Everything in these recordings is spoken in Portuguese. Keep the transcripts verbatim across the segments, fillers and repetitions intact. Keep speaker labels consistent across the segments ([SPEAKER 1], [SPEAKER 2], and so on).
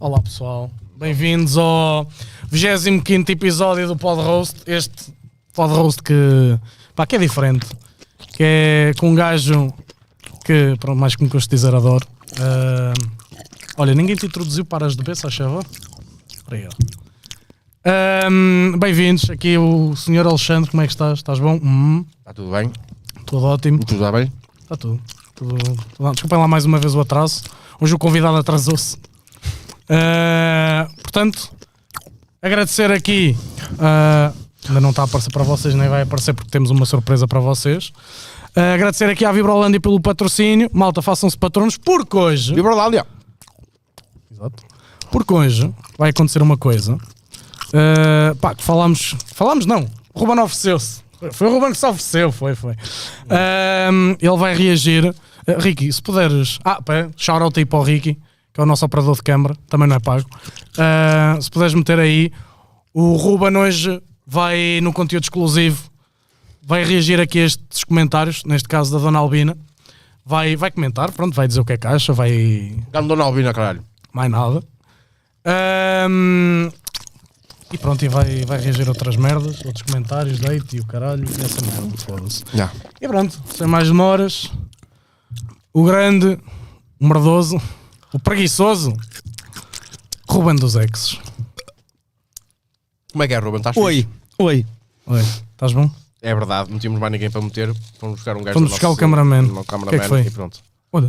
[SPEAKER 1] Olá pessoal, bem-vindos ao vigésimo quinto episódio do Pod Roast. Este Pod Roast que, pá, que é diferente, que é com um gajo que, pronto, mais que me custa dizer, adoro. Uh, olha, ninguém te introduziu para as de B, se achava? Obrigado. Um, bem-vindos, aqui o senhor Alexandre, como é que estás? Estás bom? Hum.
[SPEAKER 2] Está tudo bem?
[SPEAKER 1] Tudo ótimo.
[SPEAKER 2] Tudo está bem?
[SPEAKER 1] Está tudo. tudo, tudo. Desculpem lá mais uma vez o atraso. Hoje o convidado atrasou-se. Uh, portanto, agradecer aqui, uh, ainda não está a aparecer para vocês, nem vai aparecer porque temos uma surpresa para vocês. Uh, agradecer aqui à Vibrolândia pelo patrocínio. Malta, façam-se patronos, porque hoje...
[SPEAKER 2] Vibrolândia!
[SPEAKER 1] Exato. Porque hoje vai acontecer uma coisa. Uh, pá, que falámos... Falámos não, o Ruben ofereceu-se. Foi o Ruben que se ofereceu, foi, foi. Uh, ele vai reagir. Uh, Ricky, se puderes... Ah, pá, shout-out aí para o Ricky, que é o nosso operador de câmara, também não é pago. Uh, se puderes meter aí, o Ruben hoje vai, no conteúdo exclusivo, vai reagir aqui a estes comentários, neste caso da Dona Albina. Vai, vai comentar, pronto, vai dizer o que é que acha, vai...
[SPEAKER 2] Gano Dona Albina, caralho.
[SPEAKER 1] Mais nada. Um, e pronto, e vai, vai reagir a outras merdas, outros comentários, date e o caralho, e essa merda, foda-se.
[SPEAKER 2] Yeah.
[SPEAKER 1] E pronto, sem mais demoras, o grande, o merdoso, o preguiçoso, Ruben dos Exes.
[SPEAKER 2] Como é que é, Ruben? Estás
[SPEAKER 3] Oi,
[SPEAKER 2] fixe?
[SPEAKER 3] oi.
[SPEAKER 1] Oi, estás bom?
[SPEAKER 2] É verdade, não tínhamos mais ninguém para meter. Fomos buscar um gajo
[SPEAKER 1] Vamos
[SPEAKER 2] do
[SPEAKER 1] buscar
[SPEAKER 2] nosso,
[SPEAKER 1] o cameraman.
[SPEAKER 2] do nosso cameraman.
[SPEAKER 1] O que é que foi?
[SPEAKER 2] E pronto.
[SPEAKER 1] Olha,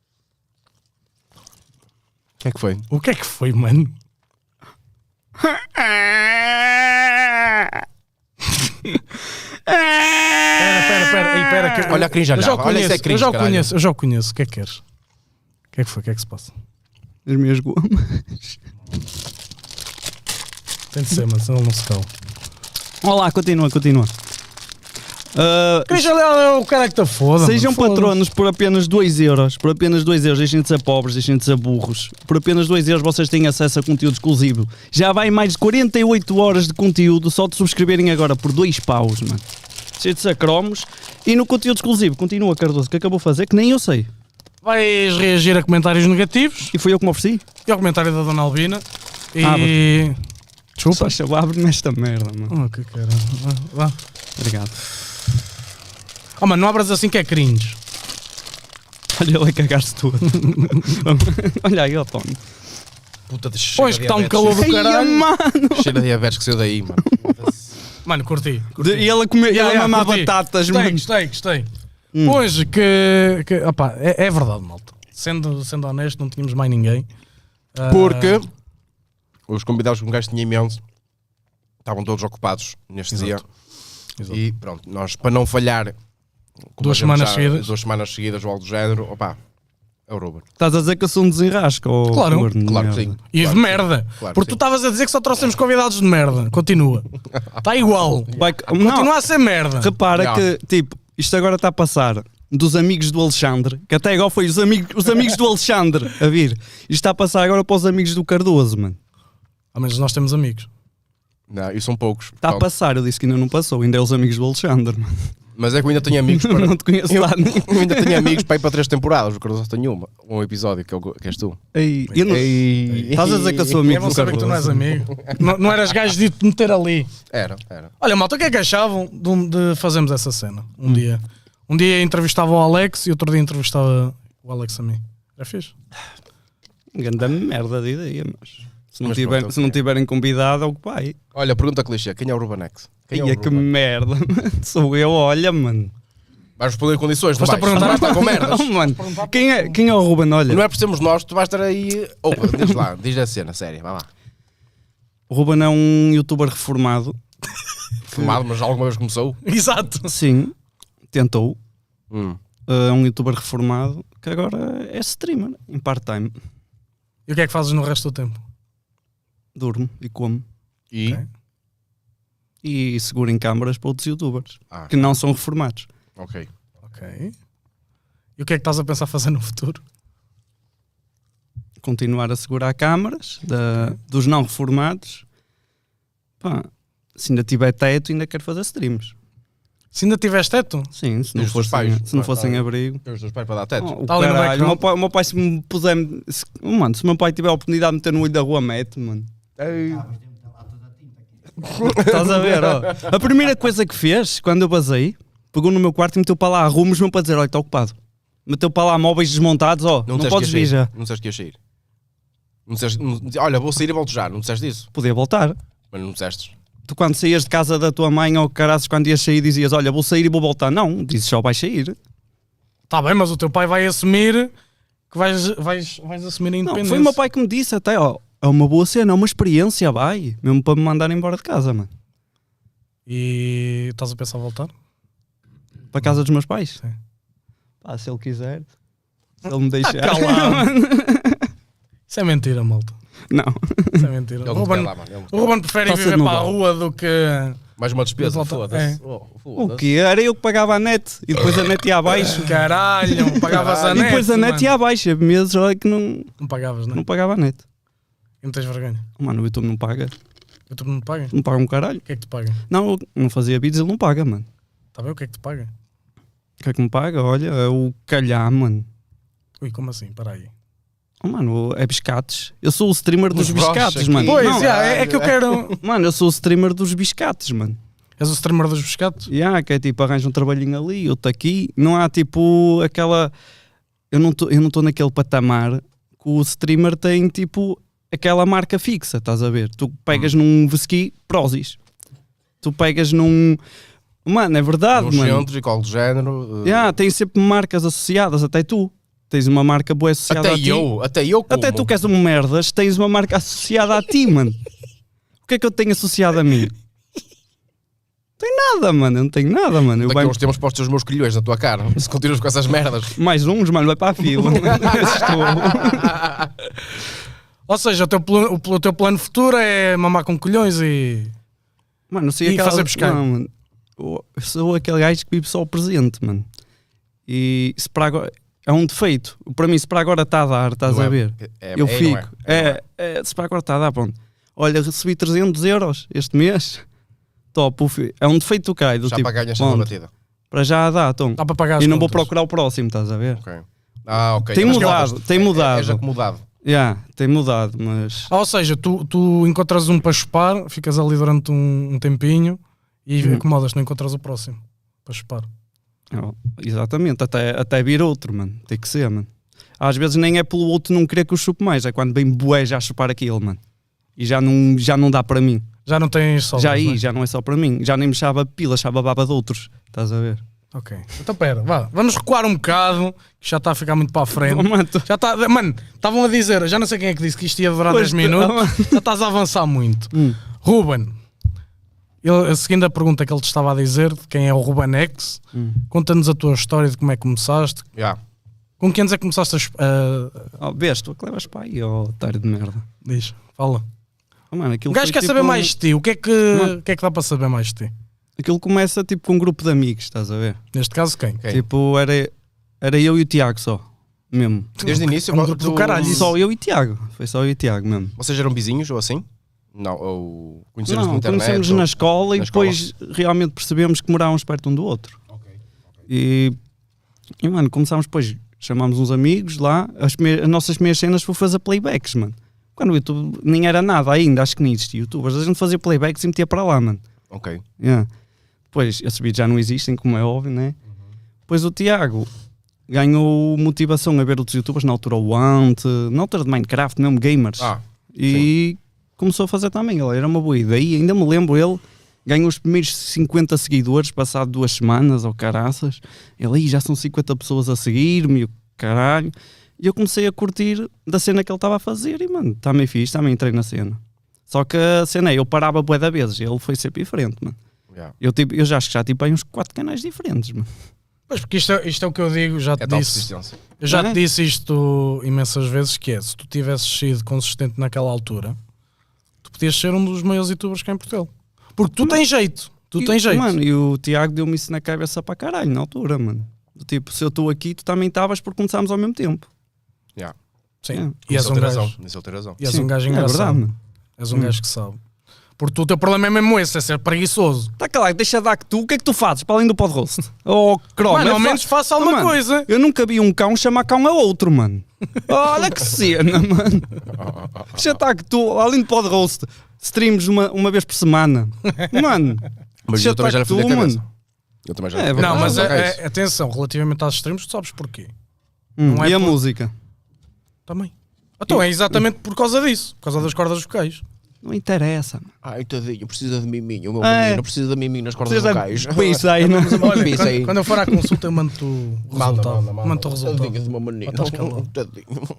[SPEAKER 2] O que é que foi?
[SPEAKER 1] o que é que foi, mano? Pera, pera, pera, aí, pera. Que,
[SPEAKER 2] Olha a cringe,
[SPEAKER 1] eu já o
[SPEAKER 2] olha, isso é
[SPEAKER 1] conheço,
[SPEAKER 2] cringe,
[SPEAKER 1] eu já o
[SPEAKER 2] caralho.
[SPEAKER 1] conheço, eu já o conheço. O que é que queres? O que é que foi? O que é que se passa?
[SPEAKER 3] As minhas gomas.
[SPEAKER 1] Tem de ser, mas senão ele não se cala.
[SPEAKER 3] Olá, continua, continua. Uh,
[SPEAKER 1] Cris, é o cara que está foda.
[SPEAKER 3] sejam
[SPEAKER 1] mano, foda.
[SPEAKER 3] patronos por apenas dois euros. Por apenas dois euros, deixem de ser pobres, deixem de ser burros. Por apenas dois euros vocês têm acesso a conteúdo exclusivo. Já vai mais de quarenta e oito horas de conteúdo só de subscreverem agora por dois paus, mano. Cheio de sacromos. E no conteúdo exclusivo, continua, Cardoso, que acabou de fazer, que nem eu sei.
[SPEAKER 1] Vais reagir a comentários negativos
[SPEAKER 3] E foi eu que me ofereci.
[SPEAKER 1] e ao comentário da Dona Albina. E...
[SPEAKER 3] Abre.
[SPEAKER 1] Desculpa.
[SPEAKER 3] Só abre-me esta merda, mano.
[SPEAKER 1] Oh, que caralho. Vá, vá.
[SPEAKER 3] Obrigado.
[SPEAKER 1] Oh, mano, não abras assim que é cringe.
[SPEAKER 3] Olha ele a cagar-se tudo. Olha aí, ó, Tony.
[SPEAKER 2] Puta de
[SPEAKER 1] Pois que está um calor do
[SPEAKER 3] Ai,
[SPEAKER 1] caralho.
[SPEAKER 3] mano.
[SPEAKER 2] Cheira de diabetes que saiu daí, mano.
[SPEAKER 1] Mano, curti. curti.
[SPEAKER 3] E ele a comer,
[SPEAKER 1] Yeah,
[SPEAKER 3] ele a
[SPEAKER 1] yeah,
[SPEAKER 3] mamar
[SPEAKER 1] curti.
[SPEAKER 3] batatas,
[SPEAKER 1] Gostei,
[SPEAKER 3] mano.
[SPEAKER 1] gostei, gostei.
[SPEAKER 3] Hum.
[SPEAKER 1] Hoje que... que opá, é, é verdade, malta. Sendo, sendo honesto, não tínhamos mais ninguém. Ah,
[SPEAKER 2] Porque os convidados que um gajo tinha imenso estavam todos ocupados neste
[SPEAKER 1] Exato.
[SPEAKER 2] dia.
[SPEAKER 1] Exato.
[SPEAKER 2] E pronto, nós para não falhar como
[SPEAKER 1] Duas
[SPEAKER 2] a gente
[SPEAKER 1] semanas
[SPEAKER 2] já-
[SPEAKER 1] seguidas.
[SPEAKER 2] Duas semanas seguidas ou algo do género, opá, é o Ruben.
[SPEAKER 3] Estás a dizer que eu sou um desenrasco? ou
[SPEAKER 1] Claro,
[SPEAKER 3] corno de
[SPEAKER 2] Claro que
[SPEAKER 3] merda?
[SPEAKER 2] sim.
[SPEAKER 1] E
[SPEAKER 2] Claro
[SPEAKER 1] de
[SPEAKER 2] que
[SPEAKER 1] merda.
[SPEAKER 2] sim. Claro que
[SPEAKER 1] Porque tu
[SPEAKER 2] sim.
[SPEAKER 1] estavas a dizer que só trouxemos convidados de merda. Continua. Está igual.
[SPEAKER 3] Vai-
[SPEAKER 1] Continua
[SPEAKER 3] não,
[SPEAKER 1] a ser merda.
[SPEAKER 3] repara
[SPEAKER 2] Não.
[SPEAKER 3] que, tipo, isto agora está a passar dos amigos do Alexandre, que até igual foi os amigos, os amigos do Alexandre a vir. Isto está a passar agora para os amigos do Cardoso, mano.
[SPEAKER 1] Ao menos nós temos amigos.
[SPEAKER 2] Não, e são poucos.
[SPEAKER 3] Está a
[SPEAKER 2] Pronto.
[SPEAKER 3] passar, eu disse que ainda não passou, ainda é os amigos do Alexandre, mano.
[SPEAKER 2] Mas é que eu ainda tenho amigos para...
[SPEAKER 3] Não te conheço
[SPEAKER 2] eu,
[SPEAKER 3] lá nem.
[SPEAKER 2] eu ainda tenho amigos para ir para três temporadas. O Cardoso tem uma. Um episódio que, é o que és tu.
[SPEAKER 3] Ei, eu não-
[SPEAKER 2] Ei.
[SPEAKER 3] Estás a dizer que eu sou
[SPEAKER 1] É
[SPEAKER 3] amigo
[SPEAKER 1] bom
[SPEAKER 3] do
[SPEAKER 1] saber que tu não és
[SPEAKER 3] Cardoso?
[SPEAKER 1] amigo. não, não eras gajo de te meter ali.
[SPEAKER 2] Era, era.
[SPEAKER 1] Olha, malta, o que é que achavam de, um- de fazermos essa cena? Um dia. Um dia entrevistava o Alex e outro dia entrevistava o Alex a mim. Era fixe?
[SPEAKER 3] Ganda merda de ideia, mas... Se não,
[SPEAKER 2] Mas
[SPEAKER 3] tiver,
[SPEAKER 2] pronto,
[SPEAKER 3] se não tiverem convidado, é o que vai.
[SPEAKER 2] Olha, pergunta clichê. Quem é o Rubenex? Quem é
[SPEAKER 3] Ia
[SPEAKER 2] o
[SPEAKER 3] que
[SPEAKER 2] Ruben?
[SPEAKER 3] merda, mano. Sou eu, olha, mano.
[SPEAKER 2] Vais responder em condições, não
[SPEAKER 1] Foste a
[SPEAKER 2] vais?
[SPEAKER 1] perguntar?
[SPEAKER 2] Não vais estar com merdas.
[SPEAKER 3] Oh, mano. Quem é, quem é o Ruben? Olha,
[SPEAKER 2] Não é por sermos nós, tu vais estar aí... Opa, diz lá, diz a cena, séria, vai lá.
[SPEAKER 3] o Ruben é um youtuber reformado.
[SPEAKER 2] Filmado, mas alguma vez começou?
[SPEAKER 1] Exato.
[SPEAKER 3] Sim, tentou.
[SPEAKER 2] Hum.
[SPEAKER 3] É um youtuber reformado que agora é streamer, em part-time.
[SPEAKER 1] E o que é que fazes no resto do tempo?
[SPEAKER 3] Durmo e como.
[SPEAKER 2] E?
[SPEAKER 1] Ok.
[SPEAKER 3] E seguro em câmaras para outros youtubers
[SPEAKER 2] Ah,
[SPEAKER 3] que não são reformados.
[SPEAKER 2] ok.
[SPEAKER 1] Ok. E o que é que estás a pensar fazer no futuro?
[SPEAKER 3] Continuar a segurar câmaras da, dos não reformados. Pá, se ainda tiver teto, ainda quero fazer streams.
[SPEAKER 1] Se ainda tiveste teto?
[SPEAKER 3] Sim, se não
[SPEAKER 2] Os teus
[SPEAKER 3] fossem,
[SPEAKER 2] pais?
[SPEAKER 3] se não
[SPEAKER 2] Vai,
[SPEAKER 3] fossem
[SPEAKER 2] vai.
[SPEAKER 3] abrigo.
[SPEAKER 2] Tem os teus pais para dar teto.
[SPEAKER 3] Oh, o
[SPEAKER 1] Tá ali no
[SPEAKER 3] caralho,
[SPEAKER 1] background.
[SPEAKER 3] o meu pai, o meu pai se me puser. Se, mano, se o meu pai tiver a oportunidade de meter no olho da rua, mete, mano. Estás a ver, ó. A primeira coisa que fez, quando eu basei, pegou no meu quarto e meteu para lá arrumos mesmo para dizer: olha, está ocupado. Meteu para lá móveis desmontados, ó. Não,
[SPEAKER 2] disseste
[SPEAKER 3] podes
[SPEAKER 2] que ia
[SPEAKER 3] vir
[SPEAKER 2] sair.
[SPEAKER 3] já.
[SPEAKER 2] Não disseste que ia sair. Não disseste, não, olha, vou sair e volto já. Não disseste isso.
[SPEAKER 3] Podia voltar.
[SPEAKER 2] Mas não disseste.
[SPEAKER 3] Tu, quando saías de casa da tua mãe ou caraças, quando ias sair, dizias: olha, vou sair e vou voltar. Não, dizes só vais sair.
[SPEAKER 1] Tá bem, mas o teu pai vai assumir que vais, vais, vais assumir a
[SPEAKER 3] Não,
[SPEAKER 1] independência.
[SPEAKER 3] foi o meu pai que me disse até, ó. É uma boa cena, é uma experiência, vai. Mesmo para me mandar embora de casa, mano.
[SPEAKER 1] E estás a pensar voltar?
[SPEAKER 3] Para a casa dos meus pais?
[SPEAKER 1] Sim.
[SPEAKER 3] Pá, se ele quiser. Se ele me deixar.
[SPEAKER 1] calado. Isso é mentira, malta.
[SPEAKER 3] Não.
[SPEAKER 1] Isso é mentira.
[SPEAKER 2] Ele
[SPEAKER 1] O
[SPEAKER 2] não
[SPEAKER 1] Ruben,
[SPEAKER 2] quer lá, mano. Ele não
[SPEAKER 1] o Ruben prefere
[SPEAKER 3] Passa
[SPEAKER 1] viver
[SPEAKER 3] no
[SPEAKER 1] para a
[SPEAKER 3] bar.
[SPEAKER 1] rua do que...
[SPEAKER 2] Mais uma despesa,
[SPEAKER 1] Volta-
[SPEAKER 2] foda-se.
[SPEAKER 1] é.
[SPEAKER 2] Oh,
[SPEAKER 3] O
[SPEAKER 2] foda-se.
[SPEAKER 3] quê? Era eu que pagava a net e depois a net ia abaixo.
[SPEAKER 1] Caralho, pagavas a
[SPEAKER 3] E
[SPEAKER 1] net.
[SPEAKER 3] depois a net
[SPEAKER 1] mano.
[SPEAKER 3] ia abaixo. Havia meses olha, que não,
[SPEAKER 1] Não pagavas, não?
[SPEAKER 3] não pagava a net.
[SPEAKER 1] E não tens vergonha?
[SPEAKER 3] Mano, o YouTube não paga.
[SPEAKER 1] Eu tu não te pagas?
[SPEAKER 3] Não paga um caralho.
[SPEAKER 1] O que é que te paga?
[SPEAKER 3] Não, eu não fazia vídeos, ele não paga, mano.
[SPEAKER 1] Está bem, o que é que te paga?
[SPEAKER 3] O que é que me paga? Olha, é o calhar, mano.
[SPEAKER 1] Ui, como assim? Para aí.
[SPEAKER 3] Oh, mano, é biscates. Eu sou o streamer dos
[SPEAKER 2] Nos broches
[SPEAKER 3] biscates,
[SPEAKER 2] aqui.
[SPEAKER 3] mano.
[SPEAKER 1] Pois,
[SPEAKER 3] Não,
[SPEAKER 1] já, é, é que eu quero...
[SPEAKER 3] Mano, eu sou o streamer dos biscates, mano.
[SPEAKER 1] És o streamer dos pescados?
[SPEAKER 3] Yeah, que é tipo, arranja um trabalhinho ali, outro aqui. Não há tipo aquela. Eu não estou naquele patamar que o streamer tem tipo aquela marca fixa, estás a ver? Tu pegas
[SPEAKER 2] Hum.
[SPEAKER 3] num Vesqui, Prozis. Tu pegas num. Mano, é verdade,
[SPEAKER 2] Nos
[SPEAKER 3] mano.
[SPEAKER 2] centros e qual de género. uh,
[SPEAKER 3] Yeah, tem sempre marcas associadas, até tu. Tens uma marca boa associada
[SPEAKER 2] Até
[SPEAKER 3] a ti.
[SPEAKER 2] eu, até eu como.
[SPEAKER 3] Até tu que és um merdas, tens uma marca associada a ti, mano. O que é que eu tenho associado a mim? Tem nada, mano. Eu não tenho nada, mano. Eu
[SPEAKER 2] Daqui
[SPEAKER 3] vai...
[SPEAKER 2] a uns tempos postos os meus colhões na tua cara. Se continuas com essas merdas.
[SPEAKER 3] Mais uns, mano, vai para a fila. Estou.
[SPEAKER 1] Ou seja, o teu, pl- o, pl- o teu plano futuro é mamar com colhões e...
[SPEAKER 3] Mano, não sei
[SPEAKER 1] E
[SPEAKER 3] aquela...
[SPEAKER 1] fazer pescar.
[SPEAKER 3] Não, mano. Eu sou aquele gajo que vive só o presente, mano. E se para agora... É um defeito. Para mim, se para agora está a dar, estás
[SPEAKER 2] Não
[SPEAKER 3] a
[SPEAKER 2] é-
[SPEAKER 3] ver?
[SPEAKER 2] é-
[SPEAKER 3] eu
[SPEAKER 2] é, não
[SPEAKER 3] fico.
[SPEAKER 2] é?
[SPEAKER 3] É, é, se para agora está a dar, pronto. Olha, recebi trezentos euros este mês. Top. o fi- É um defeito do Caio. Do
[SPEAKER 2] Já
[SPEAKER 3] tipo,
[SPEAKER 2] para ganhar esta
[SPEAKER 3] pronto,
[SPEAKER 2] batida.
[SPEAKER 3] para já dá, então.
[SPEAKER 1] Dá para pagar as
[SPEAKER 3] E não vou
[SPEAKER 1] contas.
[SPEAKER 3] procurar o próximo, estás a ver?
[SPEAKER 2] Ok. Ah, ok.
[SPEAKER 3] Tem
[SPEAKER 2] Mas
[SPEAKER 3] mudado,
[SPEAKER 2] contas,
[SPEAKER 3] tem
[SPEAKER 2] é-
[SPEAKER 3] mudado.
[SPEAKER 2] És acomodado.
[SPEAKER 3] Yeah, tem mudado, mas...
[SPEAKER 1] Ah, ou seja, tu, tu encontras um para chupar, ficas ali durante um, um tempinho e
[SPEAKER 3] Hum.
[SPEAKER 1] acomodas, não encontras o próximo para chupar.
[SPEAKER 3] Oh, exatamente, até, até vir outro, mano. Tem que ser, mano. Às vezes nem é pelo outro não querer que eu chupe mais, é quando vem bué já a chupar aquilo, mano. E já não, já não dá para mim.
[SPEAKER 1] Já não tens sobras,
[SPEAKER 3] já aí,
[SPEAKER 1] não é?
[SPEAKER 3] já não é só para mim. Já nem me chava pila, chava baba de outros. Estás a ver?
[SPEAKER 1] Ok. Então pera, vá, vamos recuar um bocado, que já está a ficar muito para a frente.
[SPEAKER 3] Oh, mano, tu-
[SPEAKER 1] Já está, mano, estavam a dizer, já não sei quem é que disse que isto ia durar
[SPEAKER 3] Pois
[SPEAKER 1] dez
[SPEAKER 3] tu-
[SPEAKER 1] minutos, já estás a avançar muito.
[SPEAKER 3] Hum.
[SPEAKER 1] Ruben, ele, a seguinte a pergunta que ele te estava a dizer, de quem é o Ruben X,
[SPEAKER 3] Hum.
[SPEAKER 1] conta-nos a tua história de como é que começaste.
[SPEAKER 2] Já.
[SPEAKER 1] Com que anos é que começaste a... chup- a-
[SPEAKER 3] Oh, vês, tu é que levas para aí, oh, otário de merda.
[SPEAKER 1] diz, fala.
[SPEAKER 3] Oh, mano, aquilo
[SPEAKER 1] O gajo
[SPEAKER 3] foi
[SPEAKER 1] quer
[SPEAKER 3] tipo
[SPEAKER 1] saber
[SPEAKER 3] um-
[SPEAKER 1] mais de ti, o que é que,
[SPEAKER 3] Mano.
[SPEAKER 1] o que é que dá para saber mais de ti?
[SPEAKER 3] Aquilo começa tipo com um grupo de amigos, estás a ver?
[SPEAKER 1] Neste caso quem?
[SPEAKER 2] Ok.
[SPEAKER 3] Tipo, era, era eu e o Tiago só. Mesmo.
[SPEAKER 2] Desde o início,
[SPEAKER 1] É um grupo do
[SPEAKER 2] tu-
[SPEAKER 1] caralho. Isso.
[SPEAKER 3] Só eu e Tiago. Foi só eu e Tiago mesmo.
[SPEAKER 2] Vocês eram vizinhos ou assim? Não, ou conheceram-se na
[SPEAKER 3] Não,
[SPEAKER 2] internet?
[SPEAKER 3] conhecemos
[SPEAKER 2] ou-
[SPEAKER 3] na escola e
[SPEAKER 2] na
[SPEAKER 3] depois realmente percebemos que morávamos perto um do outro.
[SPEAKER 2] Ok, ok.
[SPEAKER 3] E, e mano, começámos depois, chamámos uns amigos lá, as, prime- as nossas primeiras cenas foi fazer playbacks, mano. Quando o YouTube nem era nada ainda, acho que nem existia youtubers, a gente fazia playbacks e metia para lá, mano.
[SPEAKER 2] Ok.
[SPEAKER 3] Yeah. Depois, esses vídeos já não existem, como é óbvio, né? Depois o Tiago ganhou motivação a ver outros youtubers, na altura o Ant, na altura de Minecraft, mesmo gamers.
[SPEAKER 2] Ah,
[SPEAKER 3] E começou a fazer também, ele era uma boa ideia. Ainda me lembro, ele ganhou os primeiros cinquenta seguidores passado duas semanas ou caraças. Ele aí já são cinquenta pessoas a seguir-me, e o caralho. E eu comecei a curtir da cena que ele estava a fazer e mano, também fiz, também entrei na cena. Só que a cena é, eu parava bué da vezes, ele foi sempre diferente, mano.
[SPEAKER 2] yeah.
[SPEAKER 3] Eu, tipo, eu já acho que já tive aí uns quatro canais diferentes, mano.
[SPEAKER 1] Pois, porque isto é, isto é o que eu digo, já te
[SPEAKER 2] É tal
[SPEAKER 1] disse.
[SPEAKER 2] persistência.
[SPEAKER 1] Eu já
[SPEAKER 3] Não é?
[SPEAKER 1] te disse isto imensas vezes, que é, se tu tivesses sido consistente naquela altura, tu podias ser um dos maiores youtubers cá em Portugal. Porque tu tens jeito, tu
[SPEAKER 3] E,
[SPEAKER 1] tens jeito.
[SPEAKER 3] Mano, e o Tiago deu-me isso na cabeça para caralho, na altura, mano. Tipo, se eu estou aqui, tu também estavas porque começámos ao mesmo tempo.
[SPEAKER 2] Yeah.
[SPEAKER 1] Sim.
[SPEAKER 3] Yeah.
[SPEAKER 1] E és
[SPEAKER 2] Nisso
[SPEAKER 1] um
[SPEAKER 2] ele tem razão.
[SPEAKER 1] gajo,
[SPEAKER 2] Nisso ele tem razão.
[SPEAKER 1] e és
[SPEAKER 3] Sim,
[SPEAKER 1] um gajo
[SPEAKER 3] é
[SPEAKER 1] engraçado.
[SPEAKER 3] verdade, mano.
[SPEAKER 1] És um
[SPEAKER 3] Hum.
[SPEAKER 1] gajo que sabe. Porque tu, o teu problema é mesmo esse, é ser preguiçoso.
[SPEAKER 3] Está calado, deixa dar que tu, o que é que tu fazes para além do pod roast? Oh, Chrome,
[SPEAKER 1] Mano,
[SPEAKER 3] eu
[SPEAKER 1] ao menos
[SPEAKER 3] fa-
[SPEAKER 1] faça alguma
[SPEAKER 3] Oh, mano,
[SPEAKER 1] coisa.
[SPEAKER 3] Eu nunca vi um cão chamar cão a outro, mano. Olha que cena, mano. Deixa estar que tu, além do pod roast, streams uma, uma vez por semana. Mano,
[SPEAKER 2] Mas
[SPEAKER 3] deixa
[SPEAKER 2] eu também já lhe
[SPEAKER 3] estar
[SPEAKER 2] fui
[SPEAKER 3] que
[SPEAKER 2] da
[SPEAKER 3] tu,
[SPEAKER 2] cabeça.
[SPEAKER 3] mano.
[SPEAKER 2] Eu também já
[SPEAKER 3] É
[SPEAKER 2] lhe fui da
[SPEAKER 1] Não,
[SPEAKER 3] verdade.
[SPEAKER 1] mas
[SPEAKER 2] cabeça.
[SPEAKER 1] é-
[SPEAKER 2] É isso.
[SPEAKER 1] é- atenção, relativamente aos streams, tu sabes porquê?
[SPEAKER 3] Hum,
[SPEAKER 1] Não é
[SPEAKER 3] e a
[SPEAKER 1] por-
[SPEAKER 3] música?
[SPEAKER 1] Também. Então é exatamente por causa disso, por causa das cordas vocais.
[SPEAKER 3] Não interessa, mano.
[SPEAKER 2] Ai, tadinho, precisa de miminho. O meu
[SPEAKER 3] É.
[SPEAKER 2] menino precisa de miminho nas cordas
[SPEAKER 3] Precisa
[SPEAKER 2] vocais.
[SPEAKER 3] Pisa aí, não?
[SPEAKER 1] Olha,
[SPEAKER 2] Pisa
[SPEAKER 1] quando,
[SPEAKER 2] aí.
[SPEAKER 1] quando eu for à consulta, eu mando-te o
[SPEAKER 2] Manda,
[SPEAKER 1] resultado.
[SPEAKER 2] manda, manda.
[SPEAKER 1] Mando-te o resultado.
[SPEAKER 2] Tadinho do meu menino.
[SPEAKER 1] Estás calado.
[SPEAKER 2] Tadinho.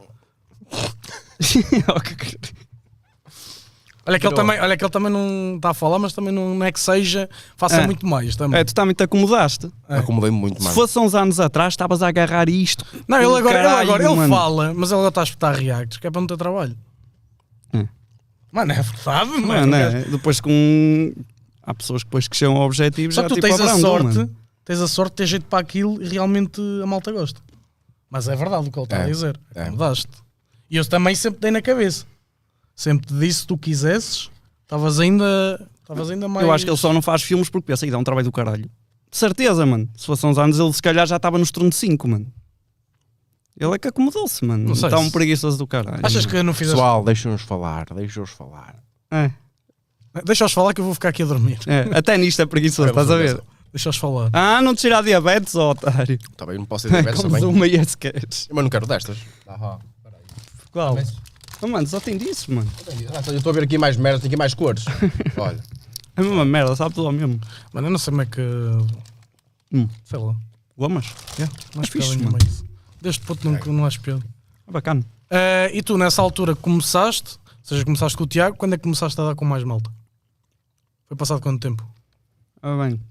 [SPEAKER 1] Olha que, ele
[SPEAKER 2] Virou.
[SPEAKER 1] também, olha que ele também não está a falar, mas também não, não é que seja, faça
[SPEAKER 3] É.
[SPEAKER 1] muito mais. Também.
[SPEAKER 3] É, tu também te acomodaste.
[SPEAKER 2] Acomodei-me muito,
[SPEAKER 3] Se
[SPEAKER 2] mano.
[SPEAKER 3] fosse há uns anos atrás, estavas a agarrar isto.
[SPEAKER 1] Não, ele agora, ele,
[SPEAKER 3] Caralho,
[SPEAKER 1] agora ele
[SPEAKER 3] mano.
[SPEAKER 1] fala, mas ele agora está a espetar reacts, que é para não ter trabalho.
[SPEAKER 3] Hum.
[SPEAKER 1] Mano, é verdade, mano.
[SPEAKER 3] Mano, é, depois com... Há pessoas que depois que chegam objetivos
[SPEAKER 1] Só
[SPEAKER 3] já
[SPEAKER 1] que tu
[SPEAKER 3] tipo
[SPEAKER 1] tens a
[SPEAKER 3] abrandam,
[SPEAKER 1] sorte,
[SPEAKER 3] mano.
[SPEAKER 1] tens a sorte de ter jeito para aquilo e realmente a malta gosta. Mas é verdade o que ele está
[SPEAKER 2] É,
[SPEAKER 1] a dizer.
[SPEAKER 2] é.
[SPEAKER 1] Mudaste. E eu também sempre dei na cabeça. Sempre te disse, se tu quisesses, estavas ainda, estavas ainda mais...
[SPEAKER 3] Eu acho que ele só não faz filmes porque pensa, aí dá um trabalho do caralho. De certeza, mano. Se fosse há uns anos, ele se calhar já estava nos trinta e cinco, mano. Ele é que acomodou-se, mano.
[SPEAKER 1] Não sei
[SPEAKER 3] Está um
[SPEAKER 1] se-
[SPEAKER 3] preguiçoso do caralho.
[SPEAKER 1] Achas
[SPEAKER 3] mano.
[SPEAKER 1] que não fizeste...
[SPEAKER 2] Pessoal, deixa-nos falar, deixa-nos falar.
[SPEAKER 3] É,
[SPEAKER 1] Deixa-os falar que eu vou ficar aqui a dormir.
[SPEAKER 3] é. Até nisto é preguiçoso, estás a ver?
[SPEAKER 1] Deixa-os falar.
[SPEAKER 3] Ah, não te tirar diabetes, ó, otário.
[SPEAKER 2] Também não posso ter diabetes
[SPEAKER 3] Como
[SPEAKER 2] também.
[SPEAKER 3] uma e esse queres.
[SPEAKER 2] Mas não quero destas.
[SPEAKER 3] Qual? Oh, mano, só tem disso, mano.
[SPEAKER 2] Eu estou a ver aqui mais merda, tem aqui mais cores. Olha.
[SPEAKER 3] É a mesma merda, sabe tudo ao mesmo.
[SPEAKER 1] Mano, eu não sei como é que...
[SPEAKER 3] Hum.
[SPEAKER 1] Sei lá.
[SPEAKER 3] Gomas?
[SPEAKER 1] Yeah, não
[SPEAKER 3] É
[SPEAKER 1] acho piada
[SPEAKER 3] fixe,
[SPEAKER 1] nenhuma
[SPEAKER 3] mano.
[SPEAKER 1] isso. Deste puto não, não acho piada.
[SPEAKER 3] É bacana.
[SPEAKER 1] Eh, e tu, nessa altura, começaste, ou seja, começaste com o Tiago, quando é que começaste a dar com mais malta? Foi passado quanto tempo?
[SPEAKER 3] Ah, bem.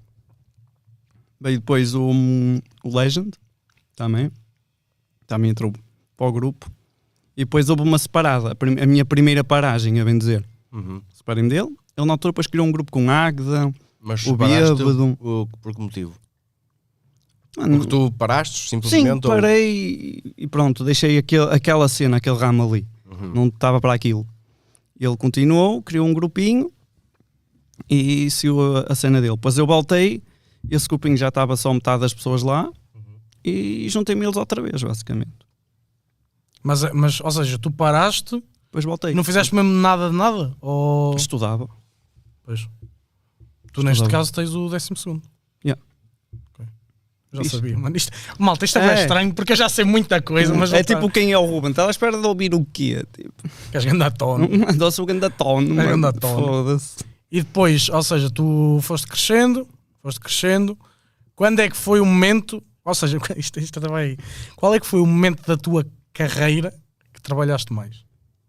[SPEAKER 3] Veio depois o, o Legend, também. Também entrou para o grupo. E depois houve uma separada, a, prim- a minha primeira paragem, a bem dizer.
[SPEAKER 2] Uhum.
[SPEAKER 3] Separei-me dele. Ele na altura depois criou um grupo com Águeda.
[SPEAKER 2] Mas
[SPEAKER 3] O
[SPEAKER 2] paraste
[SPEAKER 3] bêbado.
[SPEAKER 2] o- por que motivo?
[SPEAKER 3] Mano,
[SPEAKER 2] Porque tu paraste
[SPEAKER 3] sim,
[SPEAKER 2] simplesmente? ou-
[SPEAKER 3] parei e pronto, deixei aquele, aquela cena, aquele ramo ali.
[SPEAKER 2] Uhum.
[SPEAKER 3] Não estava para aquilo. Ele continuou, criou um grupinho e seguiu a, a cena dele. Depois eu voltei, esse grupinho já estava só metade das pessoas lá e juntei-me eles outra vez, basicamente.
[SPEAKER 1] Mas, mas, ou seja, tu paraste,
[SPEAKER 3] Depois voltei.
[SPEAKER 1] não fizeste mesmo nada de nada? Ou...
[SPEAKER 3] Estudava.
[SPEAKER 1] Pois. Tu neste
[SPEAKER 3] Estudava.
[SPEAKER 1] caso tens o décimo segundo.
[SPEAKER 3] Yeah.
[SPEAKER 1] Ok. Já
[SPEAKER 3] Isto-
[SPEAKER 1] sabia. Mano, isto, malta, isto é, bem
[SPEAKER 3] É.
[SPEAKER 1] estranho porque eu já sei muita coisa, mas
[SPEAKER 3] é
[SPEAKER 1] não tá-
[SPEAKER 3] tipo quem é o Ruben, está à espera de ouvir o quê? Tipo,
[SPEAKER 1] queres andar tono.
[SPEAKER 3] mandou-se o grande tono, mano.
[SPEAKER 1] grande tono.
[SPEAKER 3] Foda-se.
[SPEAKER 1] E depois, ou seja, tu foste crescendo, foste crescendo. Quando é que foi o momento, ou seja, isto, isto até vai aí. Qual é que foi o momento da tua carreira que trabalhaste mais?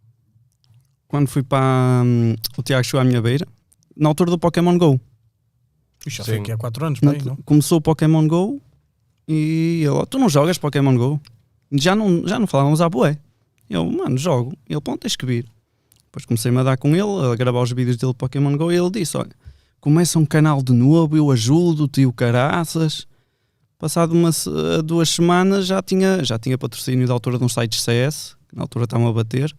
[SPEAKER 3] Quando fui para hum, o Tiago chegou à minha beira, na altura do Pokémon GO.
[SPEAKER 1] Ixi, já foi
[SPEAKER 2] Sim.
[SPEAKER 1] aqui há quatro anos,
[SPEAKER 3] Não,
[SPEAKER 1] bem, não?
[SPEAKER 3] Começou o Pokémon GO e ele, tu não jogas Pokémon GO? Já não, já não falávamos à bué. Eu, mano, jogo. Ele, pronto, tens que vir. Depois comecei-me a dar com ele, a gravar os vídeos dele de Pokémon GO e ele disse, olha, começa um canal de novo, eu ajudo, tio caraças. Passado uma, se- duas semanas já tinha, já tinha patrocínio da altura de um site de C S, que na altura estavam a bater.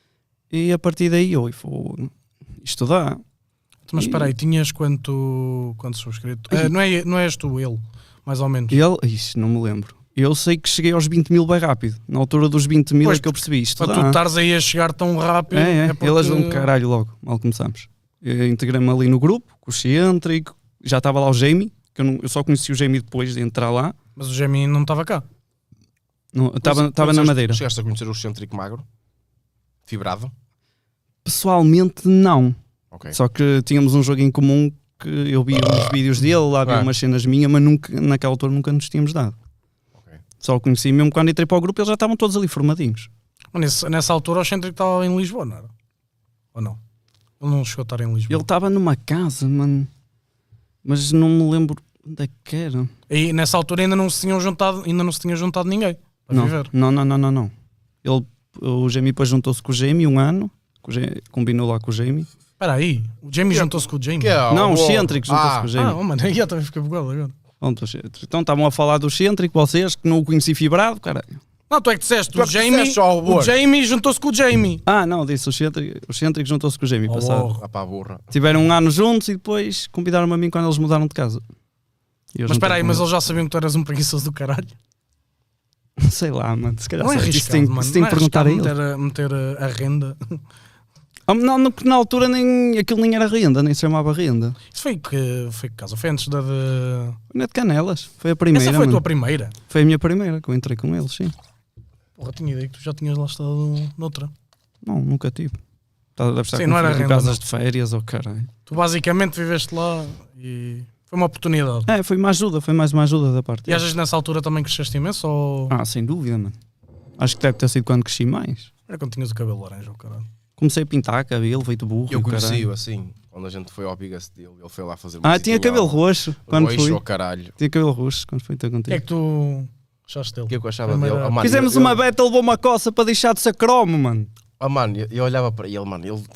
[SPEAKER 3] E a partir daí eu, fogo, isto dá.
[SPEAKER 1] Mas
[SPEAKER 3] E-
[SPEAKER 1] espera aí, tinhas quanto, quanto subscrito? Eh, não, é, não és tu, ele, mais ou menos.
[SPEAKER 3] E ele, ixi, não me lembro. Eu sei que cheguei aos vinte mil bem rápido. Na altura dos vinte mil
[SPEAKER 1] Pois,
[SPEAKER 3] é que eu percebi isto.
[SPEAKER 1] Para
[SPEAKER 3] dá.
[SPEAKER 1] tu estares aí a chegar tão rápido.
[SPEAKER 3] É, é,
[SPEAKER 1] porque-
[SPEAKER 3] ele ajudou-me caralho logo, mal começamos. Eu integrei-me ali no grupo, com o Cientric, já estava lá o Jamie, que eu, não- eu só conheci o Jamie depois de entrar lá.
[SPEAKER 1] Mas o Jamie não estava cá.
[SPEAKER 3] Não, Estava estava na
[SPEAKER 2] Conheceste-
[SPEAKER 3] Madeira.
[SPEAKER 2] Chegaste a conhecer o excêntrico magro? Fibrado?
[SPEAKER 3] Pessoalmente, não.
[SPEAKER 2] Ok.
[SPEAKER 3] Só que tínhamos um jogo em comum que eu vi uns vídeos dele, lá vi
[SPEAKER 2] Ah.
[SPEAKER 3] umas cenas minhas, mas nunca, naquela altura nunca nos tínhamos dado.
[SPEAKER 2] Ok.
[SPEAKER 3] Só o conheci mesmo quando entrei para o grupo, eles já estavam todos ali formadinhos.
[SPEAKER 1] Mas nesse- nessa altura o Centric estava em Lisboa, não era? Ou não? Ele não chegou a estar em Lisboa.
[SPEAKER 3] Ele estava numa casa, mano, mas não me lembro onde é que era.
[SPEAKER 1] E nessa altura ainda não se tinham juntado, ainda não se tinha juntado ninguém para
[SPEAKER 3] Não,
[SPEAKER 1] viver.
[SPEAKER 3] não, não, não, não, não. Ele, o Jamie depois juntou-se com o Jamie um ano, com o Jamie- combinou lá com o Jamie.
[SPEAKER 1] Espera aí, o Jamie juntou-se com o Jamie.
[SPEAKER 2] Que é?
[SPEAKER 3] Não,
[SPEAKER 2] Oh,
[SPEAKER 3] os Cêntricos juntou-se
[SPEAKER 2] ah,
[SPEAKER 3] com o
[SPEAKER 1] Ah,
[SPEAKER 3] Jamie.
[SPEAKER 1] oh, mano, já também fiquei bugado agora.
[SPEAKER 3] Pronto, os Cêntricos. Então estavam a falar do Cêntrico, vocês, que não o conheci fibrado, caralho.
[SPEAKER 1] Não, tu é que disseste,
[SPEAKER 2] Tu
[SPEAKER 1] o
[SPEAKER 2] é que
[SPEAKER 1] Jamie,
[SPEAKER 2] disseste só o
[SPEAKER 1] o
[SPEAKER 2] Borra.
[SPEAKER 1] Jamie juntou-se com o Jamie.
[SPEAKER 3] Ah, não, disse o Cêntrico, o Cêntrico juntou-se com o Jamie
[SPEAKER 1] Oh,
[SPEAKER 3] passado.
[SPEAKER 1] oh.
[SPEAKER 2] Ah pá, burra.
[SPEAKER 3] Tiveram um ano juntos e depois convidaram-me a mim quando eles mudaram de casa. E eu
[SPEAKER 1] Mas espera
[SPEAKER 3] juntei
[SPEAKER 1] aí,
[SPEAKER 3] com
[SPEAKER 1] mas
[SPEAKER 3] eles.
[SPEAKER 1] eles já sabiam que tu eras um preguiçoso do caralho.
[SPEAKER 3] Sei lá, mano, se calhar
[SPEAKER 1] Não é
[SPEAKER 3] sei. Isso
[SPEAKER 1] arriscado,
[SPEAKER 3] tem,
[SPEAKER 1] mano.
[SPEAKER 3] isso tem
[SPEAKER 1] Não
[SPEAKER 3] que
[SPEAKER 1] é
[SPEAKER 3] perguntar a
[SPEAKER 1] arriscado
[SPEAKER 3] ele.
[SPEAKER 1] meter, a- meter a, a renda.
[SPEAKER 3] Ah, não, não, porque na altura nem, aquilo nem era renda, nem se chamava renda.
[SPEAKER 1] Isso foi que, foi que casa? Foi antes da de...
[SPEAKER 3] Não é de Canelas, foi a primeira.
[SPEAKER 1] Essa foi a
[SPEAKER 3] mano.
[SPEAKER 1] tua primeira?
[SPEAKER 3] Foi a minha primeira que eu entrei com eles, sim.
[SPEAKER 1] Porra, tinha ideia que tu já tinhas lá estado noutra.
[SPEAKER 3] Não, nunca tive. Tá- Deve estar
[SPEAKER 1] Sim, não era
[SPEAKER 3] confundido com
[SPEAKER 1] renda,
[SPEAKER 3] casas
[SPEAKER 1] não.
[SPEAKER 3] de férias ou caralho.
[SPEAKER 1] Tu basicamente viveste lá e foi uma oportunidade.
[SPEAKER 3] É, foi uma ajuda, foi mais uma ajuda da parte
[SPEAKER 1] E
[SPEAKER 3] deles.
[SPEAKER 1] às vezes nessa altura também cresceste imenso ou
[SPEAKER 3] Ah, sem dúvida, mano. Acho que deve ter sido quando cresci mais.
[SPEAKER 1] era quando tinhas o cabelo laranja, oh, caralho?
[SPEAKER 3] Comecei a pintar cabelo, feito burro.
[SPEAKER 2] Eu
[SPEAKER 3] e o caralho.
[SPEAKER 2] conheci-o assim, quando a gente foi ao Biggest dele, ele foi lá fazer
[SPEAKER 3] Ah, tinha cabelo roxo quando
[SPEAKER 2] roxo,
[SPEAKER 3] fui.
[SPEAKER 2] ao caralho.
[SPEAKER 3] Tinha cabelo roxo quando fui ter
[SPEAKER 1] O que é
[SPEAKER 3] contigo.
[SPEAKER 1] que tu achaste dele?
[SPEAKER 2] O que é que eu achava
[SPEAKER 1] Primeira-
[SPEAKER 2] dele? Oh, mano,
[SPEAKER 3] Fizemos
[SPEAKER 2] eu,
[SPEAKER 3] uma
[SPEAKER 2] eu,
[SPEAKER 3] beta, levou uma coça para deixar de ser cromo, mano.
[SPEAKER 2] oh, mano, eu, eu olhava para ele, mano, ele...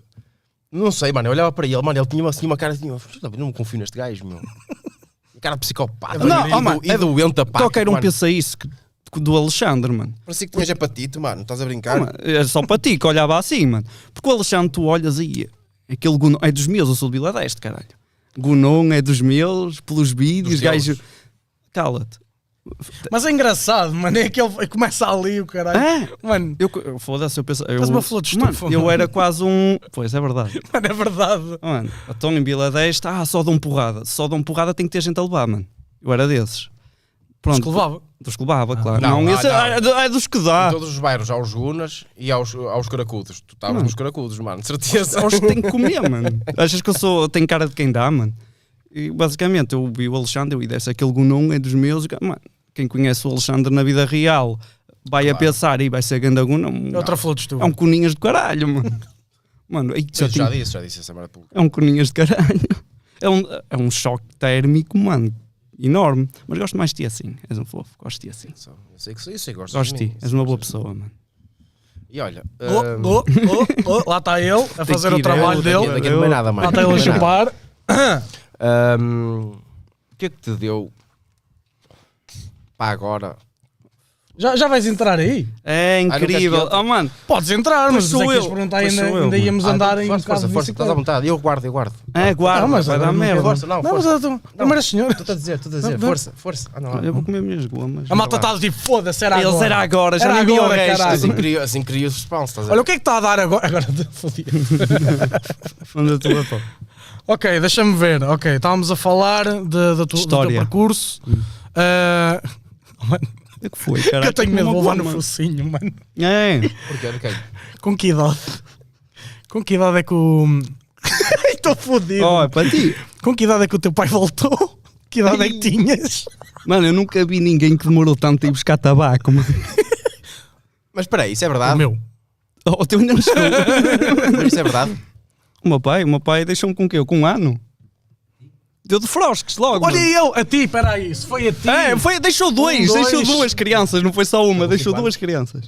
[SPEAKER 2] Não sei, mano, eu olhava para ele, mano, ele tinha assim uma cara assim, eu não me confio neste gajo, meu. Cara de psicopata,
[SPEAKER 3] Não,
[SPEAKER 2] mano,
[SPEAKER 3] oh,
[SPEAKER 2] e,
[SPEAKER 3] mano,
[SPEAKER 2] do, e doente, pá.
[SPEAKER 3] Qualquer um
[SPEAKER 2] mano.
[SPEAKER 3] pensa isso que- do Alexandre, mano.
[SPEAKER 2] Parecia que tinhas hepatite, mano, estás a brincar?
[SPEAKER 3] Não, mano, é só para ti que olhava assim, mano. Porque o Alexandre, tu olhas aí, aquele Gunon é dos meus, eu sou de Vila deste, caralho. Gunon é dos meus, pelos vídeos,
[SPEAKER 2] Dos
[SPEAKER 3] gajo.
[SPEAKER 2] teus.
[SPEAKER 3] Cala-te.
[SPEAKER 1] Mas é engraçado, mano, é que ele começa ali o caralho.
[SPEAKER 3] É,
[SPEAKER 1] Mano,
[SPEAKER 3] eu, eu foda-se, eu penso. Eu,
[SPEAKER 1] Estás uma flor de
[SPEAKER 3] mano,
[SPEAKER 1] estufa,
[SPEAKER 3] eu
[SPEAKER 1] mano.
[SPEAKER 3] era quase um. Pois é verdade.
[SPEAKER 1] mano, é verdade.
[SPEAKER 3] Mano, então em Vila deste, ah, só dão porrada. Só dão porrada, tem que ter gente a levar, mano. Eu era desses.
[SPEAKER 1] Pronto.
[SPEAKER 3] Pronto.
[SPEAKER 1] Que levava.
[SPEAKER 3] Dos que levava, claro.
[SPEAKER 2] Não,
[SPEAKER 3] Não,
[SPEAKER 2] ah,
[SPEAKER 3] esse
[SPEAKER 2] não.
[SPEAKER 3] é, é dos que dá.
[SPEAKER 2] Em todos os bairros, aos Gunas e aos, aos Caracudos. Tu estavas
[SPEAKER 3] Mano.
[SPEAKER 2] nos Caracudos, mano, de certeza.
[SPEAKER 3] Aos que tenho que comer, mano. Achas que eu sou, tenho cara de quem dá, mano? E basicamente eu vi o Alexandre, eu e desse aquele Gunon é dos meus. Mano, quem conhece o Alexandre na vida real vai a
[SPEAKER 2] Claro.
[SPEAKER 3] pensar e vai ser ganda Gunon.
[SPEAKER 1] É outra flor de estufa.
[SPEAKER 3] É um coninhas de caralho, mano. Mano, aí já,
[SPEAKER 2] Sim, já
[SPEAKER 3] tinha-
[SPEAKER 2] disse, já disse essa merda pública.
[SPEAKER 3] é um coninhas de caralho. É um, é um choque térmico, mano. Enorme. Mas gosto mais de ti assim. És um fofo. Gosto de ti assim.
[SPEAKER 2] Eu sei que sei, sei, gosto
[SPEAKER 3] Gosto de
[SPEAKER 2] mim,
[SPEAKER 3] ti.
[SPEAKER 2] sei,
[SPEAKER 3] És uma boa
[SPEAKER 2] gosto de
[SPEAKER 3] pessoa,
[SPEAKER 2] mim.
[SPEAKER 3] mano.
[SPEAKER 2] E olha,
[SPEAKER 1] Oh,
[SPEAKER 2] hum,
[SPEAKER 1] oh, oh, oh, lá está ele a fazer
[SPEAKER 3] que
[SPEAKER 1] o
[SPEAKER 3] ir,
[SPEAKER 1] trabalho
[SPEAKER 3] eu-
[SPEAKER 1] dele.
[SPEAKER 2] daqui não vem nada, mano.
[SPEAKER 1] Lá está ele a
[SPEAKER 2] Não vem nada.
[SPEAKER 1] chupar.
[SPEAKER 2] Hum, o que é que te deu para agora?
[SPEAKER 1] Já, já vais entrar aí?
[SPEAKER 3] É
[SPEAKER 2] não queres
[SPEAKER 3] incrível.
[SPEAKER 2] que eu-
[SPEAKER 3] Oh, mano.
[SPEAKER 1] Podes entrar,
[SPEAKER 3] Pois
[SPEAKER 1] mas
[SPEAKER 3] sou
[SPEAKER 1] se é que ias
[SPEAKER 3] eu.
[SPEAKER 1] perguntar
[SPEAKER 3] Pois
[SPEAKER 1] ainda,
[SPEAKER 3] sou eu,
[SPEAKER 1] ainda
[SPEAKER 3] mano.
[SPEAKER 1] íamos
[SPEAKER 2] Ah,
[SPEAKER 1] andar
[SPEAKER 2] então,
[SPEAKER 1] em um
[SPEAKER 2] força,
[SPEAKER 1] bocado
[SPEAKER 2] força,
[SPEAKER 1] de
[SPEAKER 2] força, estás à
[SPEAKER 1] bicicleta.
[SPEAKER 2] vontade. Eu guardo, eu guardo.
[SPEAKER 3] É, guarda,
[SPEAKER 1] Ah, mas
[SPEAKER 3] vai
[SPEAKER 1] agora
[SPEAKER 3] dar
[SPEAKER 1] não
[SPEAKER 3] merda.
[SPEAKER 1] quero.
[SPEAKER 2] Força, não,
[SPEAKER 1] Não, mas
[SPEAKER 2] força.
[SPEAKER 1] eu estou. Primeira senhora.
[SPEAKER 2] Estou a dizer, estou a dizer,
[SPEAKER 1] Não, não.
[SPEAKER 2] força, força. Ah, não,
[SPEAKER 3] Eu vou comer minhas gomas.
[SPEAKER 1] A malta está tipo, foda-se, era
[SPEAKER 3] Eles
[SPEAKER 1] agora.
[SPEAKER 3] era agora, já
[SPEAKER 1] Era
[SPEAKER 3] nem vi o
[SPEAKER 1] agora,
[SPEAKER 3] resto.
[SPEAKER 1] caralho.
[SPEAKER 2] assim queria, assim queria o suspense, estás a
[SPEAKER 1] Olha,
[SPEAKER 2] ver?
[SPEAKER 1] o que é que está a dar agora? Agora te fodi.
[SPEAKER 3] Manda tu a pau.
[SPEAKER 1] Ok, deixa-me ver. Ok, estávamos a falar de, de, do, do teu
[SPEAKER 3] História.
[SPEAKER 1] percurso. Ah, mano,
[SPEAKER 3] O que foi,
[SPEAKER 1] que
[SPEAKER 3] cara?
[SPEAKER 1] eu tenho medo de
[SPEAKER 3] Uma
[SPEAKER 1] levar no
[SPEAKER 3] goma.
[SPEAKER 1] focinho, mano.
[SPEAKER 3] É.
[SPEAKER 2] Porquê? De quem?
[SPEAKER 1] Com que idade? Com que idade é que o. Estou fodido.
[SPEAKER 3] Oh, é para ti.
[SPEAKER 1] Com que idade é que o teu pai voltou? Que idade é que tinhas?
[SPEAKER 3] Mano, eu nunca vi ninguém que demorou tanto a ir buscar tabaco, mano.
[SPEAKER 2] Mas espera aí, isso é
[SPEAKER 1] O
[SPEAKER 2] verdade?
[SPEAKER 1] meu.
[SPEAKER 3] Oh, o teu ainda não chegou.
[SPEAKER 2] Mas isso é verdade?
[SPEAKER 3] O meu pai, o meu pai deixou-me com o quê? Com um ano? Deu de frosques logo.
[SPEAKER 1] Olha
[SPEAKER 3] mano.
[SPEAKER 1] eu, a ti, espera aí, isso foi a ti.
[SPEAKER 3] É, foi, deixou dois,
[SPEAKER 1] Um, dois.
[SPEAKER 3] deixou duas crianças, não foi só uma, deixou duas crianças.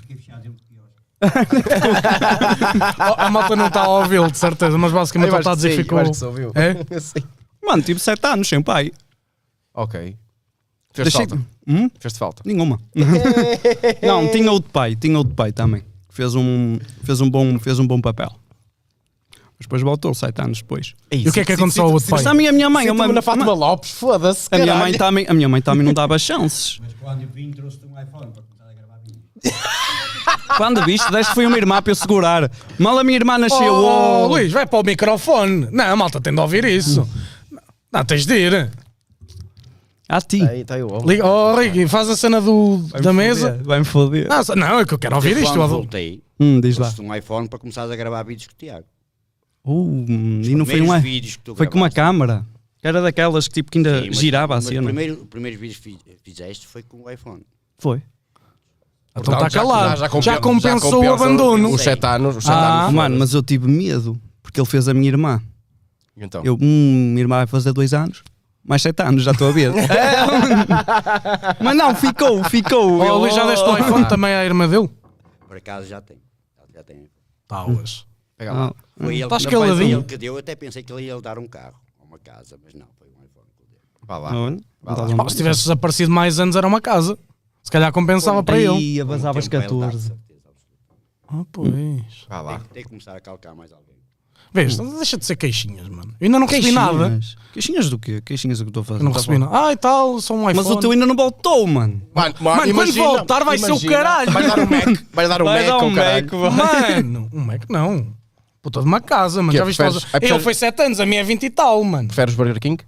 [SPEAKER 1] Oh, a malta não está a ouvi-lo, de certeza, mas basicamente ele está a dizer que ficou.
[SPEAKER 2] Eu acho que se ouviu.
[SPEAKER 1] É?
[SPEAKER 2] Eu sei.
[SPEAKER 3] Mano, tive sete anos sem pai.
[SPEAKER 2] Ok. Fez
[SPEAKER 3] Deixei...
[SPEAKER 2] falta?
[SPEAKER 3] Hum?
[SPEAKER 2] Fez-te falta?
[SPEAKER 3] Nenhuma. Não, tinha outro pai, tinha outro pai também. Fez um, fez um, bom, fez um bom papel. Mas depois voltou, sete anos depois.
[SPEAKER 1] E o que é que aconteceu ao outro pai?
[SPEAKER 3] Mas a minha, minha mãe, a,
[SPEAKER 2] Sinto-me
[SPEAKER 3] mãe-
[SPEAKER 2] na Fátima Lopes, foda-se,
[SPEAKER 3] a minha
[SPEAKER 2] caralho.
[SPEAKER 3] mãe também, a minha mãe também não dava chances.
[SPEAKER 4] Mas quando eu vim, trouxe-te um iPhone para começar a gravar vídeos.
[SPEAKER 3] Quando viste, deste foi uma irmã para eu segurar. Mal a minha irmã nasceu.
[SPEAKER 1] Oh,
[SPEAKER 3] oh.
[SPEAKER 1] Luís, vai para o microfone. Não, a malta tem de ouvir isso. Não, tens de ir.
[SPEAKER 3] A ti.
[SPEAKER 2] Aí está aí o homem.
[SPEAKER 1] Liga, oh, Ricky, faz a cena do, da mesa.
[SPEAKER 3] Vai-me foder.
[SPEAKER 1] Não, não, é que eu quero ouvir isto.
[SPEAKER 4] Quando
[SPEAKER 1] eu-
[SPEAKER 4] voltei,
[SPEAKER 3] Hum, diz lá.
[SPEAKER 4] trouxe-te um iPhone para começar a gravar vídeos com o Tiago.
[SPEAKER 3] Uh, e não foi
[SPEAKER 4] Primeiros
[SPEAKER 3] uma.
[SPEAKER 4] vídeos que tu
[SPEAKER 3] Foi com uma
[SPEAKER 4] gravaste.
[SPEAKER 3] câmara. Que era daquelas que tipo que ainda
[SPEAKER 4] Sim, mas-
[SPEAKER 3] girava
[SPEAKER 4] mas
[SPEAKER 3] a cena.
[SPEAKER 4] Primeiro, os primeiros vídeos que fi- fizeste foi com o iPhone.
[SPEAKER 3] Foi.
[SPEAKER 1] Então está
[SPEAKER 2] Portanto, já-
[SPEAKER 1] calado. Já,
[SPEAKER 2] compen-
[SPEAKER 1] compensou
[SPEAKER 2] compensa
[SPEAKER 1] o abandono.
[SPEAKER 2] Os sete anos. Os sete
[SPEAKER 1] Ah,
[SPEAKER 2] anos
[SPEAKER 3] Mano, mas eu tive medo. Porque ele fez a minha irmã.
[SPEAKER 2] Então.
[SPEAKER 3] Eu, hum, minha irmã vai fazer dois anos. Mais sete anos, já estou a ver. É. Mas não, ficou, ficou.
[SPEAKER 1] Oh,
[SPEAKER 3] Eu-
[SPEAKER 1] o Luís já deste o iPhone também à irmã dele?
[SPEAKER 4] Por acaso já tem. Já tem.
[SPEAKER 1] Tá, hoje.
[SPEAKER 2] Pega lá.
[SPEAKER 3] Ah,
[SPEAKER 4] Foi ele,
[SPEAKER 1] Estás
[SPEAKER 4] que-
[SPEAKER 1] caladinho.
[SPEAKER 4] foi ele que deu. Eu até pensei que ele ia dar um carro ou uma casa, mas não, foi um iPhone que ele deu.
[SPEAKER 2] Vá lá.
[SPEAKER 3] olha,
[SPEAKER 2] Vá
[SPEAKER 3] não
[SPEAKER 2] lá.
[SPEAKER 3] estás
[SPEAKER 1] Oh, se tivesses aparecido mais anos, era uma casa. Se calhar compensava para ele.
[SPEAKER 3] Ia basava as
[SPEAKER 4] Tempo vai levar, de
[SPEAKER 3] catorze.
[SPEAKER 4] certeza absoluta.
[SPEAKER 1] Ah, pois.
[SPEAKER 2] Vá lá.
[SPEAKER 4] Tem, tem que começar a calcar mais alguém.
[SPEAKER 1] Vês, deixa de ser queixinhas, mano. Eu ainda não recebi nada.
[SPEAKER 3] Queixinhas? Queixinhas do quê? Queixinhas do que estou a fazer?
[SPEAKER 1] Eu não
[SPEAKER 3] Tá
[SPEAKER 1] recebi
[SPEAKER 3] bom.
[SPEAKER 1] nada. Ah, e tal, só um iPhone.
[SPEAKER 3] Mas o teu ainda não voltou, mano.
[SPEAKER 2] Mano,
[SPEAKER 1] Mano, quando
[SPEAKER 2] imagina-
[SPEAKER 1] voltar vai ser o
[SPEAKER 2] imagina,
[SPEAKER 1] caralho.
[SPEAKER 2] Vais dar um Mac, vais dar um
[SPEAKER 3] Vai
[SPEAKER 2] Mac
[SPEAKER 3] dar
[SPEAKER 2] com
[SPEAKER 3] um
[SPEAKER 2] o caralho.
[SPEAKER 3] Mac, vai.
[SPEAKER 1] Mano, um Mac não. Puta de uma casa, mano.
[SPEAKER 2] Que é,
[SPEAKER 1] Já viste?
[SPEAKER 2] preferes-
[SPEAKER 1] Ele
[SPEAKER 2] é, preferes-
[SPEAKER 1] foi sete anos, a minha é vinte e tal, mano.
[SPEAKER 2] Preferes Burger King?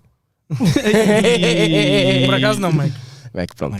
[SPEAKER 1] Por acaso não, Mac.
[SPEAKER 2] Mac, pronto.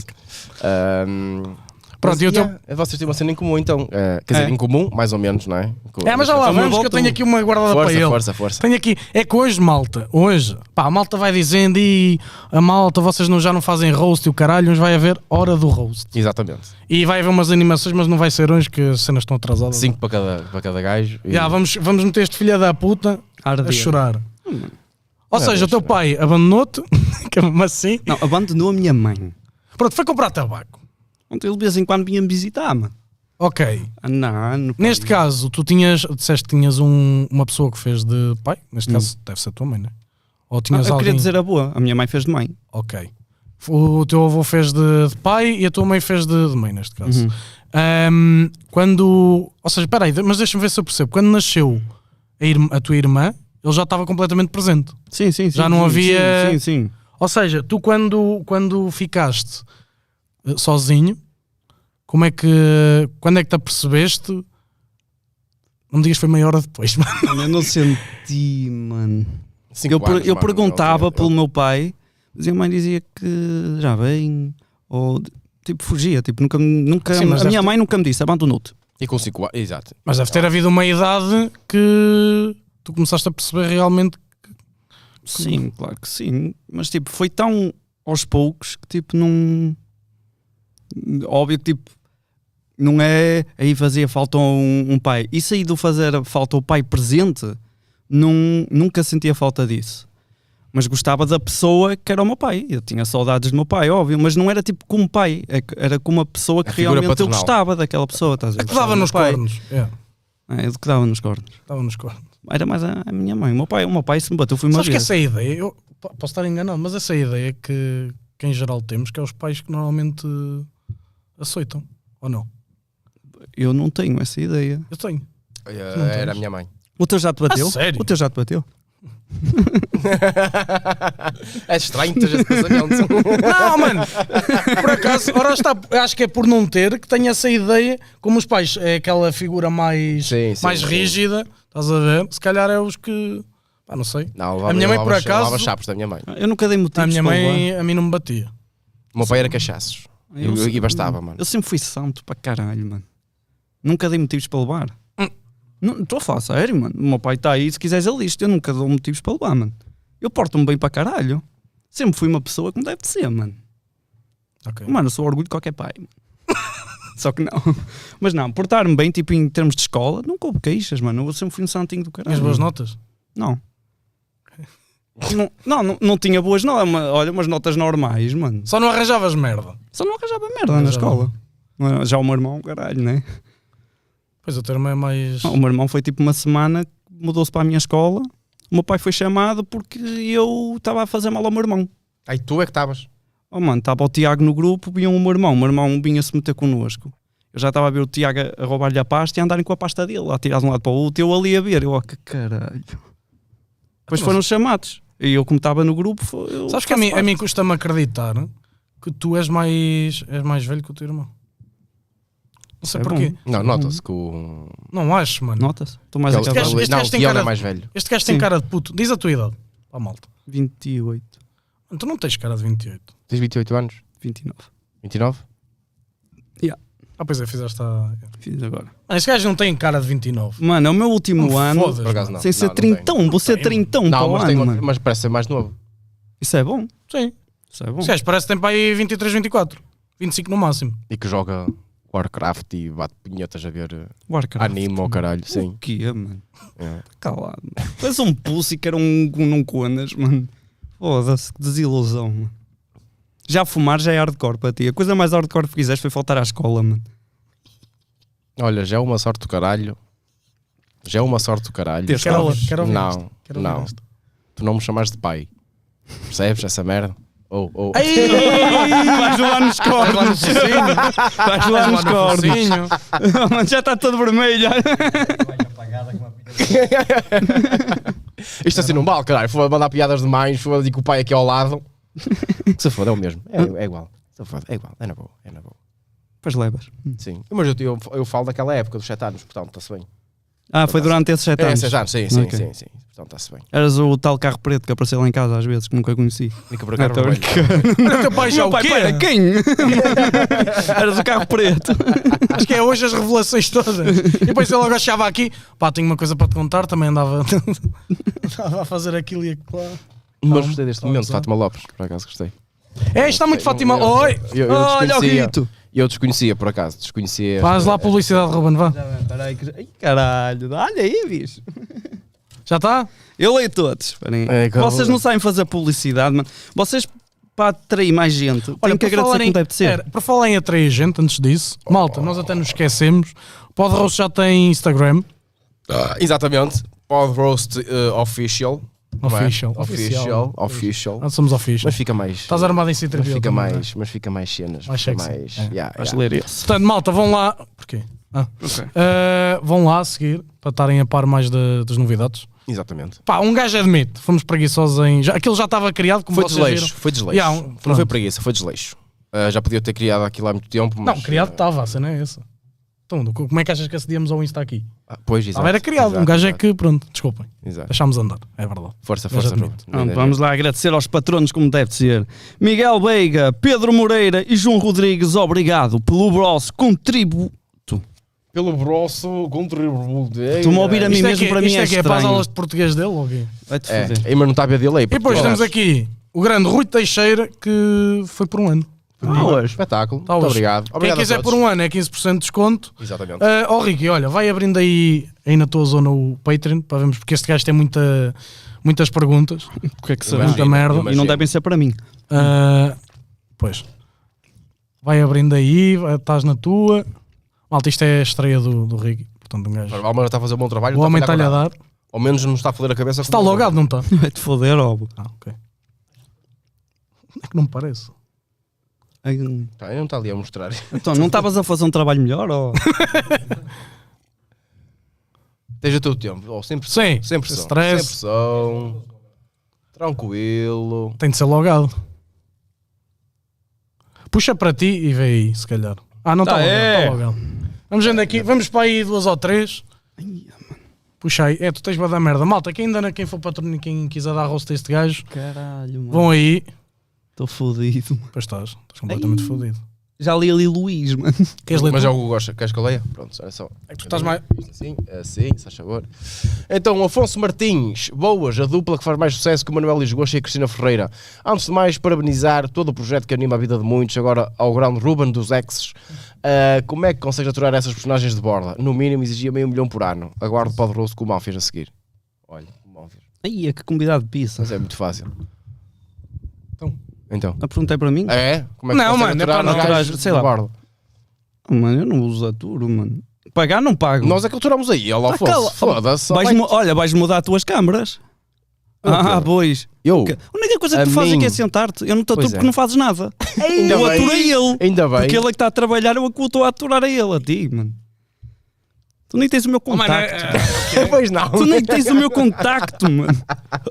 [SPEAKER 2] Ahm,
[SPEAKER 1] Pronto,
[SPEAKER 2] mas,
[SPEAKER 1] e o teu-
[SPEAKER 2] yeah, vocês têm uma cena em comum então. Eh, quer dizer,
[SPEAKER 3] É.
[SPEAKER 2] em comum, mais ou menos, não é?
[SPEAKER 1] É, mas já lá
[SPEAKER 3] Também
[SPEAKER 1] vamos que eu
[SPEAKER 3] volto.
[SPEAKER 1] tenho aqui uma guardada
[SPEAKER 2] Força,
[SPEAKER 1] para ele.
[SPEAKER 2] força, força.
[SPEAKER 1] Tenho aqui, é que hoje, malta, hoje, pá, a malta vai dizendo e a malta, vocês não, já não fazem roast e o caralho, hoje vai haver hora do roast.
[SPEAKER 2] Exatamente.
[SPEAKER 1] E vai haver umas animações, mas não vai ser hoje que as cenas estão atrasadas.
[SPEAKER 2] Cinco para cada, para cada gajo. E-
[SPEAKER 1] Já, vamos, vamos meter este filho da puta a
[SPEAKER 3] Arder.
[SPEAKER 1] chorar. Ou
[SPEAKER 2] Não é
[SPEAKER 1] seja, o
[SPEAKER 2] bom
[SPEAKER 1] teu pai abandonou-te, que é mesmo assim,
[SPEAKER 3] Não, abandonou a minha mãe.
[SPEAKER 1] pronto, foi comprar tabaco.
[SPEAKER 3] Ontem ele de vez em quando vinha-me visitar, mano.
[SPEAKER 1] Ok.
[SPEAKER 3] Ah, não, não, pá,
[SPEAKER 1] Neste caso, tu tinhas, disseste que tinhas um- uma pessoa que fez de pai, neste
[SPEAKER 3] Hum.
[SPEAKER 1] caso deve ser a tua mãe, né? Ou
[SPEAKER 3] Ah,
[SPEAKER 1] tinhas
[SPEAKER 3] eu
[SPEAKER 1] alguém...
[SPEAKER 3] queria dizer a boa. A minha mãe fez de mãe.
[SPEAKER 1] Ok. O teu avô fez de, de pai e a tua mãe fez de, de mãe, neste caso.
[SPEAKER 3] Uhum.
[SPEAKER 1] Ahm, quando. Ou seja, espera aí, mas deixa-me ver se eu percebo. Quando nasceu a, irmã- a tua irmã, ele já estava completamente presente.
[SPEAKER 3] Sim, sim, sim.
[SPEAKER 1] Já não
[SPEAKER 3] sim,
[SPEAKER 1] havia-
[SPEAKER 3] Sim, sim. sim.
[SPEAKER 1] Ou seja, tu quando, quando ficaste eh, sozinho, como é que. Quando é que te apercebeste? Não me digas que foi meia hora depois, mano.
[SPEAKER 3] Mano, eu não senti, mano.
[SPEAKER 2] Cinco
[SPEAKER 3] Eu, per-
[SPEAKER 2] anos,
[SPEAKER 3] eu
[SPEAKER 2] mano,
[SPEAKER 3] perguntava
[SPEAKER 2] ele-
[SPEAKER 3] pelo meu pai, mas a mãe dizia que já vem, ou tipo fugia, tipo, nunca, nunca
[SPEAKER 1] Sim, mas
[SPEAKER 3] a
[SPEAKER 1] deve
[SPEAKER 3] minha
[SPEAKER 1] ter-
[SPEAKER 3] mãe nunca me disse, abandonou-te.
[SPEAKER 2] E com cinco anos, exato.
[SPEAKER 1] Mas deve ter havido uma idade que tu começaste a perceber realmente.
[SPEAKER 3] Sim, claro que sim, mas tipo, foi tão aos poucos que tipo, não. Óbvio que tipo, não é aí fazia falta um, um pai. Isso aí do fazer falta o pai presente, não, nunca sentia falta disso. Mas gostava da pessoa que era o meu pai. Eu tinha saudades do meu pai, óbvio, mas não era tipo como pai, é que era como uma pessoa que
[SPEAKER 2] A figura
[SPEAKER 3] realmente eu
[SPEAKER 2] paternal.
[SPEAKER 3] gostava daquela pessoa. Estás a ver?
[SPEAKER 1] É que dava
[SPEAKER 3] Gostava do
[SPEAKER 1] nos
[SPEAKER 3] meu pai.
[SPEAKER 1] cornos. É,
[SPEAKER 3] É, ele que dava nos cornos.
[SPEAKER 1] dava nos cornos.
[SPEAKER 3] Era mais a, a minha mãe. O meu pai, o meu pai se me bateu, foi uma
[SPEAKER 1] Sabes que
[SPEAKER 3] vez.
[SPEAKER 1] essa ideia, eu po- posso estar enganado, mas essa ideia que, que em geral temos, que é os pais que normalmente aceitam, ou não?
[SPEAKER 3] Eu não tenho essa ideia.
[SPEAKER 1] Eu tenho.
[SPEAKER 2] Eh,
[SPEAKER 1] Não
[SPEAKER 2] Era
[SPEAKER 1] tens?
[SPEAKER 2] a minha mãe.
[SPEAKER 3] O teu já te bateu?
[SPEAKER 1] A sério?
[SPEAKER 3] O teu já te bateu?
[SPEAKER 2] É estranho ter esse pensamento.
[SPEAKER 1] Não, mano, por acaso, ora está, acho que é por não ter que tenho essa ideia, como os pais é aquela figura mais,
[SPEAKER 2] Sim, sim,
[SPEAKER 1] mais
[SPEAKER 2] sim.
[SPEAKER 1] rígida, estás a ver? Se calhar é os que, pá, não sei.
[SPEAKER 2] Não,
[SPEAKER 1] A minha mãe, por
[SPEAKER 2] levava-
[SPEAKER 1] acaso-
[SPEAKER 2] levava chapos da minha mãe.
[SPEAKER 3] Eu nunca dei motivos
[SPEAKER 1] A minha
[SPEAKER 3] para levar.
[SPEAKER 1] mãe, a mim não me batia.
[SPEAKER 2] O meu pai era cachaços. E,
[SPEAKER 3] Eu
[SPEAKER 2] e
[SPEAKER 3] sempre-
[SPEAKER 2] bastava, mano.
[SPEAKER 3] Eu sempre fui santo para caralho, mano. Nunca dei motivos para levar.
[SPEAKER 1] Hum.
[SPEAKER 3] Não estou a falar sério, mano. O meu pai está aí, se quiseres ele isto, eu nunca dou motivos para levar, mano. Eu porto-me bem para caralho. Sempre fui uma pessoa como deve de ser, mano.
[SPEAKER 1] Ok.
[SPEAKER 3] Mano, eu sou orgulho de qualquer pai. Só que não. Mas não, portar-me bem, tipo em termos de escola, nunca houve queixas, mano. Eu sempre fui um santinho do caralho.
[SPEAKER 1] Tinhas boas
[SPEAKER 3] mano.
[SPEAKER 1] notas?
[SPEAKER 3] Não. Não, não, não, não tinha boas notas, olha, umas notas normais, mano.
[SPEAKER 1] Só não arranjavas merda.
[SPEAKER 3] Só não arranjava merda
[SPEAKER 1] Mas
[SPEAKER 3] na
[SPEAKER 1] já
[SPEAKER 3] escola. Já o meu irmão, caralho, né?
[SPEAKER 1] Pois o teu irmão é mais.
[SPEAKER 3] O meu irmão foi tipo uma semana, mudou-se para a minha escola. O meu pai foi chamado porque eu estava a fazer mal ao meu irmão.
[SPEAKER 2] Aí tu é que estavas.
[SPEAKER 3] Oh mano, estava o Tiago no grupo, vinha o meu irmão. O meu irmão vinha-se meter connosco. Eu já estava a ver o Tiago a roubar-lhe a pasta e a andarem com a pasta dele, a tirar de um lado para o outro. Eu ali a ver, eu, oh, que caralho. Depois foram chamados. E eu, como estava no grupo, foi- eu
[SPEAKER 1] Sabes que a
[SPEAKER 3] faço
[SPEAKER 1] mim, a
[SPEAKER 3] parte.
[SPEAKER 1] mim custa-me acreditar que tu és mais, és mais velho que o teu irmão. Não sei
[SPEAKER 3] É bom.
[SPEAKER 1] porquê.
[SPEAKER 2] Não, nota-se que o.
[SPEAKER 1] Não acho, mano.
[SPEAKER 3] Nota-se? Estou mais
[SPEAKER 2] Ele-
[SPEAKER 3] acabado.
[SPEAKER 1] gajo- este
[SPEAKER 2] não,
[SPEAKER 1] gajo tem
[SPEAKER 2] e ele
[SPEAKER 1] cara
[SPEAKER 2] é
[SPEAKER 1] de-
[SPEAKER 2] mais velho.
[SPEAKER 1] Este gajo tem
[SPEAKER 3] Sim.
[SPEAKER 1] cara de puto. Diz a tua idade. Pá, malta.
[SPEAKER 3] vinte e oito,
[SPEAKER 1] Tu não tens cara de vinte e oito.
[SPEAKER 2] Tens vinte e oito anos?
[SPEAKER 3] vinte e nove.
[SPEAKER 2] vinte e nove?
[SPEAKER 1] Ah, pois é, fizeste a...
[SPEAKER 3] Fiz agora.
[SPEAKER 1] Ah, este gajo não tem cara de vinte e nove.
[SPEAKER 3] Mano, é o meu último
[SPEAKER 1] Não
[SPEAKER 3] ano.
[SPEAKER 1] fodas,
[SPEAKER 2] Por acaso
[SPEAKER 1] mano.
[SPEAKER 2] não.
[SPEAKER 3] Sem ser
[SPEAKER 2] não tem.
[SPEAKER 3] trintão, vou ser
[SPEAKER 1] tem,
[SPEAKER 3] trintão para
[SPEAKER 2] Não,
[SPEAKER 3] o
[SPEAKER 2] mas,
[SPEAKER 3] ano,
[SPEAKER 2] tem,
[SPEAKER 3] mano.
[SPEAKER 2] mas parece ser mais novo.
[SPEAKER 3] Isso é bom.
[SPEAKER 1] Sim.
[SPEAKER 3] Isso é bom.
[SPEAKER 1] Este gajo parece que tem para aí vinte e três, vinte e quatro. vinte e cinco no máximo.
[SPEAKER 2] E que joga Warcraft e bate punhetas a ver eh,
[SPEAKER 3] Warcraft.
[SPEAKER 2] anime ou caralho. Sim.
[SPEAKER 3] O quê, mano?
[SPEAKER 2] É.
[SPEAKER 3] Calado. Faz um pussy que era um, um não conas, mano. Foda-se, que desilusão, mano. Já fumar já é hardcore para ti. A coisa mais hardcore que fizeste foi faltar à escola, mano.
[SPEAKER 2] Olha, já é uma sorte do caralho. Já é uma sorte do caralho.
[SPEAKER 3] Ter
[SPEAKER 1] Quero
[SPEAKER 3] escola.
[SPEAKER 1] ouvir, quero ouvir
[SPEAKER 2] Não,
[SPEAKER 1] isto. Quero ouvir
[SPEAKER 2] não.
[SPEAKER 1] isto.
[SPEAKER 2] Tu não me chamas de pai. Percebes essa merda? Ou, ou.
[SPEAKER 1] Ai!
[SPEAKER 3] Vais lá nos
[SPEAKER 1] Vais lá no
[SPEAKER 3] cornos.
[SPEAKER 1] focinho.
[SPEAKER 3] Vais lá nos
[SPEAKER 1] no
[SPEAKER 3] cornos.
[SPEAKER 1] focinho.
[SPEAKER 3] Mano, já está todo vermelho.
[SPEAKER 2] Isto assim não vale, caralho. Foi mandar piadas demais, foi ali com o pai aqui ao lado. Se foda, é o mesmo. É, é igual. Se foda, é igual. É na boa. É na boa.
[SPEAKER 3] Pois levas.
[SPEAKER 2] Sim. Mas eu, eu, eu falo daquela época, dos sete anos, portanto está-se bem.
[SPEAKER 3] Ah, foi durante esses sete
[SPEAKER 2] É,
[SPEAKER 3] anos.
[SPEAKER 2] seis anos, sim, sim,
[SPEAKER 3] Ok.
[SPEAKER 2] sim, sim. Portanto está-se bem.
[SPEAKER 3] Eras o tal carro preto que apareceu lá em casa às vezes, que nunca conheci.
[SPEAKER 2] Fica por
[SPEAKER 3] Não,
[SPEAKER 2] cá,
[SPEAKER 3] tô
[SPEAKER 2] vermelho.
[SPEAKER 3] brincando.
[SPEAKER 1] Olha, teu pai já
[SPEAKER 3] Meu
[SPEAKER 1] o
[SPEAKER 3] pai,
[SPEAKER 1] quê?
[SPEAKER 3] pera, quem? Eras o carro preto.
[SPEAKER 1] Acho que é hoje as revelações todas. E depois ele agora chegava aqui, pá, tenho uma coisa para te contar, também andava, andava a fazer aquilo e aquilo lá.
[SPEAKER 2] Mas gostei deste
[SPEAKER 1] Não,
[SPEAKER 2] momento,
[SPEAKER 1] não.
[SPEAKER 2] Fátima Lopes, por acaso gostei.
[SPEAKER 1] É, isto está muito Fátima.
[SPEAKER 2] Eu-
[SPEAKER 1] Oi!
[SPEAKER 2] Eu, eu
[SPEAKER 3] Olha o
[SPEAKER 2] desconhecia,
[SPEAKER 3] grito.
[SPEAKER 2] eu desconhecia por acaso, desconhecia.
[SPEAKER 1] Faz
[SPEAKER 2] esta-
[SPEAKER 1] lá a publicidade, Ruben, vá.
[SPEAKER 3] Peraí, que... Ai, caralho, olha aí, bicho.
[SPEAKER 1] Já está?
[SPEAKER 3] Eu leio todos. Esperem.
[SPEAKER 2] É, calma.
[SPEAKER 3] Vocês não sabem fazer publicidade, mano. Vocês, para atrair mais gente, têm que
[SPEAKER 1] por
[SPEAKER 3] agradecer
[SPEAKER 1] falar
[SPEAKER 3] como
[SPEAKER 1] em-
[SPEAKER 3] deve de ser.
[SPEAKER 1] Era, por falar em atrair gente, antes disso, malta, nós até nos esquecemos. O Pod Roast já tem Instagram.
[SPEAKER 2] Ah, exatamente. Pod Roast uh, Official. não é?
[SPEAKER 1] Official.
[SPEAKER 2] Official. Official.
[SPEAKER 1] Nós somos official.
[SPEAKER 2] Mas fica mais.
[SPEAKER 1] Estás armado em C três
[SPEAKER 2] mas fica
[SPEAKER 1] também,
[SPEAKER 2] mais, mas fica mais cenas.
[SPEAKER 1] Mais
[SPEAKER 2] fica
[SPEAKER 1] sexy.
[SPEAKER 2] mais.
[SPEAKER 1] É.
[SPEAKER 2] yeah,
[SPEAKER 3] Vais
[SPEAKER 2] yeah.
[SPEAKER 3] ler esse.
[SPEAKER 1] Portanto, malta, vão lá. Porquê? Ah. Uh, vão lá seguir para estarem a par mais de- das novidades.
[SPEAKER 2] Exatamente.
[SPEAKER 1] Pá, um gajo admite, fomos preguiçosos em. Já, aquilo já estava criado, como
[SPEAKER 2] Foi
[SPEAKER 1] vocês
[SPEAKER 2] desleixo.
[SPEAKER 1] viram.
[SPEAKER 2] Foi desleixo.
[SPEAKER 1] Yeah, um-
[SPEAKER 2] não
[SPEAKER 1] pronto.
[SPEAKER 2] foi preguiça, foi desleixo. Uh, já podia ter criado aquilo há muito tempo. Mas,
[SPEAKER 1] Não, criado
[SPEAKER 2] uh,
[SPEAKER 1] estava, a cena é essa. Então, do- como é que achas que acedíamos ao Insta aqui?
[SPEAKER 2] ah, pois, exato.
[SPEAKER 1] Estava era criado,
[SPEAKER 2] exato,
[SPEAKER 1] um gajo é
[SPEAKER 2] exato,
[SPEAKER 1] que, pronto, desculpem,
[SPEAKER 2] Exato.
[SPEAKER 1] deixámos andar, é verdade.
[SPEAKER 2] Força,
[SPEAKER 1] Mas
[SPEAKER 2] força,
[SPEAKER 1] admito.
[SPEAKER 2] Ruben.
[SPEAKER 3] Pronto, vamos lá agradecer aos patronos como deve ser. Miguel Veiga, Pedro Moreira e João Rodrigues, obrigado pelo vosso contributo.
[SPEAKER 2] Pelo brosso, contributo.
[SPEAKER 3] Estou-me a ouvir a mim
[SPEAKER 1] Isto é
[SPEAKER 3] mesmo,
[SPEAKER 1] que,
[SPEAKER 3] para mim
[SPEAKER 1] isto
[SPEAKER 3] é
[SPEAKER 1] é, que é para as
[SPEAKER 3] estranho.
[SPEAKER 1] aulas de português dele ou quê?
[SPEAKER 3] Vai-te
[SPEAKER 2] É,
[SPEAKER 3] foder.
[SPEAKER 2] aí, mas não está a ver delay.
[SPEAKER 1] E depois temos aqui o grande Rui Teixeira, que foi por um ano.
[SPEAKER 3] Ah, hoje.
[SPEAKER 2] Espetáculo.
[SPEAKER 1] Tá
[SPEAKER 2] Muito
[SPEAKER 1] hoje.
[SPEAKER 2] obrigado.
[SPEAKER 1] Quem
[SPEAKER 2] Obrigado a
[SPEAKER 1] quiser
[SPEAKER 2] todos.
[SPEAKER 1] por um ano é quinze por cento de desconto.
[SPEAKER 2] Exatamente.
[SPEAKER 1] Uh, oh Ricky, olha, vai abrindo aí, aí na tua zona o Patreon, para vermos, porque este gajo tem muita, muitas perguntas.
[SPEAKER 3] O que é que
[SPEAKER 2] será?
[SPEAKER 1] Muita
[SPEAKER 2] Imagino,
[SPEAKER 1] merda.
[SPEAKER 2] imagino.
[SPEAKER 3] E não devem ser para mim.
[SPEAKER 1] Uh, pois. Vai abrindo aí, vai- estás na tua. Malta, isto é a estreia do, do Ricky. Portanto, um gajo.
[SPEAKER 2] O Almeida está a fazer um bom trabalho.
[SPEAKER 1] O
[SPEAKER 2] não
[SPEAKER 1] homem
[SPEAKER 2] está a
[SPEAKER 1] está-lhe a
[SPEAKER 2] falhar com
[SPEAKER 1] dar.
[SPEAKER 2] nada. Ao menos não está a foder a cabeça.
[SPEAKER 1] Está
[SPEAKER 2] como-
[SPEAKER 1] logado, não está?
[SPEAKER 3] Vai-te foder, óbvio.
[SPEAKER 1] Ah, ok. É que não me parece.
[SPEAKER 3] Ai, hum.
[SPEAKER 2] Tá, não está ali a mostrar.
[SPEAKER 3] Então, não estavas a fazer um trabalho melhor? Ou...
[SPEAKER 2] Esteja todo o tempo. Oh, sem pressão.
[SPEAKER 1] Sim,
[SPEAKER 2] Sem pressão.
[SPEAKER 1] stress.
[SPEAKER 2] Sem pressão. Tranquilo.
[SPEAKER 1] Tem de ser logado. Puxa para ti e vê aí, se calhar. Ah, não está
[SPEAKER 3] Tá,
[SPEAKER 1] logado,
[SPEAKER 3] é.
[SPEAKER 1] está logado. Vamos vendo aqui, vamos para aí duas ou três. Puxa aí, é, tu tens para dar merda. Malta, quem ainda não, quem for patrono e quem quiser dar rosto a este gajo,
[SPEAKER 3] Caralho, mano.
[SPEAKER 1] vão aí.
[SPEAKER 3] Estou fodido.
[SPEAKER 1] Pois estás, estás completamente
[SPEAKER 3] Ai.
[SPEAKER 1] fodido.
[SPEAKER 3] Já li ali Luís, mano.
[SPEAKER 1] Queres ler
[SPEAKER 2] Mas
[SPEAKER 1] tu?
[SPEAKER 2] é o que gosta. Queres que eu leia? Pronto, olha só.
[SPEAKER 1] É que tu estás mais...
[SPEAKER 2] Isto assim, assim, se faz favor. Então, Afonso Martins, boas, a dupla que faz mais sucesso que o Manuel Lisgocha e a Cristina Ferreira. Antes de mais, parabenizar todo o projeto que anima a vida de muitos, agora ao grande Ruben dos Exes. Uh, como é que consegues aturar essas personagens de borda? No mínimo, exigia meio milhão por ano. Aguardo poderoso com o Malfias a seguir. Olha, o Malfias.
[SPEAKER 3] Ai, é que convidado de pizza.
[SPEAKER 2] Mas é muito fácil.
[SPEAKER 1] Então.
[SPEAKER 2] Então.
[SPEAKER 3] A pergunta é para mim?
[SPEAKER 2] É? Como é que
[SPEAKER 1] Não,
[SPEAKER 2] consegues
[SPEAKER 1] mano, é
[SPEAKER 2] aturar
[SPEAKER 1] para
[SPEAKER 2] os
[SPEAKER 1] nós.
[SPEAKER 2] gajos
[SPEAKER 3] Sei
[SPEAKER 2] de
[SPEAKER 3] lá.
[SPEAKER 2] borda?
[SPEAKER 3] Oh, mano, eu não uso aturo, mano. Pagar não pago.
[SPEAKER 2] Nós é que aturamos aí, olha,
[SPEAKER 3] Ah,
[SPEAKER 2] Afonso.
[SPEAKER 3] cala-
[SPEAKER 2] Foda-se.
[SPEAKER 3] Vais
[SPEAKER 2] vai-
[SPEAKER 3] mu- olha, vais mudar as tuas câmaras.
[SPEAKER 2] O
[SPEAKER 3] Ah,
[SPEAKER 2] quê?
[SPEAKER 3] pois.
[SPEAKER 2] Eu?
[SPEAKER 3] Que- A única coisa que
[SPEAKER 2] A
[SPEAKER 3] tu fazes é
[SPEAKER 2] mim.
[SPEAKER 3] que é sentar-te. Eu não te aturo
[SPEAKER 2] Pois
[SPEAKER 3] porque
[SPEAKER 2] é.
[SPEAKER 3] não fazes nada.
[SPEAKER 2] Ainda
[SPEAKER 3] eu
[SPEAKER 2] bem.
[SPEAKER 3] aturei ele.
[SPEAKER 2] Ainda bem.
[SPEAKER 3] Porque ele é que está a trabalhar, eu é que estou a aturar a ele, a ti, mano. Tu nem tens o meu
[SPEAKER 1] Oh, mano,
[SPEAKER 3] contacto.
[SPEAKER 1] é- é-
[SPEAKER 2] Pois não.
[SPEAKER 3] Tu nem tens o meu contacto, mano.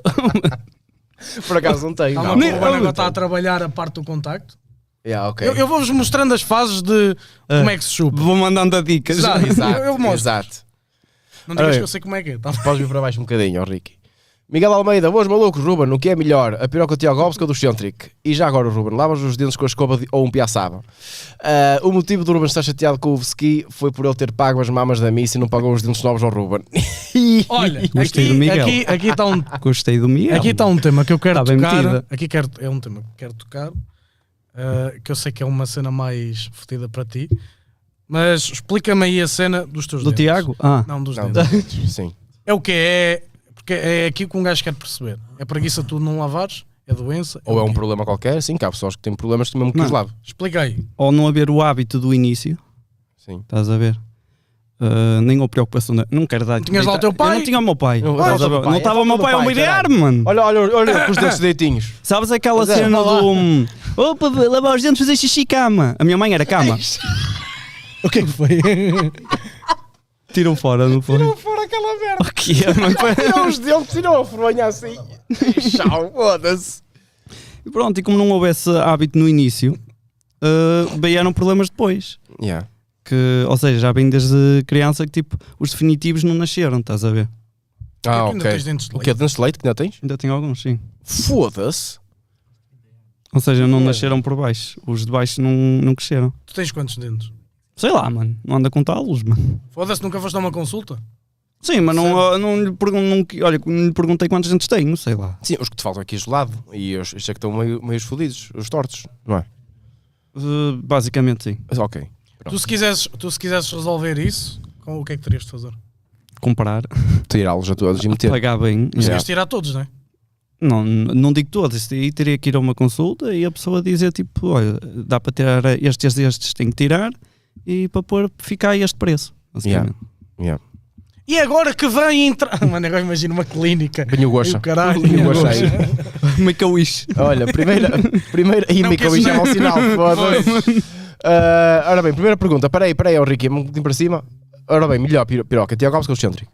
[SPEAKER 2] Por acaso não tenho.
[SPEAKER 1] Calma,
[SPEAKER 2] não.
[SPEAKER 1] que
[SPEAKER 3] Nem-
[SPEAKER 1] o Ruben agora
[SPEAKER 3] oh,
[SPEAKER 1] está a trabalhar a parte do contacto.
[SPEAKER 2] Yeah, ok.
[SPEAKER 1] Eu, eu vou-vos mostrando as fases de como é que se chupa.
[SPEAKER 3] Vou mandando a dicas.
[SPEAKER 1] Exato.
[SPEAKER 2] Exato,
[SPEAKER 1] Eu- eu mostro.
[SPEAKER 2] exato.
[SPEAKER 1] Não digas
[SPEAKER 2] Ora
[SPEAKER 1] que
[SPEAKER 2] bem.
[SPEAKER 1] eu sei como é que é. Tá?
[SPEAKER 2] Podes vir para baixo um bocadinho, ó Ricky. Miguel Almeida, boas malucos, Ruben, o que é melhor? A piroca do Tiago Alves ou do Centric? E já agora, Ruben, lavas os dentes com a escova de- ou um piaçaba? Ah, o motivo do Ruben estar chateado com o Ski foi por ele ter pago as mamas da Miss e não pagou os dentes novos ao Ruben.
[SPEAKER 1] Olha,
[SPEAKER 3] Gostei
[SPEAKER 1] aqui,
[SPEAKER 3] do Miguel.
[SPEAKER 1] aqui, aqui está um,
[SPEAKER 3] Gostei do Miguel.
[SPEAKER 1] aqui está um tema que eu quero
[SPEAKER 3] Está bem
[SPEAKER 1] tocar.
[SPEAKER 3] metida.
[SPEAKER 1] Aqui quero, é um tema que quero tocar. ah, que eu sei que é uma cena mais fodida para ti. Mas explica-me aí a cena dos teus
[SPEAKER 3] Do
[SPEAKER 1] dentes.
[SPEAKER 3] Tiago? Ah.
[SPEAKER 1] Não, dos
[SPEAKER 2] Não,
[SPEAKER 1] dentes.
[SPEAKER 2] sim.
[SPEAKER 1] É o que é. Porque é aqui que um gajo quer perceber. É preguiça tu não lavares? É doença?
[SPEAKER 2] Ou é
[SPEAKER 1] o
[SPEAKER 2] um
[SPEAKER 1] quê?
[SPEAKER 2] problema qualquer, sim, que há pessoas que têm problemas que mesmo que os
[SPEAKER 3] Não.
[SPEAKER 2] lave.
[SPEAKER 1] Explica aí.
[SPEAKER 3] Ou não haver o hábito do início.
[SPEAKER 2] Sim.
[SPEAKER 3] Estás a ver? Uh, nem a preocupação de... Não quero dar...
[SPEAKER 1] Tinhas lá o teu pai?
[SPEAKER 3] Eu não tinha o meu pai.
[SPEAKER 2] Não,
[SPEAKER 3] Estás a ver?
[SPEAKER 2] o pai,
[SPEAKER 3] Não
[SPEAKER 2] é
[SPEAKER 3] estava o
[SPEAKER 2] falta
[SPEAKER 3] meu
[SPEAKER 2] do
[SPEAKER 3] pai a
[SPEAKER 2] pai,
[SPEAKER 3] humilhar-me, mano.
[SPEAKER 2] Olha, olha, olha com os dedos deitinhos.
[SPEAKER 3] Sabes aquela
[SPEAKER 2] Mas é,
[SPEAKER 3] cena
[SPEAKER 2] vá lá.
[SPEAKER 3] do... Opa, lavar os dentes, fazer xixi cama. A minha mãe era cama.
[SPEAKER 1] O que é que foi?
[SPEAKER 3] Tiram fora, não foi?
[SPEAKER 2] Tirou fora aquela merda.
[SPEAKER 3] O que é, mano?
[SPEAKER 2] Tirou os dentes, tirou a fronha assim. Tchau, foda-se.
[SPEAKER 3] E pronto, e como não houvesse hábito no início, uh, vieram problemas depois.
[SPEAKER 2] Yeah.
[SPEAKER 3] Que, ou seja, já vem desde criança que tipo, os definitivos não nasceram, estás a ver?
[SPEAKER 2] Ah,
[SPEAKER 1] Ainda
[SPEAKER 2] ok.
[SPEAKER 1] tens dentes de
[SPEAKER 2] O que é dentes de leite que ainda tens?
[SPEAKER 3] Ainda tenho alguns, sim.
[SPEAKER 2] Foda-se.
[SPEAKER 3] Ou seja, não nasceram por baixo. Os de baixo não, não cresceram.
[SPEAKER 1] Tu tens quantos dentes?
[SPEAKER 3] Sei lá, mano. Não anda a contá-los, mano.
[SPEAKER 1] Foda-se, nunca foste a uma consulta?
[SPEAKER 3] Sim, mas não, não, lhe pergun não, olha, não lhe perguntei quantos dentes tenho, sei lá.
[SPEAKER 2] Sim, os que te faltam aqui gelado. E os, estes é que estão meio, meio fodidos, os tortos, não é?
[SPEAKER 3] Uh, basicamente, sim.
[SPEAKER 2] Mas, ok.
[SPEAKER 1] Tu se, quisesses, tu se quisesses resolver isso, com o que é que terias de fazer?
[SPEAKER 3] Comprar,
[SPEAKER 2] Tirá-los a todos e meter.
[SPEAKER 3] pagar bem.
[SPEAKER 1] Mas
[SPEAKER 2] Yeah.
[SPEAKER 1] tens de tirar todos, não é?
[SPEAKER 3] Não, não digo todos. Isso aí teria que ir a uma consulta e a pessoa dizer tipo, olha, dá para tirar estes, estes, tem que tirar e para pôr, ficar a este preço. Basicamente.
[SPEAKER 2] Yeah.
[SPEAKER 1] E agora que vem entrar. Mano, agora imagina uma clínica.
[SPEAKER 2] Venho o gosto.
[SPEAKER 1] E o caralho.
[SPEAKER 2] Venho o gosto aí.
[SPEAKER 3] Make a wish.
[SPEAKER 2] Olha, primeira. primeira e
[SPEAKER 1] Não
[SPEAKER 2] me que eu
[SPEAKER 1] quis
[SPEAKER 2] é mau
[SPEAKER 1] não.
[SPEAKER 2] sinal, foda-se. Uh, ora bem, primeira pergunta. Peraí, peraí, ó Ricky, um bocadinho para cima. Ora bem, melhor piro- piroca. Tiago Alves que é o excêntrico.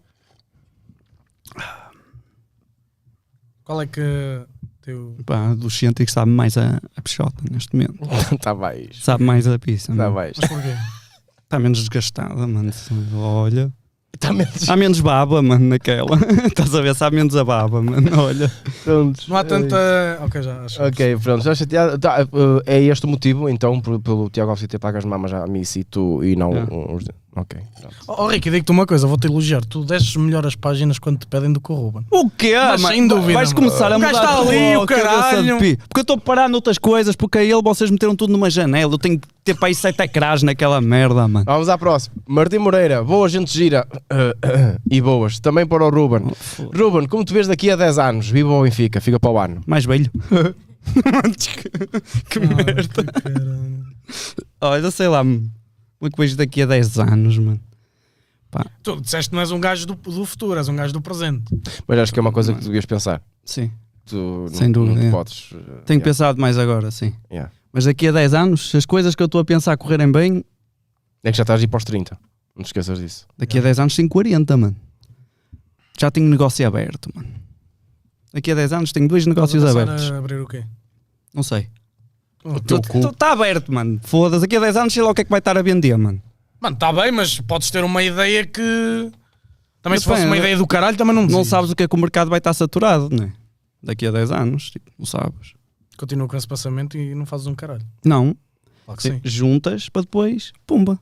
[SPEAKER 1] Qual é que teu.
[SPEAKER 3] Pá, dos científicos sabe mais a, a peixota neste momento.
[SPEAKER 2] Tá mais.
[SPEAKER 3] Sabe mais a pista.
[SPEAKER 2] Tá
[SPEAKER 3] mano.
[SPEAKER 2] mais.
[SPEAKER 1] Mas porquê?
[SPEAKER 3] Está menos desgastada, mano. Olha.
[SPEAKER 2] Tá menos.
[SPEAKER 3] Há menos baba, mano, naquela. Estás a ver se há menos a baba, mano. Olha.
[SPEAKER 2] Pronto.
[SPEAKER 1] Não há tanta. Ok, já acho.
[SPEAKER 2] Ok, pronto. Já chateado. Tá, uh, é este o motivo, então, por- pelo Tiago Alves ter pago as mamas a mim e tu e não
[SPEAKER 3] Yeah.
[SPEAKER 2] os. Ok. Pronto.
[SPEAKER 1] Oh, Ricky, digo-te uma coisa, vou-te elogiar. Tu desces melhor as páginas quando te pedem do que o Ruben.
[SPEAKER 3] O quê?
[SPEAKER 1] Mas
[SPEAKER 3] mano?
[SPEAKER 1] sem dúvida,
[SPEAKER 3] Vais
[SPEAKER 1] mano.
[SPEAKER 3] começar a
[SPEAKER 1] O
[SPEAKER 3] mudar.
[SPEAKER 1] gajo está ali,
[SPEAKER 3] Oh,
[SPEAKER 1] o
[SPEAKER 3] cabeça
[SPEAKER 1] caralho.
[SPEAKER 3] de pi. Porque eu estou a parar noutras coisas, porque a ele vocês meteram tudo numa janela. Eu tenho que ter para aí sete ecrãs naquela merda, mano.
[SPEAKER 2] Vamos à próxima. Martim Moreira, boa gente gira. Uh, uh, e boas. Também para o Ruben. Ruben, como te vês daqui a dez anos? Viva o Benfica, fica para o ano.
[SPEAKER 3] Mais velho. que merda. Olha, sei lá, mano. Como é que vejo daqui a dez anos, mano?
[SPEAKER 1] Tu disseste que não és um gajo do, do futuro, és um gajo do presente.
[SPEAKER 2] Mas acho que é uma coisa que tu devias pensar.
[SPEAKER 3] Sim.
[SPEAKER 2] Tu
[SPEAKER 3] Sem
[SPEAKER 2] não,
[SPEAKER 3] dúvida,
[SPEAKER 2] não te
[SPEAKER 3] é.
[SPEAKER 2] podes. uh,
[SPEAKER 3] Tenho
[SPEAKER 2] yeah,
[SPEAKER 3] pensado mais agora, sim.
[SPEAKER 2] yeah.
[SPEAKER 3] Mas daqui a dez anos, se as coisas que eu estou a pensar correrem bem,
[SPEAKER 2] É que já estás a ir para os trinta. Não te esqueças disso.
[SPEAKER 3] daqui a dez anos tenho quarenta, mano. Já tenho negócio aberto, mano. Daqui a dez anos tenho dois negócios
[SPEAKER 1] Estás a
[SPEAKER 3] abertos.
[SPEAKER 1] pensar a abrir o quê?
[SPEAKER 3] Não sei.
[SPEAKER 2] O teu cu.
[SPEAKER 3] Está aberto, mano. Foda-se. Daqui a dez anos sei lá o que é que vai estar a vender, mano.
[SPEAKER 1] Mano, está bem, mas podes ter uma ideia que. Também se fosse
[SPEAKER 3] Depende.
[SPEAKER 1] uma ideia do caralho, também não
[SPEAKER 3] Não
[SPEAKER 1] dizias.
[SPEAKER 3] sabes o que é que o mercado vai estar saturado, não é? Daqui a dez anos, tipo, não sabes.
[SPEAKER 1] Continua com esse passamento e não fazes um caralho.
[SPEAKER 3] Não.
[SPEAKER 1] Claro que sim.
[SPEAKER 3] Juntas para depois, pumba.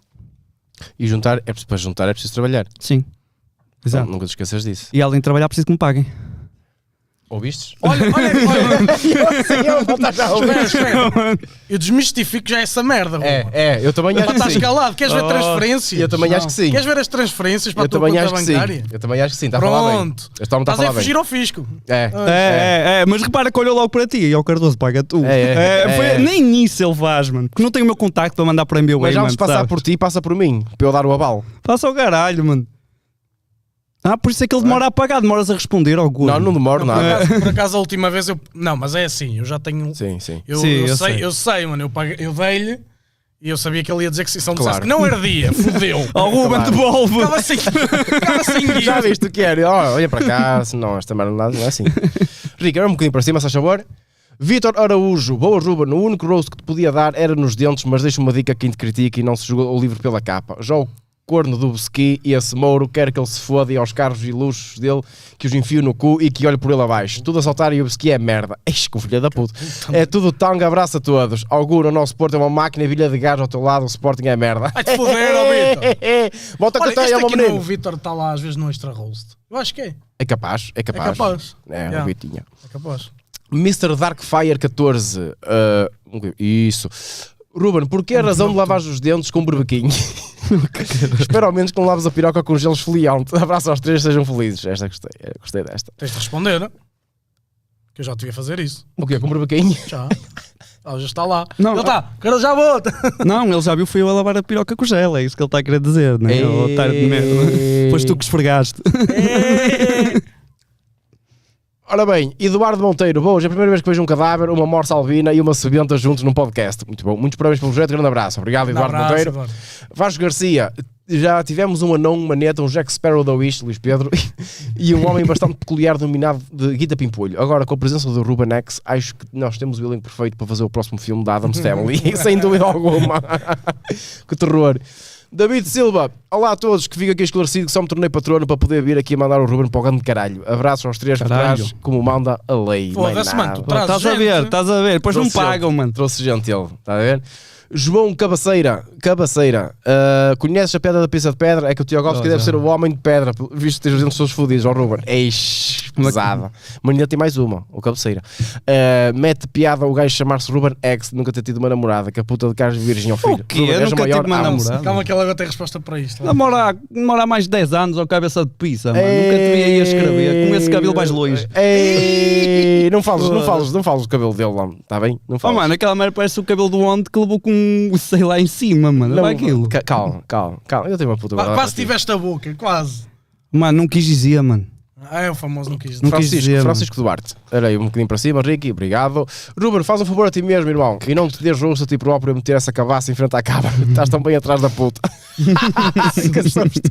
[SPEAKER 2] E juntar, é, preciso- para juntar é preciso trabalhar.
[SPEAKER 3] Sim. Exato.
[SPEAKER 2] Não, nunca te esqueças disso.
[SPEAKER 3] E além de trabalhar, preciso que me paguem.
[SPEAKER 2] Ouvistes?
[SPEAKER 1] Olha, olha, olha.
[SPEAKER 2] eu sei, eu vou estar já a ouvir.
[SPEAKER 1] Espera, espera. Eu desmistifico já essa merda, Ruben.
[SPEAKER 2] É, é, eu também acho
[SPEAKER 1] Para
[SPEAKER 2] que
[SPEAKER 1] estás
[SPEAKER 2] sim.
[SPEAKER 1] calado, queres ver
[SPEAKER 3] Oh,
[SPEAKER 1] transferências?
[SPEAKER 2] Eu também acho que sim.
[SPEAKER 1] Queres ver as transferências para
[SPEAKER 2] Eu
[SPEAKER 1] a tua
[SPEAKER 2] também
[SPEAKER 1] conta
[SPEAKER 2] acho que sim.
[SPEAKER 1] bancária?
[SPEAKER 2] Eu também acho que sim. Está a falar bem.
[SPEAKER 1] Pronto.
[SPEAKER 2] Este homem está a
[SPEAKER 1] Estás a
[SPEAKER 2] falar bem.
[SPEAKER 1] fugir ao fisco.
[SPEAKER 2] É.
[SPEAKER 1] Ah,
[SPEAKER 3] É, é, é, mas repara que olhou logo para ti e ao Cardoso paga tu.
[SPEAKER 2] É, é,
[SPEAKER 3] foi-
[SPEAKER 2] é.
[SPEAKER 3] Nem isso ele faz, mano. Porque não tenho o meu contacto para mandar para o M B W,
[SPEAKER 2] Mas já
[SPEAKER 3] mano.
[SPEAKER 2] vamos passar
[SPEAKER 3] sabes?
[SPEAKER 2] por ti, passa por mim, para eu dar o aval.
[SPEAKER 3] Passa ao caralho, mano. Ah, por isso é que ele demora a pagar, demoras a responder ao Google.
[SPEAKER 2] Não, não demoro
[SPEAKER 1] Não, por,
[SPEAKER 2] nada.
[SPEAKER 1] acaso, por acaso a última vez eu. Não, mas é assim, eu já tenho.
[SPEAKER 2] Sim, sim.
[SPEAKER 1] Eu,
[SPEAKER 3] Sim,
[SPEAKER 1] eu
[SPEAKER 3] eu
[SPEAKER 1] sei,
[SPEAKER 3] sei.
[SPEAKER 1] eu sei, mano. Eu, paguei- eu dei-lhe e eu sabia que ele ia dizer que sim. Se ele me
[SPEAKER 2] Claro.
[SPEAKER 1] dissesse que não herdia, fodeu.
[SPEAKER 3] Ao Ruben
[SPEAKER 2] Claro.
[SPEAKER 3] devolve.
[SPEAKER 1] Ficava sem, ficava sem guia.
[SPEAKER 2] Já viste o que era? Oh, olha para cá, se não, esta merda não é assim. Rica, era um bocadinho para cima, se faz favor. Vítor Araújo, boa Ruben, o único roast que te podia dar era nos dentes, mas deixa uma dica a quem te critica e não se julga o livro pela capa. Já o corno do Busqui e esse Mouro quer que ele se foda e aos carros e luxos dele que os enfio no cu e que olhe por ele abaixo. Tudo a saltar e o Busqui é merda. Eixe, com filha da puta. É tudo tanga, abraço a todos. Auguro, o nosso Porto é uma máquina e vilha de gás ao teu lado, o Sporting é merda.
[SPEAKER 1] Vai-te foder, ó Vítor.
[SPEAKER 2] Volta a
[SPEAKER 1] Olha,
[SPEAKER 2] cantar,
[SPEAKER 1] este
[SPEAKER 2] é uma
[SPEAKER 1] aqui não,
[SPEAKER 2] menina.
[SPEAKER 1] o Vítor está lá às vezes no extra roast. Eu acho que é.
[SPEAKER 2] É capaz, é
[SPEAKER 1] É
[SPEAKER 2] capaz.
[SPEAKER 1] capaz.
[SPEAKER 2] É,
[SPEAKER 1] Yeah.
[SPEAKER 2] o Vitinha.
[SPEAKER 1] É capaz.
[SPEAKER 2] mister Darkfire catorze. Uh, isso. Ruben, por que a razão de lavar os dentes com berbequinho? Espero ao menos que não laves a piroca com gelo esfoliante. Abraço aos três, sejam felizes. Esta gostei, eh, gostei desta.
[SPEAKER 1] Tens de responder, né? Que eu já te ia fazer isso.
[SPEAKER 2] O quê? Com berbequinho?
[SPEAKER 1] Já. Ah, já está lá.
[SPEAKER 3] Não.
[SPEAKER 1] Ele está, cara, já volta.
[SPEAKER 3] Não, ele já viu fui eu a lavar a piroca com gel, é isso que ele está a querer dizer, não é? Ô, otário de merda. Foste tu que esfregaste.
[SPEAKER 2] Ora bem, Eduardo Monteiro, boas, é a primeira vez que vejo um cadáver, uma morsa albina e uma sebenta juntos num podcast. Muito bom, muitos parabéns pelo projeto, grande abraço. Obrigado, Eduardo
[SPEAKER 1] abraço,
[SPEAKER 2] Monteiro.
[SPEAKER 1] Eduardo.
[SPEAKER 2] Vasco Garcia, já tivemos um anão, um maneta, um Jack Sparrow da Wish, Luís Pedro, e um homem bastante peculiar dominado de Guita Pimpolho. Agora, com a presença do Ruben X, acho que nós temos o elenco perfeito para fazer o próximo filme da Addams Family, sem dúvida alguma. Que terror. David Silva, olá a todos, que fica aqui esclarecido que só me tornei patrono para poder vir aqui a mandar o Ruben para o grande caralho. Abraços aos três por
[SPEAKER 3] Caralho.
[SPEAKER 2] trás, como manda a lei. Mais
[SPEAKER 1] Foda-se, mano,
[SPEAKER 2] nada.
[SPEAKER 1] tu trazes
[SPEAKER 3] Estás a ver,
[SPEAKER 1] gente.
[SPEAKER 3] estás a ver, depois não
[SPEAKER 2] Trouxe
[SPEAKER 3] pagam,
[SPEAKER 2] gente,
[SPEAKER 3] mano.
[SPEAKER 2] Trouxe gente ele, está a ver? João Cabaceira, Cabaceira, uh, conheces a Pedra da Pizza de Pedra? É que o Tiagovski
[SPEAKER 3] Oh,
[SPEAKER 2] deve
[SPEAKER 3] já.
[SPEAKER 2] ser o homem de pedra, visto que tens os dentes todos fodidos, ó Ruben. Eish, pesada. Mas ainda tem mais uma, o Cabaceira. Uh, mete piada o gajo chamar-se Ruben X, nunca ter tido uma namorada, que a puta de casa virgem ao filho.
[SPEAKER 3] O quê?
[SPEAKER 2] Ruben,
[SPEAKER 3] Eu
[SPEAKER 2] és
[SPEAKER 3] nunca
[SPEAKER 2] maior,
[SPEAKER 3] tive uma
[SPEAKER 2] ama-se.
[SPEAKER 3] namorada.
[SPEAKER 1] Calma que ele agora tem resposta para isto.
[SPEAKER 3] Demora, demora mais de dez anos ao cabeça de pizza, mano. Nunca te vi aí a escrever. Com esse cabelo vais longe.
[SPEAKER 2] Ei, não fales, não fales, não fales do cabelo dele lá, está bem? Não
[SPEAKER 3] Oh,
[SPEAKER 2] fales.
[SPEAKER 3] mano, aquela merda parece o cabelo do onde que levou com, sei lá, em cima, mano.
[SPEAKER 2] Não,
[SPEAKER 3] Não, aquilo.
[SPEAKER 2] ca- Calma, calma, calma. Eu tenho uma puta
[SPEAKER 1] Qua-
[SPEAKER 2] verdade
[SPEAKER 1] Quase
[SPEAKER 2] para ti.
[SPEAKER 1] tiveste a boca, quase.
[SPEAKER 3] Mano, não quis dizer, mano.
[SPEAKER 1] Ah, é o famoso, não quis.
[SPEAKER 3] Não quis
[SPEAKER 2] Francisco,
[SPEAKER 3] dizer,
[SPEAKER 2] Francisco Duarte. Era aí um bocadinho para cima, Ricky, obrigado. Ruben, faz um favor a ti mesmo, irmão, e não te dês rosto a ti próprio a meter essa cabaça em frente à cabra. Estás tão bem atrás da puta. Que susto.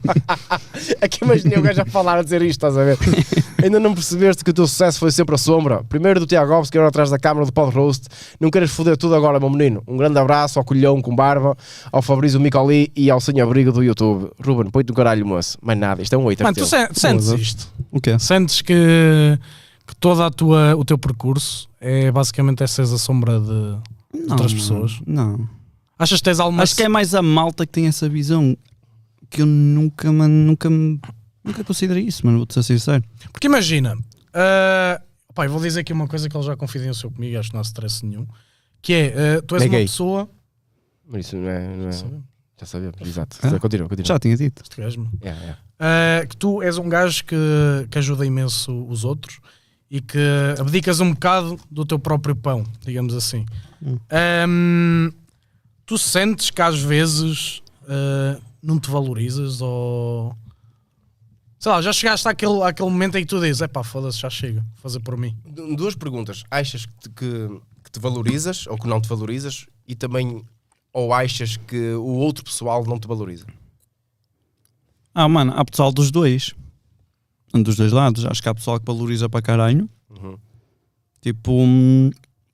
[SPEAKER 2] É que imaginei o gajo a falar a dizer isto, estás a ver? Ainda não percebeste que o teu sucesso foi sempre a sombra? Primeiro do Tiagovski, agora atrás da câmara do Pod Roast. Não queres foder tudo agora, meu menino? Um grande abraço ao colhão com barba, ao Fabrício Micoli e ao sem abrigo do YouTube. Ruben, põe-te no caralho, moço. Mais nada, isto é um hater
[SPEAKER 1] Mano,
[SPEAKER 2] teu.
[SPEAKER 1] tu se- sentes
[SPEAKER 3] Foda-se.
[SPEAKER 1] isto?
[SPEAKER 3] O quê?
[SPEAKER 1] Sentes que, que toda a tua, o teu percurso é basicamente essa a sombra de
[SPEAKER 3] Não,
[SPEAKER 1] outras
[SPEAKER 3] mano,
[SPEAKER 1] pessoas?
[SPEAKER 3] Não.
[SPEAKER 1] Achas que tens alguma...
[SPEAKER 3] Acho que é mais a malta que tem essa visão. Que eu nunca, mano, nunca me... Nunca considerei isso, mano. Vou-te ser sincero.
[SPEAKER 1] Porque imagina, uh, pá, eu vou dizer aqui uma coisa que ele já confidenciou comigo, acho que não há stress nenhum, que é, uh, tu és
[SPEAKER 2] É
[SPEAKER 1] uma
[SPEAKER 2] gay.
[SPEAKER 1] pessoa...
[SPEAKER 2] Mas isso não é... Não é...
[SPEAKER 1] Sabemos.
[SPEAKER 2] Já sabemos, exato.
[SPEAKER 3] Ah?
[SPEAKER 2] Continua, continua.
[SPEAKER 3] Já tinha dito.
[SPEAKER 1] Este gajo, mano.
[SPEAKER 2] Yeah, yeah.
[SPEAKER 1] Uh, que tu és um gajo que, que ajuda imenso os outros e que abdicas um bocado do teu próprio pão, digamos assim.
[SPEAKER 3] Hum.
[SPEAKER 1] Um, tu sentes que às vezes uh, não te valorizas ou... Sei lá, já chegaste àquele, àquele momento em que tu dizes, epá, foda-se, já chega, vou fazer por mim.
[SPEAKER 2] Du- Duas perguntas. Achas que te, que, que te valorizas ou que não te valorizas? E também, ou achas que o outro pessoal não te valoriza?
[SPEAKER 3] Ah, mano, há pessoal dos dois. Dos dois lados. Acho que há pessoal que valoriza para caralho.
[SPEAKER 2] Uhum.
[SPEAKER 3] Tipo, hum,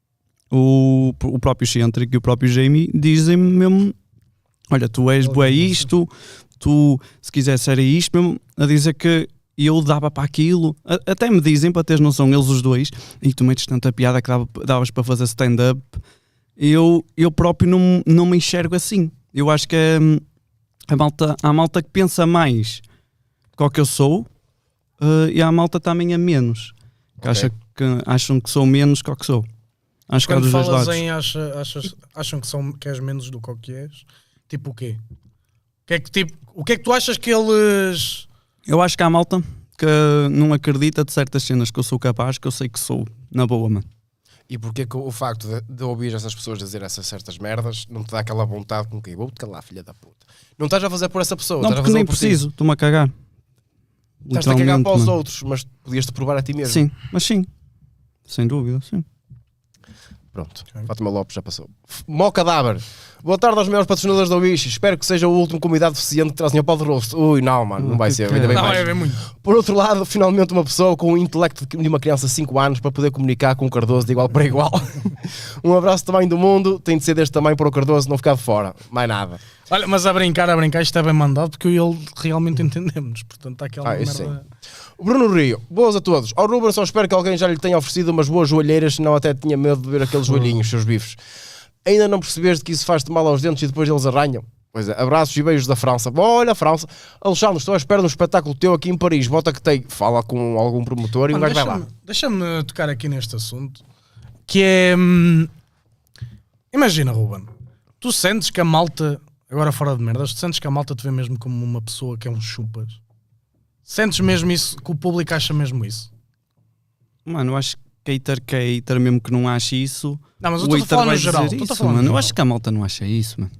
[SPEAKER 3] o, o próprio Centric e o próprio Jamie dizem-me mesmo: olha, tu és bué isto, tu se quiser ser isto, mesmo a dizer que eu dava para aquilo. A- Até me dizem, para teres noção, eles os dois, e tu metes tanta piada que dava- davas para fazer stand-up. Eu, eu próprio não, não me enxergo assim. Eu acho que é, hum, a malta, há a malta que pensa mais qual que eu sou, eh, e há a malta também a menos. Que,
[SPEAKER 2] Ok.
[SPEAKER 3] acha que acham que sou menos que o que sou. Acho que há
[SPEAKER 1] Quando
[SPEAKER 3] dos dois
[SPEAKER 1] falas
[SPEAKER 3] lados.
[SPEAKER 1] em acha, achas, acham que, são, que és menos do que o que és, tipo o quê? O que é que, tipo, o que, é que tu achas que eles...
[SPEAKER 3] Eu acho que há malta que não acredita de certas cenas que eu sou capaz, que eu sei que sou, na boa, mano.
[SPEAKER 2] E porquê que o facto de, de ouvir essas pessoas dizer essas certas merdas não te dá aquela vontade com que vou-te calar, filha da puta? Não estás a fazer por essa pessoa,
[SPEAKER 3] Não,
[SPEAKER 2] estás a
[SPEAKER 3] porque
[SPEAKER 2] fazer
[SPEAKER 3] nem
[SPEAKER 2] por ti.
[SPEAKER 3] preciso, estou-me a cagar.
[SPEAKER 2] Estás a cagar para os
[SPEAKER 3] Literalmente,
[SPEAKER 2] outros, mas podias-te provar a ti
[SPEAKER 3] mano.
[SPEAKER 2] mesmo.
[SPEAKER 3] Sim, mas sim. Sem dúvida, sim.
[SPEAKER 2] Pronto, Fátima Lopes já passou. F- Mó Cadáver. Boa tarde aos meus patrocinadores da Wish. Espero que seja o último convidado deficiente que trazem ao pau de rosto. Ui, não, mano, não vai ser. Ainda bem
[SPEAKER 1] Não,
[SPEAKER 2] mais.
[SPEAKER 1] é bem muito.
[SPEAKER 2] Por outro lado, finalmente uma pessoa com o intelecto de uma criança de cinco anos para poder comunicar com o Cardoso de igual para igual. Um abraço tamanho do mundo. Tem de ser deste tamanho para o Cardoso não ficar de fora. Mais nada.
[SPEAKER 1] Olha, mas a brincar, a brincar, isto é bem mandado porque eu e ele realmente entendemos. Portanto, está aquela
[SPEAKER 2] Ah, isso
[SPEAKER 1] merda...
[SPEAKER 2] O Bruno Rio, boas a todos. Ao Ruben só espero que alguém já lhe tenha oferecido umas boas joelheiras, senão até tinha medo de ver aqueles joelhinhos, seus bifes. Ainda não percebeste que isso faz-te mal aos dentes e depois eles arranham? Pois é, abraços e beijos da França. Olha, França. Alexandre, estou à espera de um espetáculo teu aqui em Paris. Bota que tem. Fala com algum promotor e um
[SPEAKER 1] Mano,
[SPEAKER 2] gajo vai lá.
[SPEAKER 1] deixa-me, deixa-me tocar aqui neste assunto, que é... hum, imagina, Ruben, tu sentes que a malta, agora fora de merdas, tu sentes que a malta te vê mesmo como uma pessoa que é um chupas? Sentes mesmo isso, que o público acha mesmo isso?
[SPEAKER 3] Mano, eu acho que hater que é hater, mesmo que não ache isso,
[SPEAKER 1] Não, mas eu
[SPEAKER 3] o
[SPEAKER 1] estou a
[SPEAKER 3] hater
[SPEAKER 1] falar
[SPEAKER 3] vai
[SPEAKER 1] no geral.
[SPEAKER 3] dizer
[SPEAKER 1] estou a
[SPEAKER 3] isso,
[SPEAKER 1] falar no
[SPEAKER 3] mano. Eu
[SPEAKER 1] geral.
[SPEAKER 3] acho que a malta não acha isso, mano.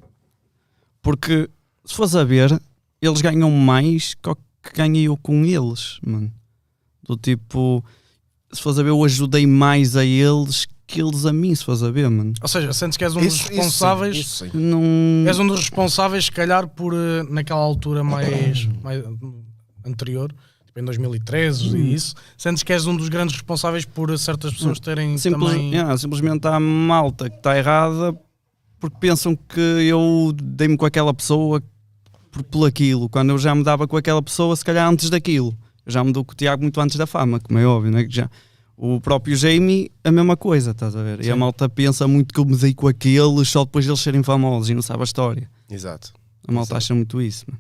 [SPEAKER 3] Porque, se fores a ver, eles ganham mais que o que ganhei eu com eles, mano. Do tipo, se fores a ver, eu ajudei mais a eles que eles a mim, se fores a ver, mano.
[SPEAKER 1] Ou seja, sentes que és um dos
[SPEAKER 2] Isso- isso sim,
[SPEAKER 1] responsáveis.
[SPEAKER 2] isso sim.
[SPEAKER 3] Não...
[SPEAKER 1] És um dos responsáveis, se calhar, por eh, naquela altura mais, mais anterior, tipo em dois mil e treze e isso, sentes que és um dos grandes responsáveis por certas pessoas terem
[SPEAKER 3] Simples-
[SPEAKER 1] também.
[SPEAKER 3] yeah, simplesmente há malta que está errada porque pensam que eu dei-me com aquela pessoa por, por aquilo, quando eu já me dava com aquela pessoa, se calhar antes daquilo. Eu já me dou com o Tiago muito antes da fama, como é óbvio, né? Que já, o próprio Jamie, a mesma coisa, estás a ver? E a
[SPEAKER 1] Sim.
[SPEAKER 3] malta pensa muito que eu me dei com aqueles só depois de eles serem famosos e não sabe a história.
[SPEAKER 2] Exato.
[SPEAKER 3] A malta
[SPEAKER 2] Exato.
[SPEAKER 3] acha muito isso. Mano.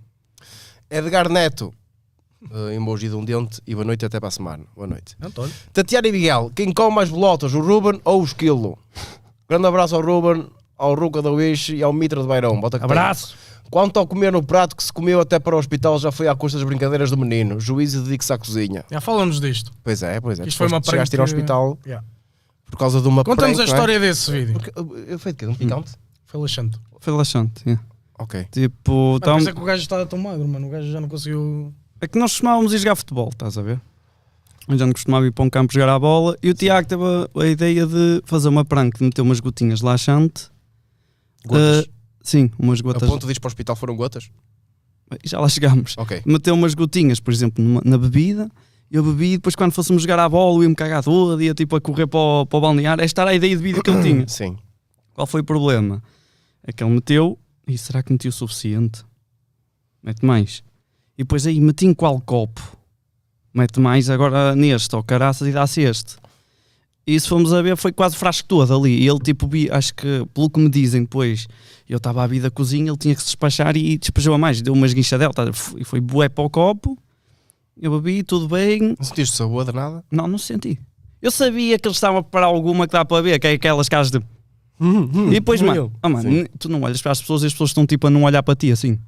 [SPEAKER 2] Edgar Neto, uh, emoji de um dente e boa noite até para a semana. Boa noite.
[SPEAKER 1] António.
[SPEAKER 2] Tatiana e Miguel, quem come mais bolotas, o Ruben ou o Esquilo? Grande abraço ao Ruben, ao Ruca da Uixe e ao Mitra de Beirão. Bota que tem.
[SPEAKER 1] Abraço.
[SPEAKER 2] Quanto ao comer no prato que se comeu até para o hospital, já foi à custa das brincadeiras do menino. Juiz e dedique-se à cozinha.
[SPEAKER 1] Já falamos disto.
[SPEAKER 2] Pois é, pois é.
[SPEAKER 1] Isto foi uma
[SPEAKER 2] Tu chegaste a ir ao
[SPEAKER 1] prank-
[SPEAKER 2] hospital
[SPEAKER 1] Yeah.
[SPEAKER 2] por causa de uma
[SPEAKER 1] Conta-nos a
[SPEAKER 2] prank, não é?
[SPEAKER 1] história desse vídeo.
[SPEAKER 2] Porque, uh, foi de quê? De um picante?
[SPEAKER 1] Foi laxante.
[SPEAKER 3] Foi relaxante. Yeah.
[SPEAKER 2] Ok.
[SPEAKER 3] Tipo,
[SPEAKER 1] Mano,
[SPEAKER 3] tão...
[SPEAKER 1] por isso é que o gajo estava tão magro, mano. O gajo já não conseguiu.
[SPEAKER 3] É que nós costumávamos ir jogar futebol, estás a ver? Eu já não costumava ir para um campo jogar a bola e o Tiago teve a, a ideia de fazer uma prank, de meter umas gotinhas de laxante.
[SPEAKER 2] Gotas.
[SPEAKER 3] Uh, sim, umas
[SPEAKER 2] a
[SPEAKER 3] gotas.
[SPEAKER 2] ponto de ir para o hospital foram gotas?
[SPEAKER 3] Já lá chegámos.
[SPEAKER 2] Ok.
[SPEAKER 3] Meteu umas gotinhas, por exemplo, numa- na bebida. Eu bebi e depois quando fôssemos jogar a bola eu ia-me cagar todo, ia tipo a correr para o, para o balneário. Esta era a ideia de vida que eu tinha.
[SPEAKER 2] Sim.
[SPEAKER 3] Qual foi o problema? É que ele meteu, e será que meti o suficiente? Mete mais. E depois aí meti em qual copo? Mete mais agora neste, ou caraças, e dá-se este. E se fomos a ver, foi quase frasco todo ali. E ele tipo, vi- acho que, pelo que me dizem depois, eu estava à vida da cozinha, ele tinha que se despachar e despejou a mais. Deu umas guinchadelas, tá? E foi bué para o copo. Eu bebi, tudo bem.
[SPEAKER 2] Não sentiste sabor de nada?
[SPEAKER 3] Não, não senti. Eu sabia que eles estavam a preparar alguma que dá para ver, que é aquelas caras de... E depois, mano, ah, mano
[SPEAKER 2] Sim.
[SPEAKER 3] n- tu não olhas para as pessoas e as pessoas estão tipo a não olhar para ti assim.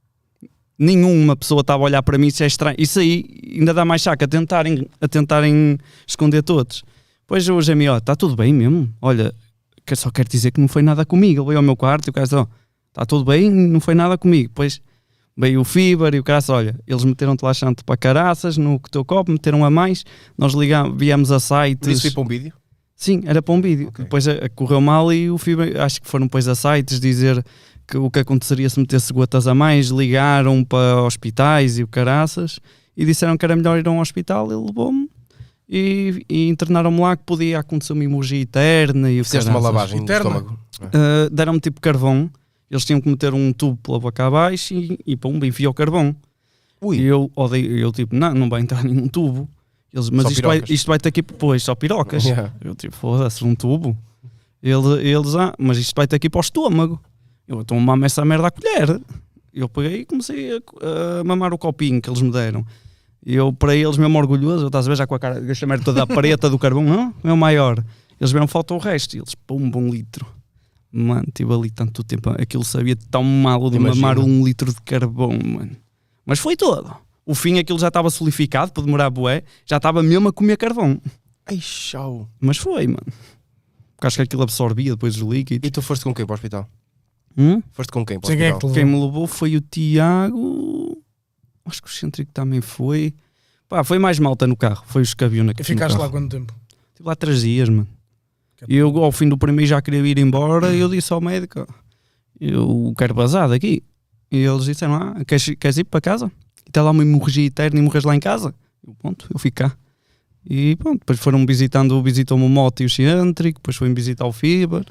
[SPEAKER 3] Nenhuma pessoa estava a olhar para mim, isso é estranho. Isso aí ainda dá mais chaca, a tentarem, a tentarem esconder todos. Pois o Jamie, ó, está tudo bem mesmo? Olha, que só quero dizer que não foi nada comigo. Ele veio ao meu quarto e o cara disse, ó, está tudo bem, não foi nada comigo. Depois veio o Fiber e o cara disse, olha, eles meteram-te laxante para caraças no teu copo, meteram a mais, nós ligamos, viemos a
[SPEAKER 2] Mas
[SPEAKER 3] sites...
[SPEAKER 2] isso foi para um vídeo?
[SPEAKER 3] Sim, era para um vídeo.
[SPEAKER 2] Ok.
[SPEAKER 3] Depois a, a correu mal e o Fiber, acho que foram depois a sites dizer que o que aconteceria se metesse gotas a mais, ligaram para hospitais e o caraças e disseram que era melhor ir a um hospital, ele levou-me e, e internaram-me lá que podia acontecer uma hemorragia eterna e o
[SPEAKER 2] Fizeste uma
[SPEAKER 3] caraças.
[SPEAKER 2] lavagem
[SPEAKER 1] Interna?
[SPEAKER 2] no estômago?
[SPEAKER 3] Uh, deram-me tipo carvão, eles tinham que meter um tubo pela boca abaixo e, e pum, enfia o carvão.
[SPEAKER 2] Ui.
[SPEAKER 3] E eu odeio, eu tipo, não, não vai entrar nenhum tubo. Eles, mas
[SPEAKER 2] Só
[SPEAKER 3] isto vai,
[SPEAKER 2] pirocas.
[SPEAKER 3] isto vai ter aqui, pois, só pirocas.
[SPEAKER 2] Yeah.
[SPEAKER 3] Eu tipo, foda-se, um tubo. Ele, eles, ah, mas isto vai ter aqui para o estômago. Eu estou a mamar essa merda à colher. Eu peguei e comecei a, a mamar o copinho que eles me deram. E eu, para eles, mesmo orgulhoso, eu estás a ver já com a cara, esta merda toda a pareta do carvão, não, é o maior. Eles viram, falta o resto. E eles, pum, um litro. Mano, tive ali tanto tempo, aquilo sabia tão mal de
[SPEAKER 2] Imagino.
[SPEAKER 3] mamar um litro de carvão, mano. Mas foi todo. O fim, aquilo já estava solidificado, para demorar bué, já estava mesmo a comer carvão.
[SPEAKER 2] Ai, chau.
[SPEAKER 3] Mas foi, mano. Porque acho que aquilo absorvia depois os líquidos.
[SPEAKER 2] E tu foste com quem para o hospital?
[SPEAKER 3] Hum?
[SPEAKER 2] Foste com quem para o
[SPEAKER 1] Sim, quem é que
[SPEAKER 2] hospital?
[SPEAKER 1] te
[SPEAKER 3] Quem
[SPEAKER 1] levou?
[SPEAKER 3] me levou foi o Tiago. Acho que o Centrico também foi. Pá, foi mais malta no carro. Foi os que haviam
[SPEAKER 1] E
[SPEAKER 3] naquele
[SPEAKER 1] ficaste
[SPEAKER 3] carro.
[SPEAKER 1] lá quanto tempo?
[SPEAKER 3] Estive lá três dias, mano. E eu, ao fim do primeiro, já queria ir embora. E eu disse ao médico: ó, eu quero vazar daqui. E eles disseram: ah, queres, queres ir para casa? E está lá uma hemorragia eterna e morres lá em casa? Eu, pronto, eu fico cá. E pronto, depois foram visitando, visitou-me o Moto e o Centrico. Depois foi-me visitar o Fiber.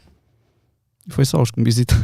[SPEAKER 3] E foi só os que me visitaram.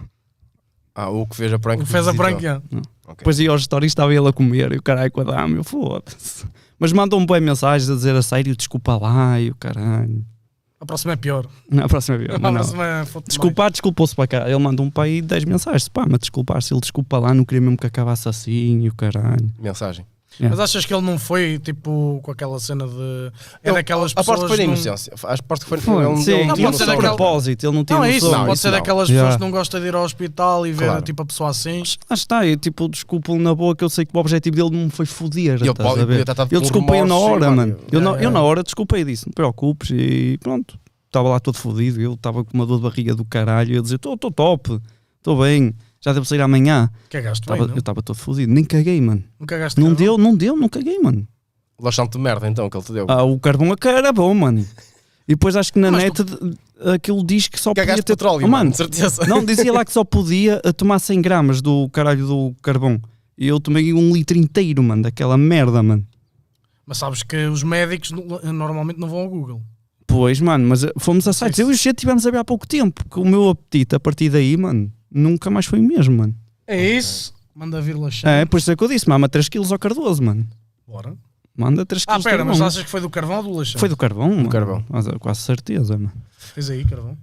[SPEAKER 2] Ah, o que fez a prank.
[SPEAKER 1] O que fez a
[SPEAKER 2] visitou.
[SPEAKER 1] prank, já.
[SPEAKER 2] Ok.
[SPEAKER 3] Depois ia aos stories, estava ele a comer e o caralho com a dama, eu foda-se. Mas mandam-me bem mensagens a dizer a sério, desculpa lá e o caralho.
[SPEAKER 1] A próxima é pior.
[SPEAKER 3] Na próxima vez,
[SPEAKER 1] A
[SPEAKER 3] mas não.
[SPEAKER 1] próxima é foto
[SPEAKER 3] Desculpar, desculpou-se para cá. Ele mandou um para aí dez mensagens. Pá, mas desculpar-se, ele desculpa lá, não queria mesmo que acabasse assim e o caralho.
[SPEAKER 2] Mensagem.
[SPEAKER 1] Mas achas que ele não foi tipo com aquela cena de. É
[SPEAKER 2] Eu
[SPEAKER 1] daquelas pessoas.
[SPEAKER 2] Aposto que foi na
[SPEAKER 1] não-
[SPEAKER 2] inocência. Aposto que foi.
[SPEAKER 3] Foi,
[SPEAKER 2] ele não-
[SPEAKER 3] sim,
[SPEAKER 2] ele
[SPEAKER 1] não
[SPEAKER 2] não
[SPEAKER 3] tinha
[SPEAKER 1] pode ser
[SPEAKER 3] um
[SPEAKER 2] tinha
[SPEAKER 1] daquela-
[SPEAKER 3] propósito, ele não tinha
[SPEAKER 1] Não, é isso.
[SPEAKER 3] noção.
[SPEAKER 2] Não,
[SPEAKER 1] Pode
[SPEAKER 2] isso
[SPEAKER 1] ser
[SPEAKER 2] não.
[SPEAKER 1] daquelas
[SPEAKER 3] Yeah.
[SPEAKER 1] pessoas que não gostam de ir ao hospital e ver
[SPEAKER 2] Claro.
[SPEAKER 1] tipo a pessoa assim.
[SPEAKER 3] Ah, está, eu tipo, desculpo na boa que eu sei que o objetivo dele não me foi foder.
[SPEAKER 2] Ele
[SPEAKER 3] estás
[SPEAKER 2] pode-
[SPEAKER 3] a ver?
[SPEAKER 2] podia estar
[SPEAKER 3] Eu
[SPEAKER 2] com
[SPEAKER 3] desculpei-o na
[SPEAKER 2] remorsos,
[SPEAKER 3] hora,
[SPEAKER 2] sim,
[SPEAKER 3] mano.
[SPEAKER 2] mano.
[SPEAKER 3] Eu, na,
[SPEAKER 1] Yeah,
[SPEAKER 3] eu na
[SPEAKER 1] yeah.
[SPEAKER 3] hora desculpei disso, não te preocupes e pronto. Estava lá todo fodido, eu estava com uma dor de barriga do caralho. Eu dizia, estou top, estou bem, já devo sair amanhã.
[SPEAKER 1] Cagaste bem,
[SPEAKER 3] Tava-
[SPEAKER 1] não?
[SPEAKER 3] eu estava todo fodido, nem caguei, mano.
[SPEAKER 1] Não cagaste
[SPEAKER 3] Não
[SPEAKER 1] carvão?
[SPEAKER 3] deu, não deu, não caguei, mano.
[SPEAKER 2] Laxante de merda, então, que ele te deu.
[SPEAKER 3] Ah, o carvão a cara era bom, mano. E depois acho que na
[SPEAKER 1] Mas
[SPEAKER 3] net de- aquilo diz que só
[SPEAKER 2] Cagaste
[SPEAKER 3] podia ter...
[SPEAKER 2] petróleo,
[SPEAKER 3] Oh,
[SPEAKER 2] mano,
[SPEAKER 3] mano,
[SPEAKER 2] de certeza.
[SPEAKER 3] não, dizia lá que só podia a tomar cem gramas do caralho do carvão. E eu tomei um litro inteiro, mano, daquela merda, mano.
[SPEAKER 1] Mas sabes que os médicos no- normalmente não vão ao Google.
[SPEAKER 3] Pois, mano, mas eh, fomos a sites.
[SPEAKER 1] Sim.
[SPEAKER 3] Eu e o Cheto tivemos a ver há pouco tempo. Que o meu apetite a partir daí, mano, nunca mais foi o mesmo, mano.
[SPEAKER 1] É isso. Manda vir laxante.
[SPEAKER 3] É, por isso é que eu disse, mama três quilos ao Cardoso, mano.
[SPEAKER 1] Bora.
[SPEAKER 3] Manda três
[SPEAKER 1] Ah,
[SPEAKER 3] quilos.
[SPEAKER 1] pera,
[SPEAKER 3] de
[SPEAKER 1] mas
[SPEAKER 3] carvão.
[SPEAKER 1] achas que foi do carvão ou do laxante?
[SPEAKER 3] Foi do carvão, mano.
[SPEAKER 2] carvão.
[SPEAKER 3] Mas, eh, quase certeza, mano.
[SPEAKER 1] Tens aí, carvão.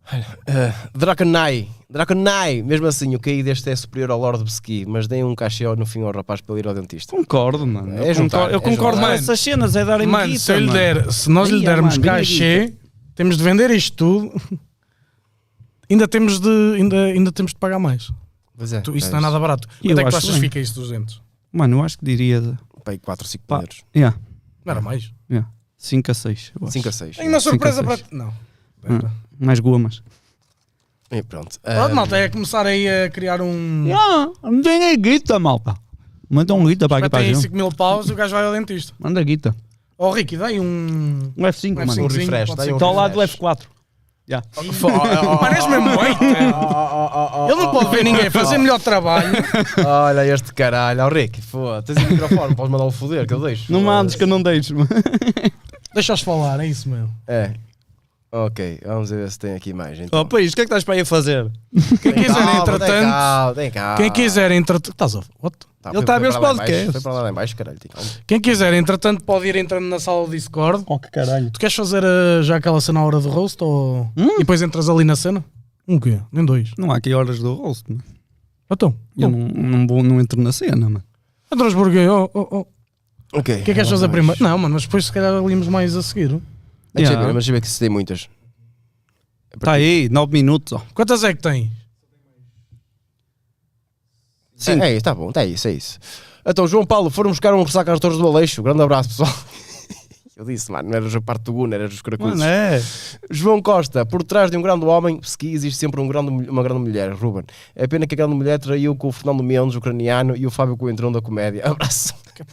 [SPEAKER 2] Uh, Draconai, Draconai, mesmo assim, o K I deste é superior ao Lord Besky, mas deem um cachê no fim ao rapaz para ele ir ao dentista.
[SPEAKER 3] Concordo, mano.
[SPEAKER 2] É
[SPEAKER 3] eu
[SPEAKER 2] juntar,
[SPEAKER 3] concordo, eu
[SPEAKER 2] é
[SPEAKER 3] concordo
[SPEAKER 2] juntar.
[SPEAKER 3] com essas cenas, é darem
[SPEAKER 1] Mano,
[SPEAKER 3] guita,
[SPEAKER 1] se, eu lhe
[SPEAKER 3] mano.
[SPEAKER 1] der, se nós lhe
[SPEAKER 3] Aí,
[SPEAKER 1] dermos
[SPEAKER 3] mano, vinha
[SPEAKER 1] cachê, temos de vender isto tudo. ainda, temos de, ainda, ainda temos de pagar mais.
[SPEAKER 2] Pois é,
[SPEAKER 1] Tu- isso
[SPEAKER 2] é
[SPEAKER 1] não é nada barato.
[SPEAKER 3] E
[SPEAKER 1] Quanto
[SPEAKER 3] eu
[SPEAKER 1] é que tu
[SPEAKER 3] acho
[SPEAKER 1] achas que
[SPEAKER 3] bem.
[SPEAKER 1] fica isso dos dentes?
[SPEAKER 3] Mano, eu acho que diria. de-
[SPEAKER 2] Pai, quatro, cinco
[SPEAKER 3] Pá.
[SPEAKER 2] euros.
[SPEAKER 3] Yeah,
[SPEAKER 1] Não era mais?
[SPEAKER 3] yeah. cinco a seis.
[SPEAKER 2] cinco a seis.
[SPEAKER 1] Tenho uma surpresa
[SPEAKER 3] cinco a
[SPEAKER 1] para
[SPEAKER 3] seis.
[SPEAKER 1] ti. Não.
[SPEAKER 3] Hum. Mais gomas.
[SPEAKER 2] E pronto.
[SPEAKER 1] Pronto,
[SPEAKER 2] Um,
[SPEAKER 1] malta, é começar aí a criar um.
[SPEAKER 3] Yeah, não tem guita, malta. Manda um guita para
[SPEAKER 1] Já
[SPEAKER 3] aqui para a
[SPEAKER 1] tem
[SPEAKER 3] gente.
[SPEAKER 1] cinco mil paus e o gajo vai ao dentista.
[SPEAKER 3] Manda guita.
[SPEAKER 1] Ó, Ricky, dá aí um.
[SPEAKER 3] Um F cinco,
[SPEAKER 1] Um
[SPEAKER 3] mano.
[SPEAKER 1] F cinco,
[SPEAKER 2] Um refresh,
[SPEAKER 1] pode
[SPEAKER 2] dá aí
[SPEAKER 1] ser.
[SPEAKER 2] um
[SPEAKER 3] Está ao lado do
[SPEAKER 2] refresh.
[SPEAKER 3] F quatro. Já.
[SPEAKER 1] Mano, és mesmo oito. Ele não pode ver ninguém fazer melhor trabalho.
[SPEAKER 2] Olha este caralho, ó Rick, foda, tens o microfone, podes mandar o foder que eu deixo.
[SPEAKER 3] Não mandes que eu não deixo, mano.
[SPEAKER 1] Deixa-os falar, é isso mesmo.
[SPEAKER 2] É. Ok, vamos ver se tem aqui mais. Então.
[SPEAKER 3] Oh, país, o que é que estás para aí a fazer?
[SPEAKER 1] Quem quiser,
[SPEAKER 2] Calma, tem
[SPEAKER 1] entretanto.
[SPEAKER 2] calma, tem calma.
[SPEAKER 1] Quem quiser, entretanto. Estás a. What?
[SPEAKER 2] Tá,
[SPEAKER 3] Ele
[SPEAKER 2] foi-
[SPEAKER 3] tá a
[SPEAKER 2] foi
[SPEAKER 3] ver os
[SPEAKER 2] para lá em
[SPEAKER 3] podcasts.
[SPEAKER 2] baixo, Foi para lá em baixo, caralho, tem calma.
[SPEAKER 1] Quem quiser, entretanto, pode ir entrando na sala do Discord.
[SPEAKER 3] Oh, que caralho.
[SPEAKER 1] Tu queres fazer eh, já aquela cena à hora do roast ou. E depois entras ali na cena? Um quê? Nem dois.
[SPEAKER 3] Não há aqui horas do rosto, mano.
[SPEAKER 1] Então.
[SPEAKER 3] Eu não, não, vou, não entro na cena, mano.
[SPEAKER 1] Entras porque. Oh, oh, oh. O
[SPEAKER 2] Ok.
[SPEAKER 1] que é que queres fazer primeiro? Não, mano, mas depois se calhar limos mais a seguir.
[SPEAKER 2] Deixa eu
[SPEAKER 3] Yeah.
[SPEAKER 2] ver, mas deixa eu ver que se tem muitas.
[SPEAKER 3] Está aí, nove minutos, ó.
[SPEAKER 1] Quantas é que tem?
[SPEAKER 3] Sim.
[SPEAKER 2] É, é isso, tá bom, é isso, é isso. Então, João Paulo, foram buscar um ressaca às Torres do Aleixo. Grande abraço, pessoal. Eu disse, mano, não eras a parte do Guna, eras os caracuzes.
[SPEAKER 3] Mano, é.
[SPEAKER 2] João Costa, por trás de um grande homem, Ski, existe sempre um grande, uma grande mulher, Ruben. É pena que a grande mulher traiu com o Fernando Mendes, ucraniano, e o Fábio Coentrão da comédia. Abraço.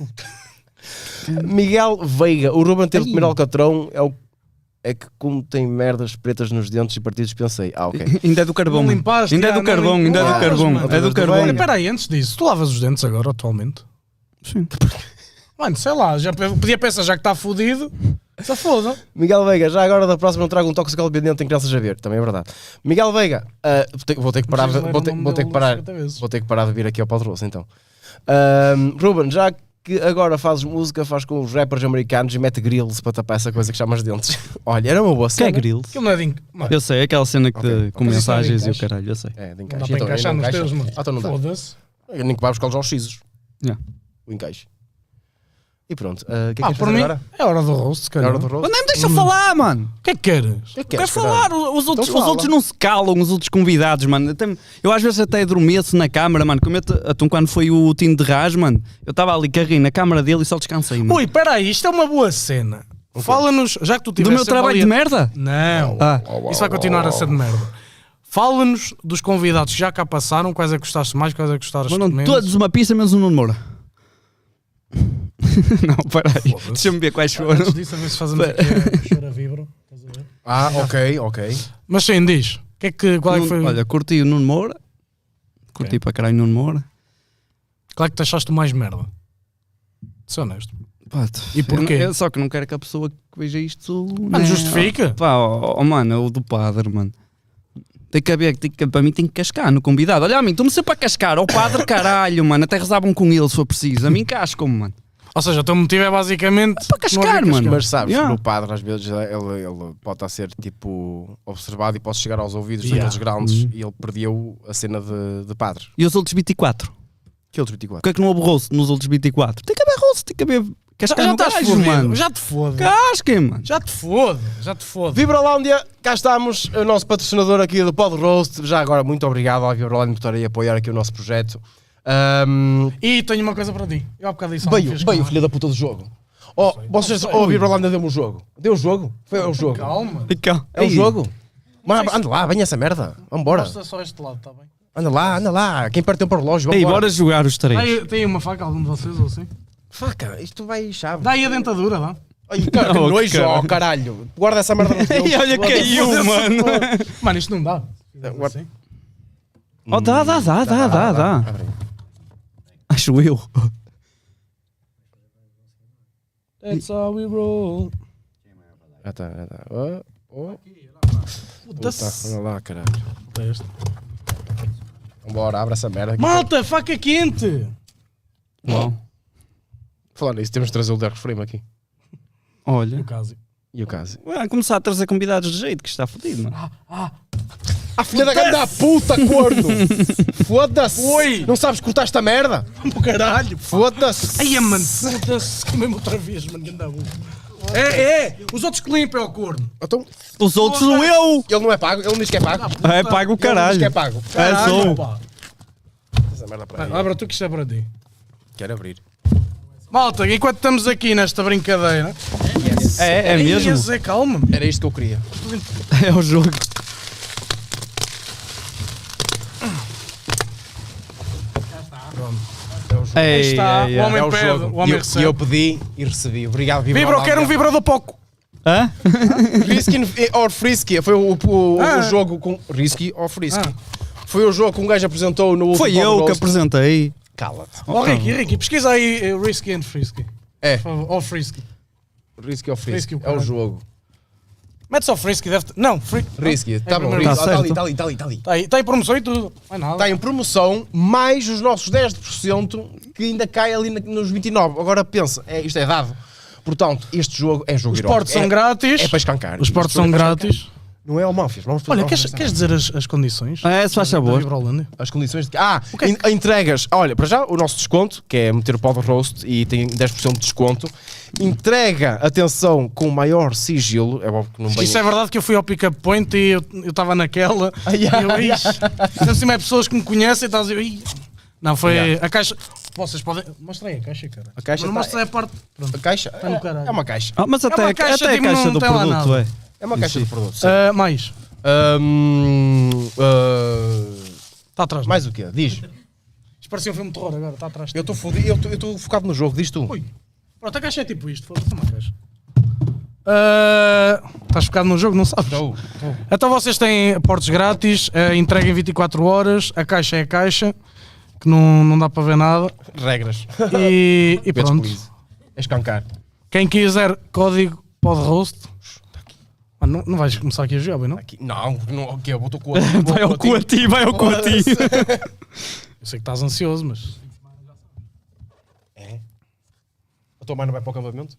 [SPEAKER 2] Miguel Veiga, o Ruben teve de comer alcatrão, é o é que como tem merdas pretas nos dentes e partidos, pensei, ah, ok.
[SPEAKER 3] Ainda é do carvão.
[SPEAKER 1] Não
[SPEAKER 3] mano.
[SPEAKER 1] limpaste,
[SPEAKER 3] Ainda é
[SPEAKER 1] já,
[SPEAKER 3] do
[SPEAKER 1] não
[SPEAKER 3] carvão, ainda é do
[SPEAKER 1] limpaste,
[SPEAKER 3] carvão.
[SPEAKER 1] mano.
[SPEAKER 3] É do carvão.
[SPEAKER 1] Olha, espera aí, antes disso, tu lavas os dentes agora atualmente?
[SPEAKER 3] Sim.
[SPEAKER 1] Mano, sei lá, já podia pensar já que está fodido, se foda.
[SPEAKER 2] Miguel Veiga, já agora da próxima não trago um tóxico dependente em crianças a ver, também é verdade. Miguel Veiga, ah, vou ter- vou ter que parar,
[SPEAKER 1] Vocês
[SPEAKER 2] vou ter,
[SPEAKER 1] levam o
[SPEAKER 2] vou ter que
[SPEAKER 1] nome dele
[SPEAKER 2] parar,
[SPEAKER 1] cinquenta vezes.
[SPEAKER 2] vou ter que parar de vir aqui ao Padroço então. Ahm, Ruben, já que agora fazes música, faz com os rappers americanos e mete grills para tapar essa coisa que chamas dentes. Olha, era uma boa
[SPEAKER 3] Que é
[SPEAKER 2] cena.
[SPEAKER 3] grills?
[SPEAKER 1] Aquilo não é de. enc- Mano,
[SPEAKER 3] Eu sei, aquela cena que
[SPEAKER 2] Ok.
[SPEAKER 3] de- com
[SPEAKER 1] Mas isso não é de
[SPEAKER 3] mensagens e o
[SPEAKER 1] encaixe.
[SPEAKER 3] caralho, eu sei.
[SPEAKER 2] É, de
[SPEAKER 1] não
[SPEAKER 2] encaixe.
[SPEAKER 1] dá para
[SPEAKER 2] Então,
[SPEAKER 1] encaixar
[SPEAKER 2] não
[SPEAKER 1] nos
[SPEAKER 2] encaixa?
[SPEAKER 1] teus, mano.
[SPEAKER 2] Ah, então não dá.
[SPEAKER 1] Foda-se.
[SPEAKER 2] Eu nem que vai buscar os alxizos.
[SPEAKER 3] Yeah.
[SPEAKER 2] O encaixe. E pronto. ah, O que é que
[SPEAKER 1] Ah,
[SPEAKER 2] queres
[SPEAKER 1] por
[SPEAKER 2] fazer
[SPEAKER 1] mim,
[SPEAKER 2] agora?
[SPEAKER 1] é hora do roast, se
[SPEAKER 2] É
[SPEAKER 1] calhar.
[SPEAKER 2] hora do rosto?
[SPEAKER 3] Mas nem me deixa falar, mano.
[SPEAKER 1] O que é que queres?
[SPEAKER 2] O que é que
[SPEAKER 3] Quero
[SPEAKER 2] queres,
[SPEAKER 3] falar,
[SPEAKER 2] caralho?
[SPEAKER 3] os outros,
[SPEAKER 2] Então
[SPEAKER 3] os outros não se calam, os outros convidados, mano. Até- Eu às vezes até adormeço na câmara, mano. Como eu te- Então quando foi o Tino de Rás, mano, eu estava ali carreguei na câmara dele e só descansei, mano.
[SPEAKER 1] Ui, espera aí, isto é uma boa cena. Fala-nos, já que tu
[SPEAKER 3] Do
[SPEAKER 1] tiveste
[SPEAKER 3] meu
[SPEAKER 1] sempre
[SPEAKER 3] trabalho
[SPEAKER 1] ali
[SPEAKER 3] de
[SPEAKER 1] a-
[SPEAKER 3] merda?
[SPEAKER 1] Não,
[SPEAKER 3] Ah.
[SPEAKER 1] isso vai continuar a ser de merda. Fala-nos dos convidados que já cá passaram, quais é que gostaste mais, quais é que gostaste
[SPEAKER 3] Mandam
[SPEAKER 1] menos.
[SPEAKER 3] todos uma pista, menos o Nuno Moura. Não, peraí. Deixa-me ver quais foram.
[SPEAKER 1] Antes disso, a ver se fazemos aqui a chora vibro. Estás a ver?
[SPEAKER 2] Ah, ok, ok.
[SPEAKER 1] Mas sim, diz. Que é que, qual é que foi?
[SPEAKER 3] Nuno- Olha, curti o Nuno Moura. Curti
[SPEAKER 1] Ok.
[SPEAKER 3] para caralho o Nuno Moura.
[SPEAKER 1] Qual é que te achaste mais merda? Sou honesto.
[SPEAKER 3] Pá,
[SPEAKER 1] E porquê?
[SPEAKER 3] eu não- eu só que não quero que a pessoa que veja isto.
[SPEAKER 1] Mano,
[SPEAKER 3] né,
[SPEAKER 1] justifica.
[SPEAKER 3] Pá, ó, ó, mano, é o do padre, mano. Tem que haver, tem que, para mim tem que cascar no convidado. Olha a mim, estou-me sempre a cascar. Ao padre, caralho, mano. Até rezavam com ele se for preciso. A mim cascam-me, mano.
[SPEAKER 1] Ou seja, o teu motivo é basicamente.
[SPEAKER 3] para cascar,
[SPEAKER 1] não haver
[SPEAKER 3] mano.
[SPEAKER 1] cascar.
[SPEAKER 2] Mas sabes,
[SPEAKER 3] Yeah.
[SPEAKER 2] no padre às vezes ele, ele pode estar a ser tipo observado e pode chegar aos ouvidos
[SPEAKER 1] Yeah.
[SPEAKER 2] daqueles grandes
[SPEAKER 3] Uhum.
[SPEAKER 2] e ele perdeu a cena de, de padre.
[SPEAKER 3] E os outros vinte e quatro?
[SPEAKER 2] Que outros vinte e quatro?
[SPEAKER 3] Porquê é que não houve rosto nos outros vinte e quatro? Tem que haver Roast, tem que haver.
[SPEAKER 1] Já,
[SPEAKER 3] Cascar
[SPEAKER 1] já
[SPEAKER 3] no
[SPEAKER 1] estás
[SPEAKER 3] gajo,
[SPEAKER 1] fodido,
[SPEAKER 3] mano.
[SPEAKER 1] já te foda.
[SPEAKER 3] Casquem, mano.
[SPEAKER 1] Já te foda, já te foda.
[SPEAKER 2] Vibrolândia, cá estamos, o nosso patrocinador aqui do Pod Roast. Já agora, muito obrigado à Vibrolândia por estar aí a apoiar aqui o nosso projeto. Um,
[SPEAKER 1] E tenho uma coisa para ti. Eu há bocado disse
[SPEAKER 2] veio,
[SPEAKER 1] fiz
[SPEAKER 2] veio,
[SPEAKER 1] com-
[SPEAKER 2] filho da puta do jogo. Oh, vocês,
[SPEAKER 1] sei.
[SPEAKER 2] oh, a Vibrolândia deu-me um jogo. Deu o jogo? Foi o jogo.
[SPEAKER 1] Calma.
[SPEAKER 3] Fica.
[SPEAKER 2] É o
[SPEAKER 3] Ei,
[SPEAKER 2] jogo. Mas, anda lá, venha essa merda. Vambora.
[SPEAKER 1] Mostra só este lado, está bem?
[SPEAKER 2] Anda lá, anda lá. Quem perde tempo para o relógio,
[SPEAKER 3] Ei,
[SPEAKER 2] vambora.
[SPEAKER 3] bora jogar os três.
[SPEAKER 1] Tem, tem uma faca, algum de vocês ou assim?
[SPEAKER 2] Faca, isto vai chave.
[SPEAKER 1] Dá aí a dentadura, dá.
[SPEAKER 2] Ai, cara, que
[SPEAKER 3] Oh, que
[SPEAKER 2] nojo,
[SPEAKER 3] cara.
[SPEAKER 2] oh, caralho. Guarda essa merda nos dedos.
[SPEAKER 3] Ei, olha, caiu, mano.
[SPEAKER 1] Mano, isto não dá.
[SPEAKER 2] Guarda-
[SPEAKER 1] Assim.
[SPEAKER 3] Oh, dá, dá, dá, dá, dá, dá.
[SPEAKER 2] Abre aí.
[SPEAKER 3] Acho eu.
[SPEAKER 1] That's how we roll.
[SPEAKER 2] Já tá, já tá. Oh, oh. Puta,
[SPEAKER 1] Foda-se.
[SPEAKER 2] olha lá, caralho.
[SPEAKER 1] Este.
[SPEAKER 2] Vambora, abre essa merda. aqui.
[SPEAKER 1] Malta, faca quente.
[SPEAKER 3] Uau.
[SPEAKER 2] Falando nisso, temos de trazer o Derek Frame aqui.
[SPEAKER 3] Olha.
[SPEAKER 1] No caso.
[SPEAKER 2] E o caso?
[SPEAKER 3] Vai começar a trazer convidados de jeito, que está fodido, mano.
[SPEAKER 2] Ah, filha da ganda puta, corno! Foda-se!
[SPEAKER 1] Oi!
[SPEAKER 2] Não sabes cortar esta merda?
[SPEAKER 1] Para caralho.
[SPEAKER 2] Foda-se!
[SPEAKER 1] Ai, mano, foda-se. Comemos outra vez, mano. Ganda burro. É, é. Os outros que limpam é o corno.
[SPEAKER 2] Então,
[SPEAKER 3] Os outros sou eu!
[SPEAKER 2] ele não é pago, ele não diz que é pago.
[SPEAKER 3] É pago o
[SPEAKER 2] Ele não diz que é
[SPEAKER 3] caralho.
[SPEAKER 2] pago.
[SPEAKER 3] É, sou.
[SPEAKER 1] pá.
[SPEAKER 2] Essa merda para aí.
[SPEAKER 1] Abra tu que isto é para ti.
[SPEAKER 2] Quero abrir.
[SPEAKER 1] Malta, enquanto estamos aqui nesta brincadeira.
[SPEAKER 3] É, é
[SPEAKER 1] Ai,
[SPEAKER 3] mesmo.
[SPEAKER 1] Zé, calma.
[SPEAKER 2] Era isto que eu queria.
[SPEAKER 3] É o jogo.
[SPEAKER 1] Aí
[SPEAKER 3] Ei,
[SPEAKER 1] está,
[SPEAKER 3] ei,
[SPEAKER 1] o
[SPEAKER 3] ei.
[SPEAKER 1] homem
[SPEAKER 2] É o
[SPEAKER 1] pede,
[SPEAKER 2] jogo.
[SPEAKER 1] o
[SPEAKER 2] E
[SPEAKER 1] homem
[SPEAKER 2] eu,
[SPEAKER 1] recebe.
[SPEAKER 2] e eu pedi e recebi. Obrigado, Vibro.
[SPEAKER 1] Vibro, quero um vibrador pouco.
[SPEAKER 3] Hã?
[SPEAKER 2] Risky or Frisky. Foi o, o,
[SPEAKER 1] Ah.
[SPEAKER 2] o jogo com. Risky or Frisky.
[SPEAKER 1] Ah.
[SPEAKER 2] Foi o jogo que um gajo apresentou no último.
[SPEAKER 3] Foi eu que
[SPEAKER 2] Roast.
[SPEAKER 3] apresentei.
[SPEAKER 2] Cala-te.
[SPEAKER 1] Ó, Ricky, Ricky, pesquisa aí eh, Risky and Frisky.
[SPEAKER 2] É,
[SPEAKER 1] Por favor. Ou Frisky.
[SPEAKER 2] Risky or
[SPEAKER 1] Frisky,
[SPEAKER 2] Frisky.
[SPEAKER 1] o
[SPEAKER 2] É o
[SPEAKER 1] caralho.
[SPEAKER 2] jogo.
[SPEAKER 1] Mete só Frisky, deve ter. Não, Frisky.
[SPEAKER 2] Risky. Tá bom,
[SPEAKER 1] primeiro.
[SPEAKER 2] Risky.
[SPEAKER 3] Tá
[SPEAKER 2] Está ali,
[SPEAKER 3] certo.
[SPEAKER 2] está ali, está ali, está ali.
[SPEAKER 1] Está aí, tá aí promoção e tudo. Não é nada.
[SPEAKER 2] Está em promoção, mais os nossos dez por cento que ainda cai ali na- nos vinte e nove. Agora pensa, é, isto é dado. Portanto, este jogo é jogo
[SPEAKER 1] Os
[SPEAKER 2] erótico.
[SPEAKER 1] portos são
[SPEAKER 2] é,
[SPEAKER 1] grátis.
[SPEAKER 2] É para escancar.
[SPEAKER 1] Os portos
[SPEAKER 2] Isto é
[SPEAKER 1] são
[SPEAKER 2] para
[SPEAKER 1] grátis.
[SPEAKER 2] escancar. Não é alemão, filhos. Vamos fazer
[SPEAKER 1] Olha,
[SPEAKER 2] vamos
[SPEAKER 1] queres,
[SPEAKER 2] fazer.
[SPEAKER 1] queres dizer as, as condições?
[SPEAKER 3] É, se faz
[SPEAKER 1] Da
[SPEAKER 3] favor.
[SPEAKER 1] Vibrolândia?
[SPEAKER 2] As condições de. Ah,
[SPEAKER 1] que é
[SPEAKER 2] en- entregas. Olha, para já o nosso desconto, que é meter o Pod Roast e tem dez por cento de desconto. Entrega, atenção, com maior sigilo. É óbvio que não vem.
[SPEAKER 1] Isso é verdade que eu fui ao pick-up point e eu estava naquela.
[SPEAKER 2] Ah, yeah,
[SPEAKER 1] e eu,
[SPEAKER 2] yeah.
[SPEAKER 1] ixi, ainda assim é pessoas que me conhecem e estás a dizer. "Ih." Não, foi
[SPEAKER 2] Yeah.
[SPEAKER 1] a caixa. Vocês podem. Mostrei a caixa, cara.
[SPEAKER 2] A caixa
[SPEAKER 1] Mas não
[SPEAKER 2] tá-
[SPEAKER 1] mostrei a parte. Pronto.
[SPEAKER 2] A caixa
[SPEAKER 1] no caralho.
[SPEAKER 2] é, é uma caixa.
[SPEAKER 3] Ah, mas até,
[SPEAKER 1] uma caixa,
[SPEAKER 3] até
[SPEAKER 1] tipo,
[SPEAKER 3] a caixa
[SPEAKER 1] não
[SPEAKER 3] do
[SPEAKER 1] tem lá
[SPEAKER 3] produto,
[SPEAKER 1] nada.
[SPEAKER 3] é.
[SPEAKER 2] É uma caixa de produto. sim.
[SPEAKER 1] Ah, mais.
[SPEAKER 2] Ahm, ah,
[SPEAKER 1] Está atrás.
[SPEAKER 2] mais o quê? Diz.
[SPEAKER 1] Isto parecia um filme de terror agora, está atrás.
[SPEAKER 2] Eu estou fodido, eu estou- eu estou focado no jogo, diz tu.
[SPEAKER 1] Ui. Pronto, a caixa é tipo isto. Foda-se uma caixa. Ah, estás focado no jogo, não sabes?
[SPEAKER 2] Estou, estou.
[SPEAKER 1] Então vocês têm portos grátis, uh, entrega em vinte e quatro horas, a caixa é a caixa, que não, não dá para ver nada.
[SPEAKER 2] Regras.
[SPEAKER 1] E, e
[SPEAKER 2] Bitch,
[SPEAKER 1] pronto.
[SPEAKER 2] please. É escancar.
[SPEAKER 1] Quem quiser código podroast. Ah, não, não vais começar aqui a jogar, bem, não?
[SPEAKER 2] Aqui. Não, não, o quê? Eu vou estou com o
[SPEAKER 3] Vai ao cu a ti, vai ao cu a ti.
[SPEAKER 1] Eu sei que estás ansioso, mas.
[SPEAKER 2] É? A tua mãe não vai para o acampamento?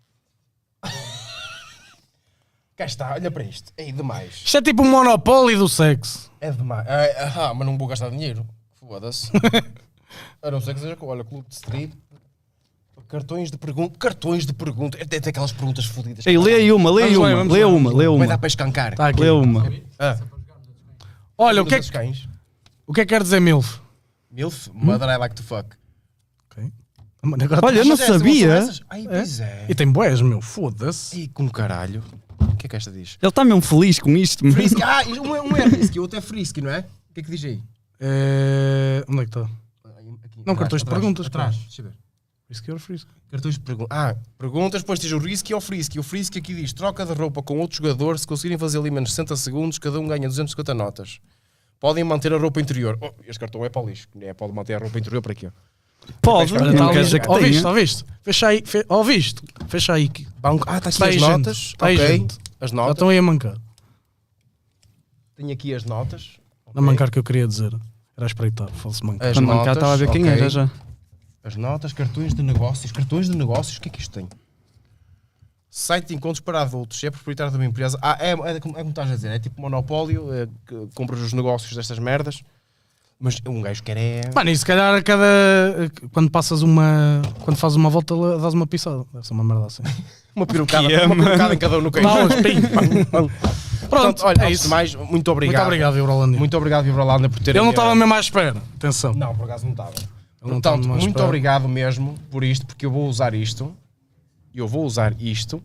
[SPEAKER 2] Cá está, olha para isto. É demais.
[SPEAKER 1] Isto é tipo um monopólio do sexo.
[SPEAKER 2] É demais. Ah, ah, mas não vou gastar dinheiro. Foda-se. A não ser que seja com, olha, clube de strip. Cartões de pergunta. Cartões de pergunta. É até aquelas perguntas fodidas.
[SPEAKER 3] Ei, lê aí uma, lê aí
[SPEAKER 1] Vamos lá,
[SPEAKER 3] uma,
[SPEAKER 1] vamos
[SPEAKER 3] lê
[SPEAKER 1] lá,
[SPEAKER 3] uma,
[SPEAKER 1] vamos
[SPEAKER 3] lê
[SPEAKER 2] Vai dar
[SPEAKER 3] uma.
[SPEAKER 2] para escancar.
[SPEAKER 1] Tá aqui.
[SPEAKER 3] Lê uma.
[SPEAKER 2] Ah,
[SPEAKER 1] Olha, o que, é
[SPEAKER 2] dos
[SPEAKER 1] que,
[SPEAKER 2] cães.
[SPEAKER 1] o que é que quer dizer MILF?
[SPEAKER 2] Milf, mother I like to fuck.
[SPEAKER 1] Ok. Mano, agora
[SPEAKER 3] Olha, eu não
[SPEAKER 2] Mas essas
[SPEAKER 3] sabia.
[SPEAKER 2] são essas? Ai, pois é.
[SPEAKER 1] E tem boés, meu, foda-se.
[SPEAKER 2] E com caralho. O que é que esta diz?
[SPEAKER 3] Ele está mesmo feliz com isto, mano.
[SPEAKER 2] Frisky. Ah, um é, um é Frisky, o outro é Frisky, não é? O que é que diz aí?
[SPEAKER 1] É... Onde é que está?
[SPEAKER 2] Aqui,
[SPEAKER 1] Não,
[SPEAKER 2] atrás,
[SPEAKER 1] cartões de
[SPEAKER 2] atrás,
[SPEAKER 1] perguntas,
[SPEAKER 2] Atrás,
[SPEAKER 1] cara.
[SPEAKER 2] deixa eu ver.
[SPEAKER 1] Frisky ou frisky?
[SPEAKER 2] Cartões de perguntas. Ah, perguntas, depois diz o Risky ou Frisky. O Frisky aqui diz: troca de roupa com outro jogador. Se conseguirem fazer ali menos sessenta segundos, cada um ganha duzentas e cinquenta notas. Podem manter a roupa interior. Oh, este cartão é para o lixo. É, pode manter a roupa interior para aqui. Ó.
[SPEAKER 3] Pode,
[SPEAKER 1] Olha,
[SPEAKER 3] não
[SPEAKER 1] tá
[SPEAKER 3] quer
[SPEAKER 1] ali-
[SPEAKER 3] dizer que
[SPEAKER 1] Ouviste,
[SPEAKER 3] tenha.
[SPEAKER 1] ouviste? Fecha aí, fe... ouviste? Fecha aí. que-
[SPEAKER 2] Banco. Ah, está aqui
[SPEAKER 1] Tá aí
[SPEAKER 2] as
[SPEAKER 1] gente,
[SPEAKER 2] notas.
[SPEAKER 1] tá aí
[SPEAKER 2] ok.
[SPEAKER 1] gente.
[SPEAKER 2] As
[SPEAKER 1] Já
[SPEAKER 2] notas.
[SPEAKER 1] estão aí a mancar.
[SPEAKER 2] Tenho aqui as notas.
[SPEAKER 1] Não
[SPEAKER 2] Ok.
[SPEAKER 1] mancar que eu queria dizer. Era espreitar, falso mancar.
[SPEAKER 2] As
[SPEAKER 3] Quando cá
[SPEAKER 2] notas.
[SPEAKER 3] estava a ver quem
[SPEAKER 2] ok.
[SPEAKER 3] era já.
[SPEAKER 2] As notas, cartões de negócios. Cartões de negócios, o que é que isto tem? Site de encontros para adultos. É proprietário de uma empresa. Ah, é, é, como, é como estás a dizer. É tipo monopólio. É, que compras os negócios destas merdas. Mas um gajo quer é...
[SPEAKER 1] Mano, e se calhar a cada. Quando passas uma. Quando fazes uma volta, dás uma pisada. Deve ser uma merda assim.
[SPEAKER 2] Uma perucada,
[SPEAKER 3] Que é,
[SPEAKER 2] uma
[SPEAKER 3] mano?
[SPEAKER 2] perucada em cada um no queijo.
[SPEAKER 1] Balas, pim, pam, pam. Pronto,
[SPEAKER 2] Portanto, olha,
[SPEAKER 1] é
[SPEAKER 2] antes
[SPEAKER 1] isso.
[SPEAKER 2] de mais, muito obrigado.
[SPEAKER 1] Muito obrigado, Vibrolândia.
[SPEAKER 2] Muito obrigado, Vibrolândia, por terem...
[SPEAKER 1] Ele não
[SPEAKER 2] eh,
[SPEAKER 1] estava mesmo à espera. Atenção.
[SPEAKER 2] Não, por acaso não estava.
[SPEAKER 1] não estava
[SPEAKER 2] Portanto,
[SPEAKER 1] mesmo à
[SPEAKER 2] muito
[SPEAKER 1] espera.
[SPEAKER 2] obrigado mesmo por isto, porque eu vou usar isto. Eu vou usar isto.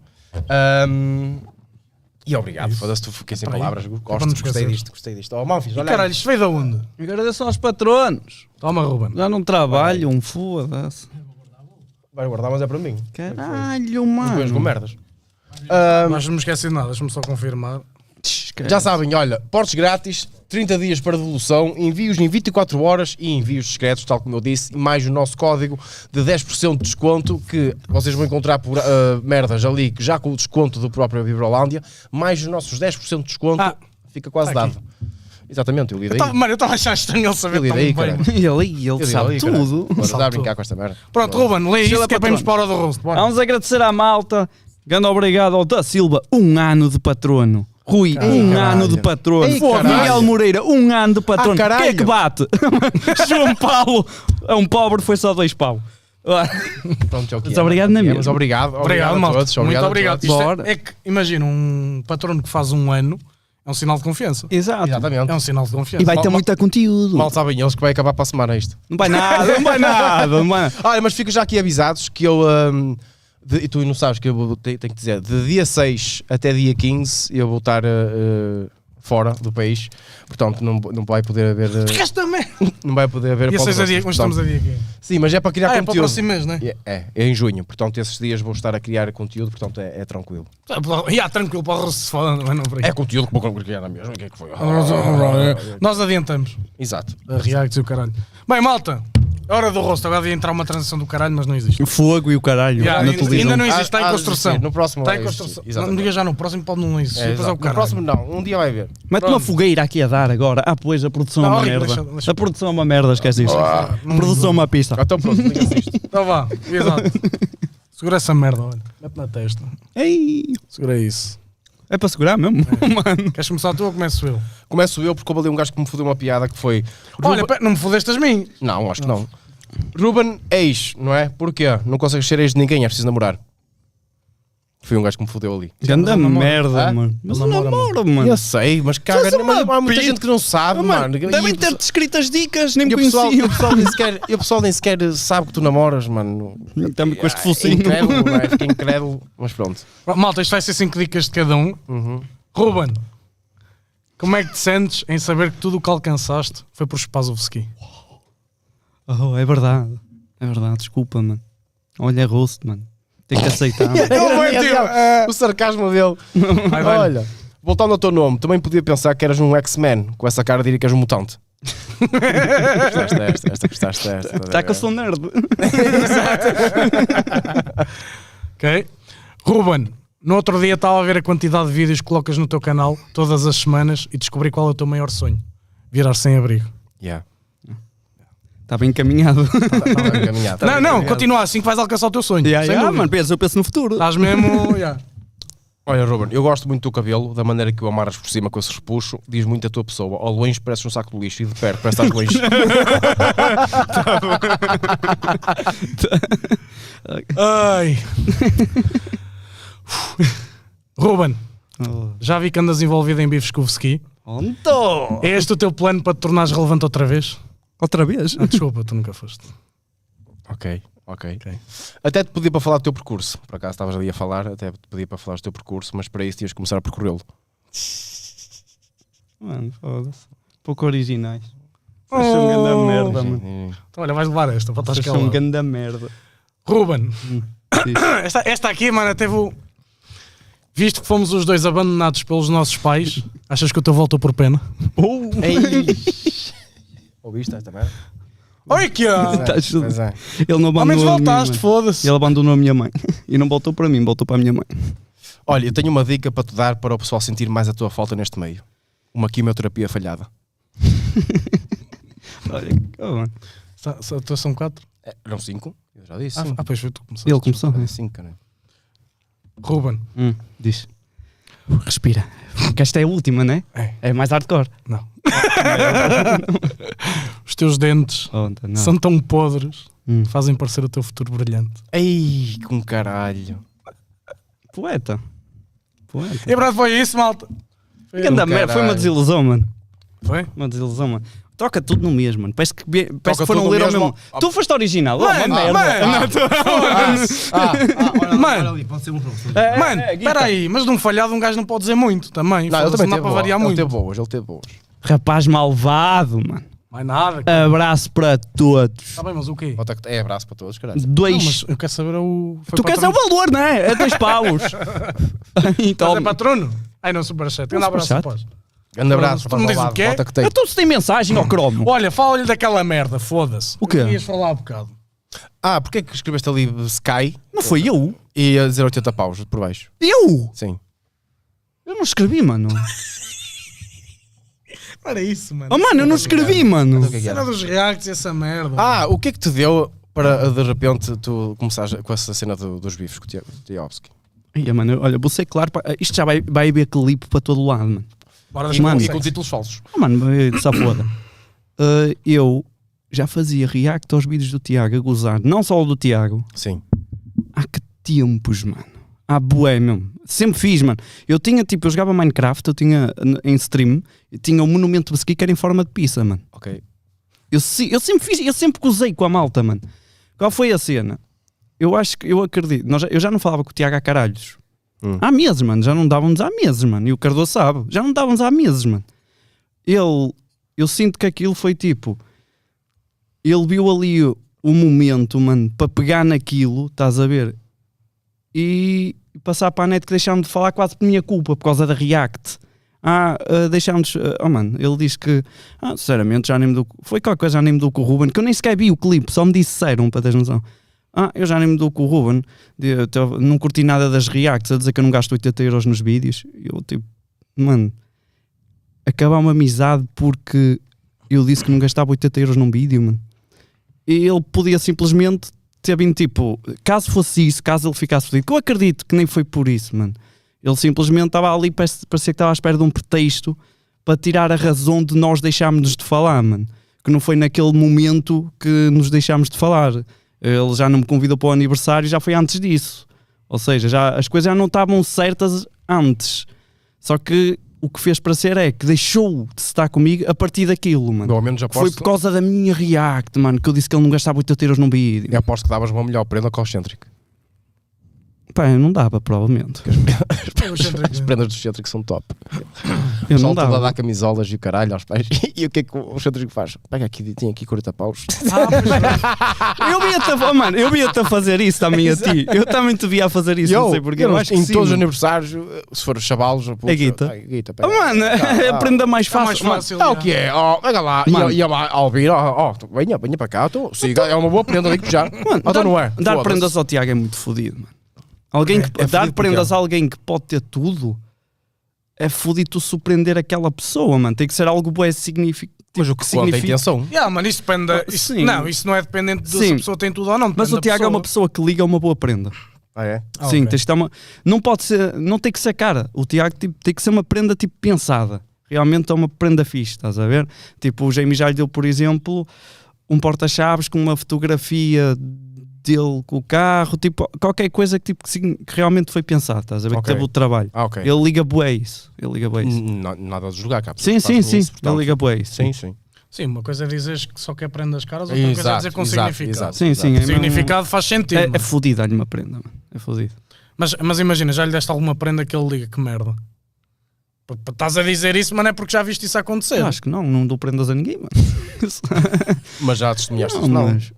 [SPEAKER 2] Ahm, e obrigado, foda-se, tu fiquei sem
[SPEAKER 1] Espera aí.
[SPEAKER 2] palavras.
[SPEAKER 1] É para
[SPEAKER 2] Gosto,
[SPEAKER 1] não
[SPEAKER 2] gostei
[SPEAKER 1] esquecer.
[SPEAKER 2] disto, gostei disto. Oh, Malfis, olha
[SPEAKER 1] Caralho,
[SPEAKER 2] aí.
[SPEAKER 1] isto veio de onde?
[SPEAKER 3] Agradeço aos patronos.
[SPEAKER 1] Toma, Ruben.
[SPEAKER 3] Já não trabalham, foda-se.
[SPEAKER 2] Vai guardar, mas é para mim.
[SPEAKER 3] Caralho,
[SPEAKER 2] Depois com
[SPEAKER 3] mano.
[SPEAKER 2] merdas. Ahm,
[SPEAKER 1] Mas não me esqueci de nada, deixa-me só confirmar.
[SPEAKER 2] já sabem, olha, portes grátis, trinta dias para devolução, envios em vinte e quatro horas e envios discretos, tal como eu disse, e mais o nosso código de dez por cento de desconto que vocês vão encontrar por ah, merdas ali, que já com o desconto do próprio Vibrolândia, mais os nossos dez por cento de desconto,
[SPEAKER 1] Ah,
[SPEAKER 2] fica quase
[SPEAKER 1] tá
[SPEAKER 2] dado. Exatamente, eu li
[SPEAKER 1] Eu
[SPEAKER 2] daí.
[SPEAKER 1] tava- mano, eu estava a achar estranho ele saber
[SPEAKER 2] Eu li
[SPEAKER 1] tão
[SPEAKER 2] daí,
[SPEAKER 1] bem.
[SPEAKER 2] cara.
[SPEAKER 1] mano.
[SPEAKER 3] Ele, ele
[SPEAKER 2] Eu li
[SPEAKER 3] sabe
[SPEAKER 2] daí, caralho.
[SPEAKER 3] tudo.
[SPEAKER 2] Bora,
[SPEAKER 1] Sabe
[SPEAKER 2] dá a
[SPEAKER 1] tudo.
[SPEAKER 2] brincar com esta merda.
[SPEAKER 1] Pronto, Ruben, lê
[SPEAKER 3] Sheila
[SPEAKER 1] isso que é para irmos
[SPEAKER 3] Patrono.
[SPEAKER 1] para a hora do rosto. Bora.
[SPEAKER 3] Vamos agradecer à malta. Grande obrigado ao Da Silva, um ano de patrono. Rui, um
[SPEAKER 2] caralho.
[SPEAKER 3] ano de patrono.
[SPEAKER 2] Ei, caralho.
[SPEAKER 3] Miguel Moreira, um ano de patrono.
[SPEAKER 2] Ah, caralho.
[SPEAKER 3] Quem é que bate? João Paulo, é um pobre, foi só dois pau.
[SPEAKER 2] Pronto, é o que
[SPEAKER 3] Mas
[SPEAKER 2] é,
[SPEAKER 3] obrigado
[SPEAKER 2] é o
[SPEAKER 3] na
[SPEAKER 2] que é,
[SPEAKER 3] mesma.
[SPEAKER 2] mas obrigado,
[SPEAKER 1] Obrigado,
[SPEAKER 2] a
[SPEAKER 1] malta.
[SPEAKER 2] todos.
[SPEAKER 1] Muito
[SPEAKER 2] a
[SPEAKER 1] obrigado.
[SPEAKER 2] todos.
[SPEAKER 1] Isto
[SPEAKER 3] Bora.
[SPEAKER 1] é, é que, imagina, um patrono que faz um ano é um sinal de confiança.
[SPEAKER 3] Exato.
[SPEAKER 2] Exatamente.
[SPEAKER 1] É um sinal de confiança.
[SPEAKER 3] E vai ter
[SPEAKER 2] Mal-
[SPEAKER 3] muito conteúdo.
[SPEAKER 2] Mal sabem eles que vai acabar para a semana isto.
[SPEAKER 3] Não vai nada, não vai nada. Não vai nada.
[SPEAKER 2] Olha, mas fico já aqui avisados que eu. hum, de- e tu não sabes que eu vou- te- tenho que dizer, de dia seis até dia quinze eu vou estar uh, fora do país, portanto não, não vai poder haver. uh,
[SPEAKER 1] Ficaste também.
[SPEAKER 2] não vai poder haver.
[SPEAKER 1] Dia seis a
[SPEAKER 2] podcast,
[SPEAKER 1] dia, mas
[SPEAKER 2] portanto.
[SPEAKER 1] estamos a dia aqui.
[SPEAKER 2] Sim, mas é para criar
[SPEAKER 1] Ah, é para o
[SPEAKER 2] conteúdo.
[SPEAKER 1] próximo mês, não é?
[SPEAKER 2] É, é, é em junho, portanto esses dias vou estar a criar conteúdo, portanto é, é tranquilo.
[SPEAKER 1] Já, tranquilo, para o rosto se foda, mas não por aí.
[SPEAKER 2] É conteúdo que vou criar na mesma. O que é que foi?
[SPEAKER 1] Nós adiantamos.
[SPEAKER 2] Exato.
[SPEAKER 1] A React e o caralho. Bem, malta, hora do rosto. Agora devia entrar uma transição do caralho, mas não existe.
[SPEAKER 3] O fogo e o caralho.
[SPEAKER 1] Já,
[SPEAKER 3] na
[SPEAKER 1] ainda,
[SPEAKER 3] televisão.
[SPEAKER 1] ainda não existe,
[SPEAKER 2] Ah,
[SPEAKER 1] está em
[SPEAKER 2] ah,
[SPEAKER 1] construção.
[SPEAKER 2] sim, no próximo
[SPEAKER 1] Está
[SPEAKER 2] vai
[SPEAKER 1] em
[SPEAKER 2] existir,
[SPEAKER 1] construção. Não
[SPEAKER 2] exatamente.
[SPEAKER 1] me diga já no próximo, pode não existir.
[SPEAKER 2] É,
[SPEAKER 1] Depois é o
[SPEAKER 2] exato. No
[SPEAKER 1] caralho.
[SPEAKER 2] próximo não, um dia vai ver.
[SPEAKER 3] Mete uma fogueira aqui a dar agora. Ah, pois a produção
[SPEAKER 1] Não,
[SPEAKER 3] é uma
[SPEAKER 1] horrível,
[SPEAKER 3] merda.
[SPEAKER 1] deixa- deixa-
[SPEAKER 3] A produção é uma merda, esquece isto.
[SPEAKER 2] Ah,
[SPEAKER 3] A produção é uma pista.
[SPEAKER 2] Então pronto, liga-se isto.
[SPEAKER 1] Então vá, exato. Segura essa merda, olha. Mete na testa.
[SPEAKER 3] Ei,
[SPEAKER 1] Segura isso.
[SPEAKER 3] é para segurar mesmo, mano.
[SPEAKER 1] Queres começar tu ou começo eu?
[SPEAKER 2] Começo eu porque houve ali um gajo que me fodeu uma piada que foi.
[SPEAKER 1] Olha,
[SPEAKER 2] Ruben-
[SPEAKER 1] pera, não me fodeste as mim.
[SPEAKER 2] Não, acho que não. Ruben ex, não é? Porquê? Não consegues ser ex de ninguém, é preciso namorar. Foi um gajo que me fodeu ali.
[SPEAKER 3] Ganda
[SPEAKER 1] Ele namora.
[SPEAKER 3] merda,
[SPEAKER 2] Hã?
[SPEAKER 3] mano. Mas
[SPEAKER 1] Ele namora,
[SPEAKER 3] namora, mano.
[SPEAKER 2] Eu sei, mas caga,
[SPEAKER 3] Mas é
[SPEAKER 2] mas
[SPEAKER 3] uma
[SPEAKER 2] há muita
[SPEAKER 3] pita.
[SPEAKER 2] gente que não sabe,
[SPEAKER 3] Ah,
[SPEAKER 2] mano.
[SPEAKER 3] mano,
[SPEAKER 2] E
[SPEAKER 3] devem
[SPEAKER 2] o
[SPEAKER 3] ter descritas dicas, nem
[SPEAKER 2] e
[SPEAKER 3] me
[SPEAKER 2] o pessoal, e
[SPEAKER 3] conheciam.
[SPEAKER 2] o pessoal nem sequer, e o pessoal nem sequer sabe que tu namoras, mano.
[SPEAKER 3] Estamos com este
[SPEAKER 2] Ah,
[SPEAKER 3] focinho.
[SPEAKER 2] incrédulo, não é? Fiquei incrédulo, mas pronto.
[SPEAKER 1] Malta, isto vai ser cinco dicas de cada um.
[SPEAKER 2] Uhum.
[SPEAKER 1] Ruben, como é que te sentes em saber que tudo o que alcançaste foi por Spazovski?
[SPEAKER 3] Oh, é verdade. É verdade, desculpa, mano. Olha, é rosto, mano. Tem que aceitar. mano.
[SPEAKER 1] Não vai, tio.
[SPEAKER 2] É, o sarcasmo dele.
[SPEAKER 1] Vai, vai.
[SPEAKER 2] Olha, voltando ao teu nome, também podia pensar que eras um X-Men, com essa cara diria que és um mutante. Gostaste desta, esta, gostaste desta.
[SPEAKER 3] Está que eu sou nerd.
[SPEAKER 1] Ok? Ruben, no outro dia estava a ver a quantidade de vídeos que colocas no teu canal todas as semanas e descobri qual é o teu maior sonho. Virar sem abrigo.
[SPEAKER 2] Yeah.
[SPEAKER 3] Está bem encaminhado.
[SPEAKER 2] Estava encaminhado.
[SPEAKER 1] Não, não, continua assim que vais alcançar o teu sonho.
[SPEAKER 3] Yeah,
[SPEAKER 1] sem
[SPEAKER 3] yeah,
[SPEAKER 1] dúvida.
[SPEAKER 3] mano, pensa, eu penso no futuro.
[SPEAKER 1] Estás mesmo. yeah.
[SPEAKER 2] Olha, Ruben, eu gosto muito do teu cabelo, da maneira que o amarras por cima com esse repuxo, diz muito a tua pessoa. Ao longe pareces um saco de lixo e de perto parece estar longe.
[SPEAKER 1] Ai. Ruben,
[SPEAKER 3] Oh.
[SPEAKER 1] já vi que andas envolvido em bifes com o ski.
[SPEAKER 3] Onde?
[SPEAKER 1] É este o teu plano para te tornares relevante outra vez?
[SPEAKER 3] Outra vez?
[SPEAKER 1] Ah, desculpa, tu nunca foste.
[SPEAKER 2] ok, ok.
[SPEAKER 1] Ok.
[SPEAKER 2] Até te podia para falar do teu percurso. Por acaso estavas ali a falar, até te podia para falar do teu percurso, mas para isso tinhas que começar a percorrê-lo.
[SPEAKER 3] Mano, foda-se. Pouco originais. Vocês são um ganda merda, mano.
[SPEAKER 1] Então, olha, vais levar esta para estar
[SPEAKER 3] Vocês são um
[SPEAKER 1] escalado.
[SPEAKER 3] ganda merda.
[SPEAKER 1] Ruben,
[SPEAKER 3] Diz.
[SPEAKER 1] esta, esta aqui, mano, teve o... Visto que fomos os dois abandonados pelos nossos pais, achas que o teu voltou por pena?
[SPEAKER 3] Oh.
[SPEAKER 2] Ei! Ouviste esta merda?
[SPEAKER 1] Oi, que ó!
[SPEAKER 3] Tá
[SPEAKER 2] Pois
[SPEAKER 3] tudo.
[SPEAKER 2] é.
[SPEAKER 3] Ele não
[SPEAKER 1] Ao
[SPEAKER 3] abandonou
[SPEAKER 1] menos
[SPEAKER 3] a minha
[SPEAKER 1] voltaste,
[SPEAKER 3] mãe.
[SPEAKER 1] foda-se.
[SPEAKER 3] Ele abandonou a minha mãe. E não voltou para mim, voltou para a minha mãe.
[SPEAKER 2] Olha, eu tenho uma dica para te dar para o pessoal sentir mais a tua falta neste meio. Uma quimioterapia falhada.
[SPEAKER 3] Olha, oh, mano.
[SPEAKER 1] Só- só- tu são quatro?
[SPEAKER 2] É, eram cinco? Eu já disse.
[SPEAKER 1] Ah,
[SPEAKER 2] cinco.
[SPEAKER 1] ah, pois foi tu que começaste.
[SPEAKER 3] Ele começou.
[SPEAKER 2] É cinco, cara.
[SPEAKER 1] Ruben,
[SPEAKER 3] Hum, diz. Respira. Que esta é a última, né?
[SPEAKER 1] É.
[SPEAKER 3] É mais hardcore.
[SPEAKER 1] não. os teus dentes
[SPEAKER 3] Ontem, não.
[SPEAKER 1] são tão podres
[SPEAKER 3] Hum.
[SPEAKER 1] que fazem parecer o teu futuro brilhante.
[SPEAKER 2] Ei, com caralho.
[SPEAKER 3] Poeta. Poeta.
[SPEAKER 1] E pronto, foi isso, malta. Foi,
[SPEAKER 3] Ganda merda, foi uma
[SPEAKER 2] caralho.
[SPEAKER 3] desilusão, mano.
[SPEAKER 1] foi?
[SPEAKER 3] Uma desilusão, mano. Troca tudo no mesmo, mano. Parece que, parece
[SPEAKER 2] Troca
[SPEAKER 3] que foram
[SPEAKER 2] tudo no
[SPEAKER 3] ler ao
[SPEAKER 2] mesmo.
[SPEAKER 3] mesmo. Tu foste original. Oh, uma
[SPEAKER 1] Mano,
[SPEAKER 3] merda.
[SPEAKER 1] mano.
[SPEAKER 3] Não, tu-
[SPEAKER 2] Ah,
[SPEAKER 4] olha,
[SPEAKER 1] Mano.
[SPEAKER 4] ali, pode ser um jogo.
[SPEAKER 3] É,
[SPEAKER 1] Mano,
[SPEAKER 3] é,
[SPEAKER 1] espera aí, mas de um falhado um gajo não pode dizer muito também.
[SPEAKER 2] não, ele
[SPEAKER 1] Foda-se,
[SPEAKER 2] também
[SPEAKER 1] não dá
[SPEAKER 2] teve
[SPEAKER 1] para
[SPEAKER 2] boas.
[SPEAKER 1] variar
[SPEAKER 2] Ele
[SPEAKER 1] muito.
[SPEAKER 2] teve boas, ele teve boas.
[SPEAKER 3] Rapaz malvado, mano.
[SPEAKER 1] Mais nada.
[SPEAKER 3] Abraço para todos.
[SPEAKER 1] Está bem, mas o quê?
[SPEAKER 2] Bota que- É abraço para todos, caralho.
[SPEAKER 1] Não,
[SPEAKER 3] Dois.
[SPEAKER 1] mas eu quero saber o... Foi
[SPEAKER 3] Tu queres é o
[SPEAKER 1] patrono?
[SPEAKER 3] valor, não é? É dois paus. Então,
[SPEAKER 1] Mas é patrono? Ai não, superchat. Um abraço
[SPEAKER 3] Superchat?
[SPEAKER 1] após.
[SPEAKER 2] Grande abraço,
[SPEAKER 1] Tu me dizes o quê?
[SPEAKER 2] Bota que tem.
[SPEAKER 3] então se tem mensagem ao cromo.
[SPEAKER 1] Olha, fala-lhe daquela merda, foda-se.
[SPEAKER 3] O quê?
[SPEAKER 1] Ias falar há bocado.
[SPEAKER 2] Ah, porquê que escreveste ali Sky
[SPEAKER 3] Não foi eu.
[SPEAKER 2] e a dizer oitenta paus por baixo?
[SPEAKER 3] Eu?
[SPEAKER 2] Sim.
[SPEAKER 3] Eu não escrevi, mano.
[SPEAKER 1] Para isso, mano.
[SPEAKER 3] Oh, mano, eu não escrevi, mano.
[SPEAKER 2] O que é que
[SPEAKER 1] Cena
[SPEAKER 2] era?
[SPEAKER 1] dos reacts e essa merda.
[SPEAKER 2] Ah, o que é que te deu para de repente tu começares com essa cena do- dos bifes com o Tia- Tiovski?
[SPEAKER 3] Ia, mano, olha, vou ser claro, pá, isto já vai, vai haver clipe para todo lado, mano.
[SPEAKER 1] Bora
[SPEAKER 3] E,
[SPEAKER 1] deixar
[SPEAKER 3] mano,
[SPEAKER 1] o
[SPEAKER 2] E com
[SPEAKER 1] sexo.
[SPEAKER 2] títulos falsos.
[SPEAKER 3] Oh, mano, só foda. Uh, eu já fazia react aos vídeos do Tiago a gozar, não só o do Tiago,
[SPEAKER 2] Sim.
[SPEAKER 3] há que tempos, mano. Há bué mesmo. Sempre fiz, mano. Eu tinha, tipo, eu jogava Minecraft, eu tinha n- em stream, eu tinha o Monumento Besqui que era em forma de pizza, mano.
[SPEAKER 2] Ok.
[SPEAKER 3] Eu, se- eu sempre fiz, eu sempre gozei com a malta, mano. Qual foi a cena? Eu acho que, eu acredito, nós já- eu já não falava com o Tiago há caralhos.
[SPEAKER 2] Hum.
[SPEAKER 3] Há meses, mano, já não dávamos há meses, mano. E o Cardoso sabe, já não dávamos há meses, mano. Ele, eu sinto que aquilo foi tipo, ele viu ali o, o momento, mano, para pegar naquilo, estás a ver? E passar para a net que deixámos de falar quase por minha culpa, por causa da React. Ah, uh, deixámos. Uh, oh, mano, ele diz que. Ah, sinceramente, já nem me dou. Foi qualquer coisa, já nem me dou com o Ruben, que eu nem sequer vi o clipe, só me disseram, para teres noção. Ah, eu já nem me dou com o Ruben, de, eu te- não curti nada das reacts, a dizer que eu não gasto oitenta euros nos vídeos. Eu, tipo, mano, acabar uma amizade porque eu disse que não gastava oitenta euros num vídeo, mano. E ele podia simplesmente ter vindo, tipo, caso fosse isso, caso ele ficasse fodido, que eu acredito que nem foi por isso, mano. Ele simplesmente estava ali, parece- parecia que estava à espera de um pretexto para tirar a razão de nós deixarmos de falar, mano. Que não foi naquele momento que nos deixámos de falar. Ele já não me convidou para o aniversário, já foi antes disso. Ou seja, já, as coisas já não estavam certas antes. Só que o que fez para ser é que deixou de estar comigo a partir daquilo, mano.
[SPEAKER 2] Pelo menos
[SPEAKER 3] Foi
[SPEAKER 2] aposto,
[SPEAKER 3] por causa da minha react, mano, que eu disse que ele não gastava oitenta euros num vídeo.
[SPEAKER 2] eu aposto que davas uma melhor prenda que ao Centric.
[SPEAKER 3] Pá, eu não dava, provavelmente.
[SPEAKER 2] As prendas do Centric são top.
[SPEAKER 3] Eu
[SPEAKER 2] Só
[SPEAKER 3] não
[SPEAKER 2] toda a
[SPEAKER 3] dava.
[SPEAKER 2] dar camisolas e o caralho aos pais. E o que é que o Centric faz? Pega aqui, tem aqui quarenta paus.
[SPEAKER 3] Eu via-te a, mano, eu via-te a fazer isso também a ti. Eu também te via a fazer isso,
[SPEAKER 2] E eu,
[SPEAKER 3] não sei porque.
[SPEAKER 2] eu
[SPEAKER 3] Eu
[SPEAKER 2] não-
[SPEAKER 3] acho que
[SPEAKER 2] em
[SPEAKER 3] sim,
[SPEAKER 2] todos os
[SPEAKER 3] mano.
[SPEAKER 2] aniversários, se for os chavalos,
[SPEAKER 3] A guita.
[SPEAKER 2] a guita
[SPEAKER 3] Oh,
[SPEAKER 2] pega.
[SPEAKER 3] mano, é a prenda mais
[SPEAKER 1] Está
[SPEAKER 3] fácil.
[SPEAKER 1] mais fácil.
[SPEAKER 2] É o que é? Ó, pega lá. E
[SPEAKER 3] Mano.
[SPEAKER 2] eu- E eu ao ouvir, ó, ó, venha, venha para cá. Tô, siga, é uma boa prenda, digo já.
[SPEAKER 3] Mano,
[SPEAKER 2] Então
[SPEAKER 3] dar,
[SPEAKER 2] não é?
[SPEAKER 3] dar
[SPEAKER 2] Foda-se.
[SPEAKER 3] prendas ao Tiago é muito fodido, mano. Alguém que,
[SPEAKER 2] É
[SPEAKER 3] dar
[SPEAKER 2] fodido
[SPEAKER 3] prendas
[SPEAKER 2] porque-
[SPEAKER 3] a alguém que pode ter tudo é fodido tu surpreender aquela pessoa, mano. Tem que ser algo bué significativo.
[SPEAKER 2] Mas o que conta é a intenção.
[SPEAKER 1] Yeah, mano, isso depende.
[SPEAKER 3] Ah,
[SPEAKER 1] isso-
[SPEAKER 3] sim.
[SPEAKER 1] não, isso não é dependente de se
[SPEAKER 3] Sim.
[SPEAKER 1] a pessoa tem tudo ou não.
[SPEAKER 3] Mas
[SPEAKER 1] depende
[SPEAKER 3] o
[SPEAKER 1] da
[SPEAKER 3] Tiago é uma pessoa que liga a uma boa prenda.
[SPEAKER 2] Ah, é?
[SPEAKER 1] Ah,
[SPEAKER 3] Sim,
[SPEAKER 1] ok.
[SPEAKER 3] tens de dar uma. Não pode ser. Não tem que ser cara. O Tiago tipo, tem que ser uma prenda tipo pensada. Realmente é uma prenda fixe, estás a ver? Tipo, o Jamie já lhe deu, por exemplo, um porta-chaves com uma fotografia dele com o carro, tipo, qualquer coisa que, tipo, que, sign- que realmente foi pensado, estás a ver?
[SPEAKER 2] Ok.
[SPEAKER 3] Que teve o trabalho.
[SPEAKER 2] Ah, ok.
[SPEAKER 3] Ele liga bué isso. Ele liga bué isso.
[SPEAKER 2] N- n- Nada de jogar cá.
[SPEAKER 3] Sim, sim, sim. Ele liga bué isso.
[SPEAKER 2] Sim, sim.
[SPEAKER 1] Sim, uma coisa é dizeres que só quer prendas caras, outra coisa é dizer com
[SPEAKER 2] exato,
[SPEAKER 1] significado.
[SPEAKER 2] exato,
[SPEAKER 3] Sim,
[SPEAKER 2] exato.
[SPEAKER 3] sim.
[SPEAKER 1] O
[SPEAKER 3] É,
[SPEAKER 1] significado faz sentido.
[SPEAKER 3] é, é
[SPEAKER 1] mano.
[SPEAKER 3] fodido dar-lhe uma prenda, mano. É fodido.
[SPEAKER 1] Mas, mas imagina, já lhe deste alguma prenda que ele liga, que merda. P- p- Estás a dizer isso, mas não é porque já viste isso acontecer.
[SPEAKER 3] Eu acho que não, não dou prendas a ninguém, mano.
[SPEAKER 2] Mas já testemunhaste
[SPEAKER 3] Não,
[SPEAKER 2] isso? Não.
[SPEAKER 3] mas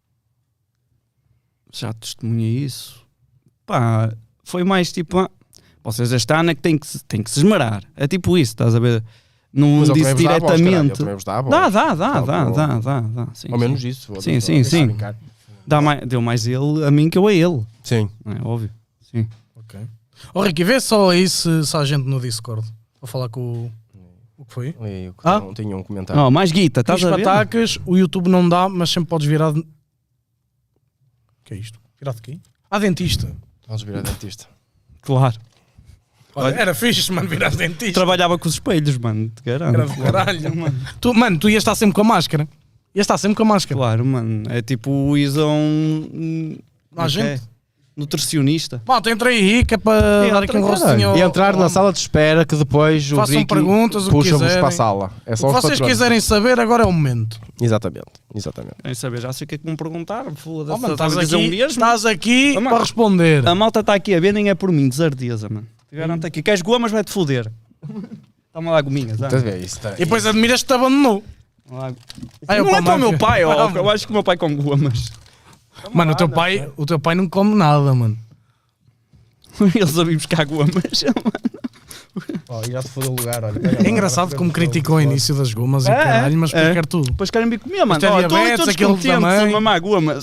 [SPEAKER 3] já testemunhei isso. Pá, foi mais tipo, ah, vocês este ano é que têm que, se- têm que se esmerar. É tipo isso, estás a ver? Não
[SPEAKER 2] Mas ele
[SPEAKER 3] disse
[SPEAKER 2] também vos dá a voz, caralho, ele
[SPEAKER 3] diretamente.
[SPEAKER 2] também vos dá a voz.
[SPEAKER 3] Dá, dá, dá,
[SPEAKER 2] Tá
[SPEAKER 3] dá,
[SPEAKER 2] bom.
[SPEAKER 3] dá, dá, dá. Sim,
[SPEAKER 2] Ao
[SPEAKER 3] sim.
[SPEAKER 2] menos isso. foda-se,
[SPEAKER 3] Sim, sim,
[SPEAKER 2] deixa
[SPEAKER 3] sim.
[SPEAKER 2] brincar.
[SPEAKER 3] Dá mais, deu mais ele a mim que eu a ele.
[SPEAKER 2] Sim.
[SPEAKER 3] Não é óbvio. Sim.
[SPEAKER 1] Ok. Ó Ricky, vê só aí se, se há gente no Discord. Vou falar com o. O que foi?
[SPEAKER 2] E eu
[SPEAKER 1] Ah?
[SPEAKER 2] não tinha um comentário.
[SPEAKER 3] Oh, mais guita, estás
[SPEAKER 1] Estás
[SPEAKER 3] a ver?
[SPEAKER 1] ataques, o YouTube não dá, mas sempre podes virar. De... O que é isto? Virar de quê? Ah, dentista.
[SPEAKER 2] Vamos virar dentista.
[SPEAKER 3] Claro.
[SPEAKER 1] Olha, era fixe, mano, virar dentista.
[SPEAKER 3] Trabalhava com os espelhos, mano. Te garanto.
[SPEAKER 1] Era do caralho. Tu, mano, tu ias estar sempre com a máscara. Ia estar sempre com a máscara.
[SPEAKER 3] Claro, mano. É tipo o Izão. hum,
[SPEAKER 1] Não há
[SPEAKER 3] como é que
[SPEAKER 1] gente.
[SPEAKER 3] é? Nutricionista.
[SPEAKER 1] Malta, entra aí que é para
[SPEAKER 3] Entra,
[SPEAKER 1] dar aqui um
[SPEAKER 3] caralho.
[SPEAKER 1] rostinho.
[SPEAKER 2] E entrar na sala de espera que depois o
[SPEAKER 1] Façam
[SPEAKER 2] Ricky
[SPEAKER 1] perguntas, o que
[SPEAKER 2] puxa-vos
[SPEAKER 1] quiserem.
[SPEAKER 2] para a sala. É
[SPEAKER 1] O
[SPEAKER 2] só
[SPEAKER 1] que
[SPEAKER 2] os
[SPEAKER 1] vocês
[SPEAKER 2] patronos.
[SPEAKER 1] quiserem saber, agora é o momento.
[SPEAKER 2] Exatamente, exatamente.
[SPEAKER 3] Querem saber? Já sei o que é que me perguntaram. Foda-se.
[SPEAKER 1] Oh, mano,
[SPEAKER 3] Estás
[SPEAKER 1] estás
[SPEAKER 3] a dizer o
[SPEAKER 1] aqui,
[SPEAKER 3] mesmo?
[SPEAKER 1] estás aqui
[SPEAKER 3] Oh, mano.
[SPEAKER 1] para responder.
[SPEAKER 3] A malta está aqui a ver, nem é por mim, de certeza, mano. Te garanto aqui. Queres gomas, vai-te foder. Toma lá gominhas.
[SPEAKER 2] Estás a ver isso? Tá-
[SPEAKER 1] E depois admiras que te abandonou.
[SPEAKER 3] Lá.
[SPEAKER 1] Ah, eu
[SPEAKER 3] Não é
[SPEAKER 1] para
[SPEAKER 3] para o meu
[SPEAKER 1] máfia.
[SPEAKER 3] pai, ó. Eu acho que o meu pai come gomas.
[SPEAKER 1] Mano, o teu pai, o teu pai não come nada, mano.
[SPEAKER 3] Eles a vir buscar gomas.
[SPEAKER 2] Oh, e já se foi do lugar, olha.
[SPEAKER 1] É engraçado como criticou o início das gomas e
[SPEAKER 3] É,
[SPEAKER 1] caralho, mas depois
[SPEAKER 3] é.
[SPEAKER 1] quer tudo.
[SPEAKER 3] Depois querem vir comer, mano.
[SPEAKER 1] Isto é
[SPEAKER 3] Ó, Estou
[SPEAKER 1] diabetes,
[SPEAKER 3] todos
[SPEAKER 1] aquilo
[SPEAKER 3] contentes
[SPEAKER 1] também.
[SPEAKER 3] a mamar gomas.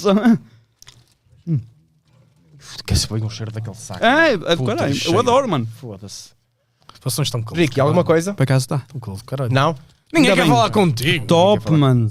[SPEAKER 2] Quer-se bem um cheiro daquele saco.
[SPEAKER 3] É,
[SPEAKER 2] Puta,
[SPEAKER 3] caralho, eu
[SPEAKER 2] cheiro.
[SPEAKER 3] adoro, mano.
[SPEAKER 2] Foda-se.
[SPEAKER 1] As situações estão cold.
[SPEAKER 2] Ricky, alguma coisa?
[SPEAKER 3] Por acaso está.
[SPEAKER 1] Estão cold, caralho.
[SPEAKER 2] Não?
[SPEAKER 1] Ninguém
[SPEAKER 3] Ainda
[SPEAKER 1] quer
[SPEAKER 3] bem.
[SPEAKER 1] falar contigo.
[SPEAKER 3] Top, mano.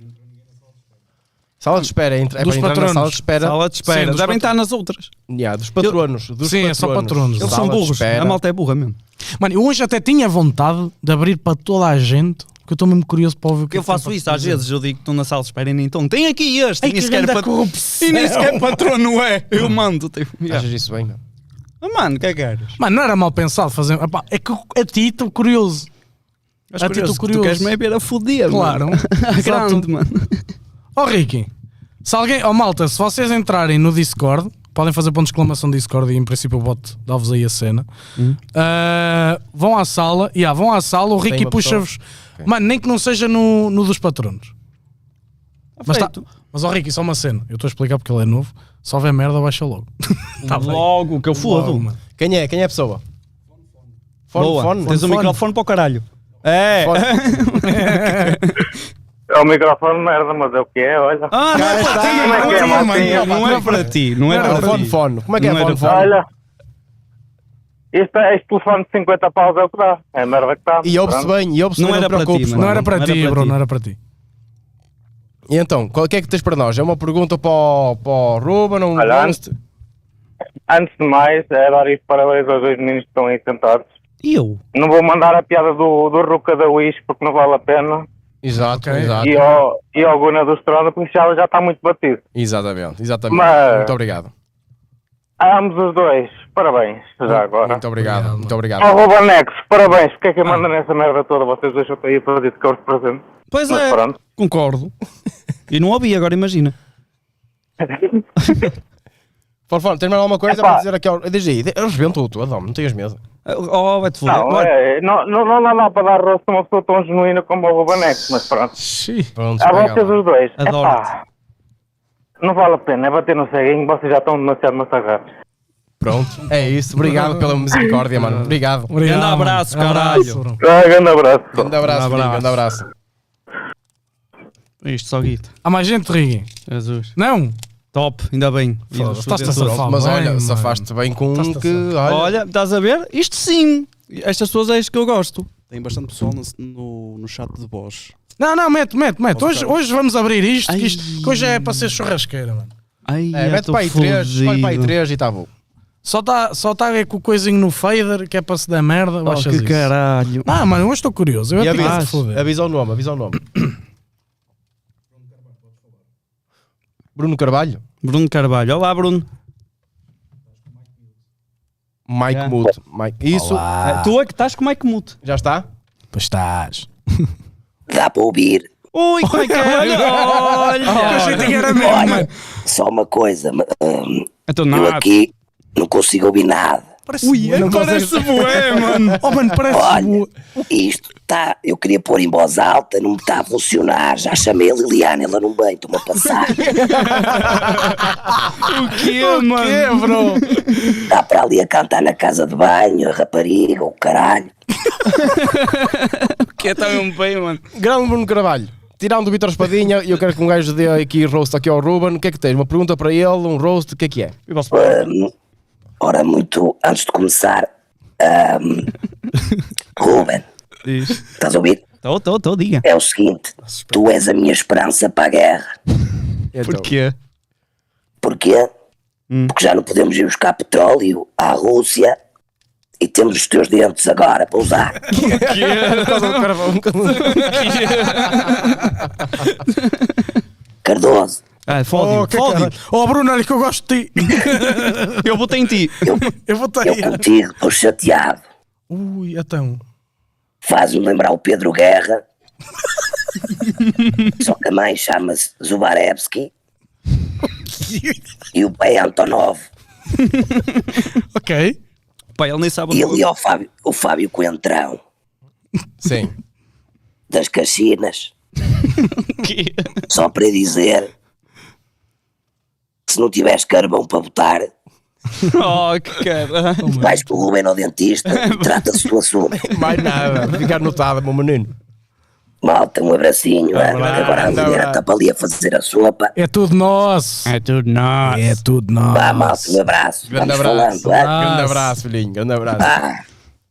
[SPEAKER 2] Sala de espera, entra, é
[SPEAKER 1] Dos
[SPEAKER 2] para entrar
[SPEAKER 1] patronos.
[SPEAKER 2] na sala de espera.
[SPEAKER 3] Sala de espera.
[SPEAKER 1] Sim, dos
[SPEAKER 3] Devem
[SPEAKER 1] patro-
[SPEAKER 3] estar nas outras.
[SPEAKER 2] Yeah, dos patronos. Dos
[SPEAKER 1] Sim, é só patronos.
[SPEAKER 3] Eles
[SPEAKER 2] Sala
[SPEAKER 3] são
[SPEAKER 2] de
[SPEAKER 3] burros.
[SPEAKER 2] espera.
[SPEAKER 3] A malta é burra mesmo.
[SPEAKER 1] Mano, eu hoje até tinha vontade de abrir para toda a gente, que eu estou mesmo curioso para ouvir o que
[SPEAKER 3] Eu
[SPEAKER 1] é que tem
[SPEAKER 3] faço
[SPEAKER 1] para
[SPEAKER 3] isso às
[SPEAKER 1] dizer.
[SPEAKER 3] vezes. Eu digo que estou na sala de espera e nem estão. Tem aqui este.
[SPEAKER 1] Ai,
[SPEAKER 3] E nem
[SPEAKER 1] que
[SPEAKER 3] sequer
[SPEAKER 1] grande
[SPEAKER 3] pat-
[SPEAKER 1] corrupção.
[SPEAKER 3] E nem sequer patrono é. Eu mando. Tipo, yeah.
[SPEAKER 2] Achas isso bem, meu?
[SPEAKER 3] Ah, mano, o que é que queres?
[SPEAKER 1] Mano, não era mal pensado fazer. Epá, é que a ti estou curioso.
[SPEAKER 3] Acho
[SPEAKER 1] A ti estou
[SPEAKER 3] Tu
[SPEAKER 1] curioso.
[SPEAKER 3] queres me ver a foder,
[SPEAKER 1] Claro.
[SPEAKER 3] mano. A
[SPEAKER 1] Exato.
[SPEAKER 3] grande, mano.
[SPEAKER 1] Ó Ricky, se alguém, ó malta, se vocês entrarem no Discord, podem fazer ponto de exclamação Discord e em princípio o bot dá-vos aí a cena.
[SPEAKER 3] Hum.
[SPEAKER 1] Ah, vão à sala, yeah, vão à sala, o Ricky
[SPEAKER 2] uma
[SPEAKER 1] puxa-vos.
[SPEAKER 2] Ok.
[SPEAKER 1] Mano, nem que não seja no, no dos patronos. Mas, tá,
[SPEAKER 3] Feito.
[SPEAKER 1] mas ó Ricky, só uma cena, eu estou a explicar porque ele é novo. Se houver merda, baixa logo. Tá bem.
[SPEAKER 3] Logo que eu fodo.
[SPEAKER 1] Logo, mano.
[SPEAKER 2] Quem é? Quem é a pessoa? Fone,
[SPEAKER 3] Boa.
[SPEAKER 2] fone.
[SPEAKER 3] Tens o
[SPEAKER 1] fone.
[SPEAKER 3] microfone para o caralho. É.
[SPEAKER 2] Fone.
[SPEAKER 5] É o microfone merda, mas é o que é, olha.
[SPEAKER 3] Ah, não é para ti.
[SPEAKER 5] Como é que é,
[SPEAKER 3] Não,
[SPEAKER 5] Martinho?
[SPEAKER 3] Não é para ti. Não é
[SPEAKER 2] Não,
[SPEAKER 3] para
[SPEAKER 2] fone,
[SPEAKER 3] ti.
[SPEAKER 2] fone. Como é que é
[SPEAKER 3] Não
[SPEAKER 2] fone,
[SPEAKER 3] era-
[SPEAKER 2] fone?
[SPEAKER 5] Olha, este, este telefone de cinquenta paus é o que dá. É a merda que está.
[SPEAKER 2] E ouve-se
[SPEAKER 5] Pronto.
[SPEAKER 2] bem, e ouve-se
[SPEAKER 3] Não
[SPEAKER 2] bem,
[SPEAKER 3] era para ti,
[SPEAKER 2] preocupes,
[SPEAKER 3] mano.
[SPEAKER 1] Não era para
[SPEAKER 3] Não era
[SPEAKER 1] ti,
[SPEAKER 3] para
[SPEAKER 1] bro,
[SPEAKER 3] ti.
[SPEAKER 1] não era para ti.
[SPEAKER 2] E então, qual que é que tens para nós? É uma pergunta para o, para o Ruben? Um
[SPEAKER 5] Olha,
[SPEAKER 2] roast?
[SPEAKER 5] Antes de mais, é dar isto parabéns aos dois meninos que estão aí sentados.
[SPEAKER 3] E eu?
[SPEAKER 5] Não vou mandar a piada do, do Ruca da Wish porque não vale a pena.
[SPEAKER 2] Exato,
[SPEAKER 1] Ok.
[SPEAKER 2] exato.
[SPEAKER 5] E ao, e ao Guna do Stronda porque já, já está muito batido.
[SPEAKER 2] Exatamente, exatamente.
[SPEAKER 5] Mas-
[SPEAKER 2] Muito obrigado.
[SPEAKER 5] A ambos os dois, parabéns, já agora.
[SPEAKER 2] Muito obrigado,
[SPEAKER 1] Obrigado,
[SPEAKER 2] muito
[SPEAKER 1] mano.
[SPEAKER 2] obrigado.
[SPEAKER 5] Ao Rubanex, parabéns, porque é que manda nessa merda toda? Vocês dois estão aí a fazer de cor de presente.
[SPEAKER 3] Pois
[SPEAKER 5] Mas
[SPEAKER 3] é.
[SPEAKER 5] pronto.
[SPEAKER 3] Concordo. E não ouvi, agora imagina.
[SPEAKER 2] Fone, fone, tens mais alguma coisa
[SPEAKER 5] Epá.
[SPEAKER 2] para dizer aqui? ao- Diz aí, eu rebento todo, não, não tenhas medo.
[SPEAKER 3] Oh, vai-te foder.
[SPEAKER 5] Não,
[SPEAKER 3] Olha,
[SPEAKER 5] é, não, não, não dá para dar rosto a uma pessoa tão genuína como o Rubanex, mas pronto.
[SPEAKER 1] Xiii.
[SPEAKER 2] Pronto,
[SPEAKER 5] A
[SPEAKER 2] pega
[SPEAKER 5] vocês
[SPEAKER 2] lá.
[SPEAKER 5] os dois,
[SPEAKER 3] Adoro-te.
[SPEAKER 5] epá, não vale a pena, é bater no ceguinho, vocês já estão demasiado massacrados.
[SPEAKER 2] Pronto, é isso. Obrigado pela misericórdia, mano. Obrigado.
[SPEAKER 1] Obrigado,
[SPEAKER 3] Grande abraço,
[SPEAKER 1] mano.
[SPEAKER 3] caralho.
[SPEAKER 1] bro.
[SPEAKER 5] Ah, grande abraço.
[SPEAKER 2] Grande abraço,
[SPEAKER 3] Um
[SPEAKER 2] filho,
[SPEAKER 3] abraço.
[SPEAKER 2] grande abraço.
[SPEAKER 3] isto só guita.
[SPEAKER 1] Há mais gente, Ricky?
[SPEAKER 3] Jesus.
[SPEAKER 1] Não?
[SPEAKER 3] Top, ainda bem.
[SPEAKER 1] Foda-se, estás-te a
[SPEAKER 3] Pronto,
[SPEAKER 1] safar
[SPEAKER 2] Mas
[SPEAKER 1] bem,
[SPEAKER 2] olha,
[SPEAKER 1] mano.
[SPEAKER 2] safaste bem com um
[SPEAKER 1] Estás-te a
[SPEAKER 2] que. Olha,
[SPEAKER 3] Olha, estás a ver? Isto sim. Estas pessoas é isto que eu gosto.
[SPEAKER 4] Tem bastante pessoal no, no, no chat de voz.
[SPEAKER 1] Não, não, mete, mete, mete. Hoje, hoje vamos abrir isto, que,
[SPEAKER 3] Ai.
[SPEAKER 1] isto, que hoje é para ser churrasqueira, mano.
[SPEAKER 3] Ai,
[SPEAKER 2] é,
[SPEAKER 3] eu
[SPEAKER 2] mete
[SPEAKER 3] tô
[SPEAKER 2] para aí três, escolhe para aí
[SPEAKER 3] fudido.
[SPEAKER 2] três e está bom.
[SPEAKER 1] Só está só tá aí com o coisinho no fader, que é para se dar merda.
[SPEAKER 3] Oh,
[SPEAKER 1] baixas
[SPEAKER 3] que
[SPEAKER 1] isso.
[SPEAKER 3] caralho.
[SPEAKER 1] Ah, mano, hoje estou curioso. Eu
[SPEAKER 2] E
[SPEAKER 1] ia ter que
[SPEAKER 2] avisa,
[SPEAKER 1] se foder.
[SPEAKER 2] avisa o nome, avisa o nome. Bruno Carvalho,
[SPEAKER 3] Bruno Carvalho. Olá, Bruno.
[SPEAKER 2] Mike
[SPEAKER 3] Yeah.
[SPEAKER 2] Muto. Mike. Isso,
[SPEAKER 3] Ah, tu é que estás com o Mike Mute.
[SPEAKER 2] já está?
[SPEAKER 1] Pois estás.
[SPEAKER 6] Dá para ouvir.
[SPEAKER 3] Ui, como é que é? Olha, olha.
[SPEAKER 1] Eu achei que era mesmo,
[SPEAKER 6] Olha,
[SPEAKER 1] mano.
[SPEAKER 6] só uma coisa, hum,
[SPEAKER 3] Então,
[SPEAKER 6] eu
[SPEAKER 3] nada.
[SPEAKER 6] aqui não consigo ouvir nada.
[SPEAKER 1] Parece
[SPEAKER 3] Ui,
[SPEAKER 1] bué, não
[SPEAKER 3] parece
[SPEAKER 1] consegues-
[SPEAKER 3] bué, mano.
[SPEAKER 1] Oh, mano, parece
[SPEAKER 6] Olha,
[SPEAKER 1] bué.
[SPEAKER 6] isto está, eu queria pôr em voz alta, não me está a funcionar. Já chamei a Liliana, ela não vem, estou-me a passar.
[SPEAKER 3] O quê, mano?
[SPEAKER 1] Que, bro?
[SPEAKER 6] Está para ali a cantar na casa de banho, a rapariga, o caralho.
[SPEAKER 3] O que está mesmo bem, mano?
[SPEAKER 2] Grande Bruno Carvalho. Tirando o Vitor Espadinha, eu quero que um gajo dê aqui roast aqui ao Ruben. O que é que tens? Uma pergunta para ele, um roast, o que é que é?
[SPEAKER 6] Hum, ora, muito antes de começar, hum, Ruben,
[SPEAKER 3] Diz.
[SPEAKER 6] estás a ouvir?
[SPEAKER 3] Estou, estou, estou, diga.
[SPEAKER 6] É o seguinte, tu és a minha esperança para a guerra.
[SPEAKER 2] Então,
[SPEAKER 3] Porquê?
[SPEAKER 6] Porquê?
[SPEAKER 3] Hum.
[SPEAKER 6] Porque já não podemos ir buscar petróleo à Rússia E temos os teus dentes agora para usar.
[SPEAKER 2] Por causa do carvão.
[SPEAKER 6] Cardoso,
[SPEAKER 3] Ah, fódio,
[SPEAKER 1] Oh, que
[SPEAKER 3] fódio.
[SPEAKER 1] caralho. Oh, Bruno, olha que eu gosto de ti.
[SPEAKER 3] Eu botei em ti.
[SPEAKER 1] Eu vou ter.
[SPEAKER 6] eu contigo estou chateado.
[SPEAKER 1] Ui, então.
[SPEAKER 6] Faz-me lembrar o Pedro Guerra. Só que a mãe chama-se Zubarevski. E o pai é Antonov.
[SPEAKER 1] Ok.
[SPEAKER 3] Pai, ele nem sabe
[SPEAKER 6] E
[SPEAKER 3] onde
[SPEAKER 6] ele é o Fábio, o Fábio Coentrão,
[SPEAKER 2] Sim.
[SPEAKER 6] das Caxinas.
[SPEAKER 3] que
[SPEAKER 6] Só para dizer que se não tiveres carvão para botar,
[SPEAKER 3] Oh, que cara.
[SPEAKER 6] vais com o Rubén ao dentista e trata-se do assunto.
[SPEAKER 2] Mais nada. Ficar notado, meu menino.
[SPEAKER 6] Malta, um abracinho. hein?
[SPEAKER 2] Abraço,
[SPEAKER 6] Agora a mulher
[SPEAKER 2] abraço.
[SPEAKER 6] está para ali a fazer a sopa.
[SPEAKER 1] É tudo nosso.
[SPEAKER 3] É tudo nosso.
[SPEAKER 1] É tudo nosso.
[SPEAKER 6] Vá, malta, um abraço.
[SPEAKER 2] Grande
[SPEAKER 6] Vamos
[SPEAKER 2] abraço.
[SPEAKER 6] falando. hein?
[SPEAKER 2] Grande abraço, filhinho. Grande abraço.
[SPEAKER 6] Ah,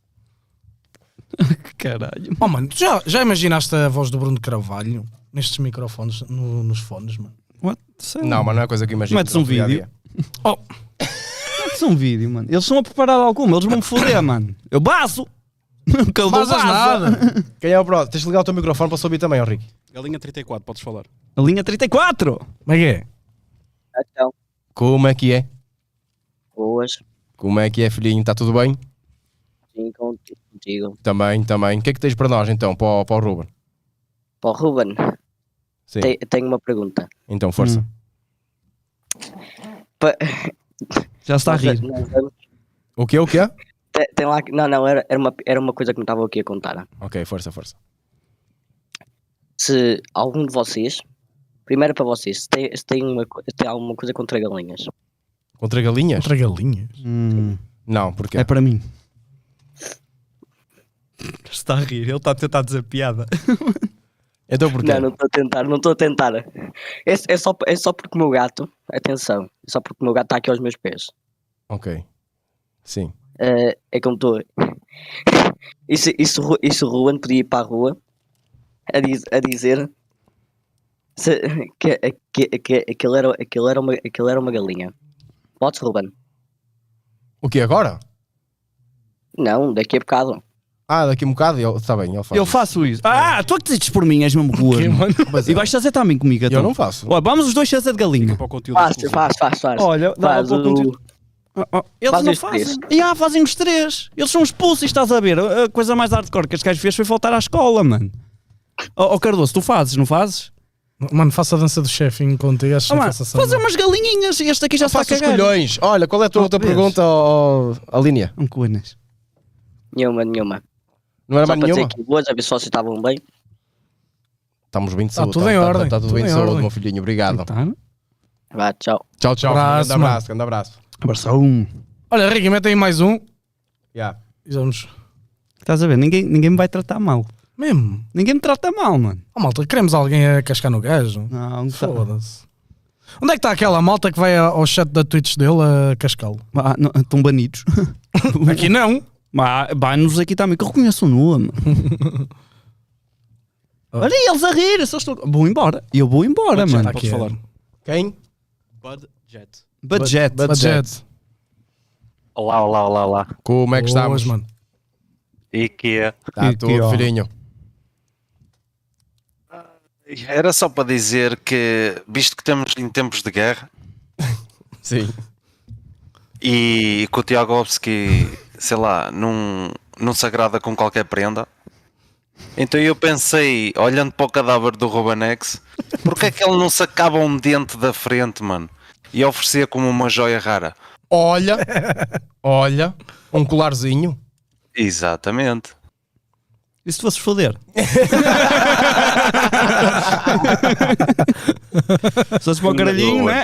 [SPEAKER 3] Caralho.
[SPEAKER 1] Oh, mano, tu já, já imaginaste a voz do Bruno Carvalho nestes microfones, no- nos fones, mano?
[SPEAKER 3] What? Sei lá.
[SPEAKER 2] Não, mas não é coisa que imagino.
[SPEAKER 3] Metes um
[SPEAKER 2] Dia a
[SPEAKER 3] vídeo.
[SPEAKER 2] dia.
[SPEAKER 1] Oh,
[SPEAKER 3] Metes um vídeo, mano. Eles estão a preparar alguma, eles vão me foder, mano. Eu baço. Que eu dou
[SPEAKER 1] fazes
[SPEAKER 3] baço.
[SPEAKER 1] nada.
[SPEAKER 2] Quem é o próximo? Tens de ligar o teu microfone para subir também, Henrique.
[SPEAKER 4] Galinha trinta e quatro, podes falar.
[SPEAKER 3] A linha trinta e quatro.
[SPEAKER 1] Como é que é?
[SPEAKER 7] Então,
[SPEAKER 2] Como é que é?
[SPEAKER 7] boas,
[SPEAKER 2] Como é que é, filhinho? Está tudo bem?
[SPEAKER 7] sim, contigo.
[SPEAKER 2] Também, também. O que é que tens para nós, então, para o, para o Ruben?
[SPEAKER 7] Para o Ruben,
[SPEAKER 2] Sim.
[SPEAKER 7] te- tenho uma pergunta.
[SPEAKER 2] Então, força.
[SPEAKER 3] Hum.
[SPEAKER 7] Pa-
[SPEAKER 3] Já está a rir.
[SPEAKER 7] Nós vamos-
[SPEAKER 2] O que é, o que é?
[SPEAKER 7] Tem, tem lá, que- não, não, era, era, uma, era uma coisa que me estavam aqui a contar.
[SPEAKER 2] Ok, força, força.
[SPEAKER 7] Se algum de vocês, primeiro para vocês, se tem, se tem, uma, co- se tem alguma coisa contra galinhas.
[SPEAKER 2] Contra galinhas?
[SPEAKER 1] Contra galinhas.
[SPEAKER 3] Hum,
[SPEAKER 2] Não, porque
[SPEAKER 3] é para mim. Está a rir, ele está a tentar dizer piada.
[SPEAKER 2] Então porquê?
[SPEAKER 7] Não, não estou a tentar, não estou a tentar. É, é, só, é só porque o meu gato, atenção, é só porque o meu gato está aqui aos meus pés.
[SPEAKER 2] Ok. Sim.
[SPEAKER 7] Eh, é como estou. E se, e, se, o Ru- e se o Ruben podia ir para a rua a, diz, a dizer se, que, que, que aquilo, era, aquilo, era uma, aquilo era uma galinha. Podes, Ruben?
[SPEAKER 2] O que agora?
[SPEAKER 7] Não, daqui a bocado.
[SPEAKER 2] Ah, daqui a um bocado ele está bem, ele faz.
[SPEAKER 3] Eu
[SPEAKER 2] isso.
[SPEAKER 3] faço isso. Ah, tu é que dizes por mim, és mesmo rua.
[SPEAKER 2] Mas
[SPEAKER 3] E vais fazer também comigo, então.
[SPEAKER 2] eu não faço.
[SPEAKER 3] Olha, vamos os dois fazer de galinha.
[SPEAKER 4] Para o conteúdo
[SPEAKER 7] Faz,
[SPEAKER 4] exclusivo.
[SPEAKER 7] faz, faz, faz.
[SPEAKER 3] Olha, dá
[SPEAKER 7] Faz
[SPEAKER 3] para o
[SPEAKER 7] o-
[SPEAKER 3] conteúdo. Ah, ah, eles
[SPEAKER 7] Fazem
[SPEAKER 3] não
[SPEAKER 7] os
[SPEAKER 3] fazem. Ah, fazem os três. Eles são expulsos, estás a ver? A a coisa mais hardcore que este gajo fez foi faltar à escola, mano. Ó oh, Cardoso, tu fazes, não fazes?
[SPEAKER 1] Mano, faça a dança do chefinho contigo. Acho que
[SPEAKER 3] Oh, mano,
[SPEAKER 1] faça
[SPEAKER 3] fazer umas galinhinhas e este aqui já está a
[SPEAKER 2] Faço os
[SPEAKER 3] cagar.
[SPEAKER 2] colhões. Olha, qual é a tua
[SPEAKER 3] Oh,
[SPEAKER 2] outra
[SPEAKER 3] vês?
[SPEAKER 2] pergunta, ó, ó, Alinea?
[SPEAKER 3] Um coinas.
[SPEAKER 7] Nenhuma, nenhuma.
[SPEAKER 2] Não era
[SPEAKER 7] Só
[SPEAKER 2] mais
[SPEAKER 7] para dizer
[SPEAKER 2] nenhuma?
[SPEAKER 7] que boas, a ver se vocês estavam bem.
[SPEAKER 2] Estamos bem de
[SPEAKER 1] Tá
[SPEAKER 2] saúde.
[SPEAKER 1] tudo em
[SPEAKER 2] tá-
[SPEAKER 1] ordem,
[SPEAKER 2] Está tudo
[SPEAKER 1] tudo
[SPEAKER 2] bem de
[SPEAKER 1] em
[SPEAKER 2] saúde,
[SPEAKER 1] ordem.
[SPEAKER 2] meu filhinho. Obrigado.
[SPEAKER 3] Tá.
[SPEAKER 7] Vá, tchau.
[SPEAKER 2] Tchau, tchau.
[SPEAKER 1] Abraço,
[SPEAKER 2] grande abraço, grande abraço.
[SPEAKER 3] Abraço um.
[SPEAKER 1] Olha, Ricky, mete aí mais um.
[SPEAKER 2] Yeah.
[SPEAKER 1] E vamos.
[SPEAKER 3] Estás a ver? Ninguém, ninguém me vai tratar mal.
[SPEAKER 1] Mesmo.
[SPEAKER 3] Ninguém me trata mal, mano.
[SPEAKER 1] Oh, malta, queremos alguém a cascar no gajo?
[SPEAKER 3] Não, tá.
[SPEAKER 1] Foda-se. Onde é que está aquela malta que vai ao chat da Twitch dele a cascá-lo?
[SPEAKER 3] Ah, não, estão banidos.
[SPEAKER 1] Aqui não.
[SPEAKER 3] Vai-nos aqui também, que eu reconheço o Nua, mano. Olha eles a rir, eu só estou... Vou embora. Eu vou embora,
[SPEAKER 4] Budget,
[SPEAKER 3] mano.
[SPEAKER 4] podes
[SPEAKER 1] Aqui é.
[SPEAKER 4] falar.
[SPEAKER 2] Quem?
[SPEAKER 4] Budget.
[SPEAKER 3] Budget.
[SPEAKER 1] Budget.
[SPEAKER 8] Olá, olá, olá, olá.
[SPEAKER 2] Como é que estamos?
[SPEAKER 1] Boas, mano.
[SPEAKER 8] E que é?
[SPEAKER 2] Está
[SPEAKER 3] E
[SPEAKER 2] tudo,
[SPEAKER 3] que, ó.
[SPEAKER 2] filhinho.
[SPEAKER 8] Era só para dizer que, visto que estamos em tempos de guerra
[SPEAKER 2] Sim.
[SPEAKER 8] e que o Tiagovski, sei lá, não, não se agrada com qualquer prenda, então eu pensei, olhando para o cadáver do Rubenex, porque é que ele não sacava um dente da frente, mano, e oferecia como uma joia rara?
[SPEAKER 2] Olha, olha, um colarzinho.
[SPEAKER 8] Exatamente.
[SPEAKER 3] E se tu fosses foder? Se fosses para o caralhinho, não é?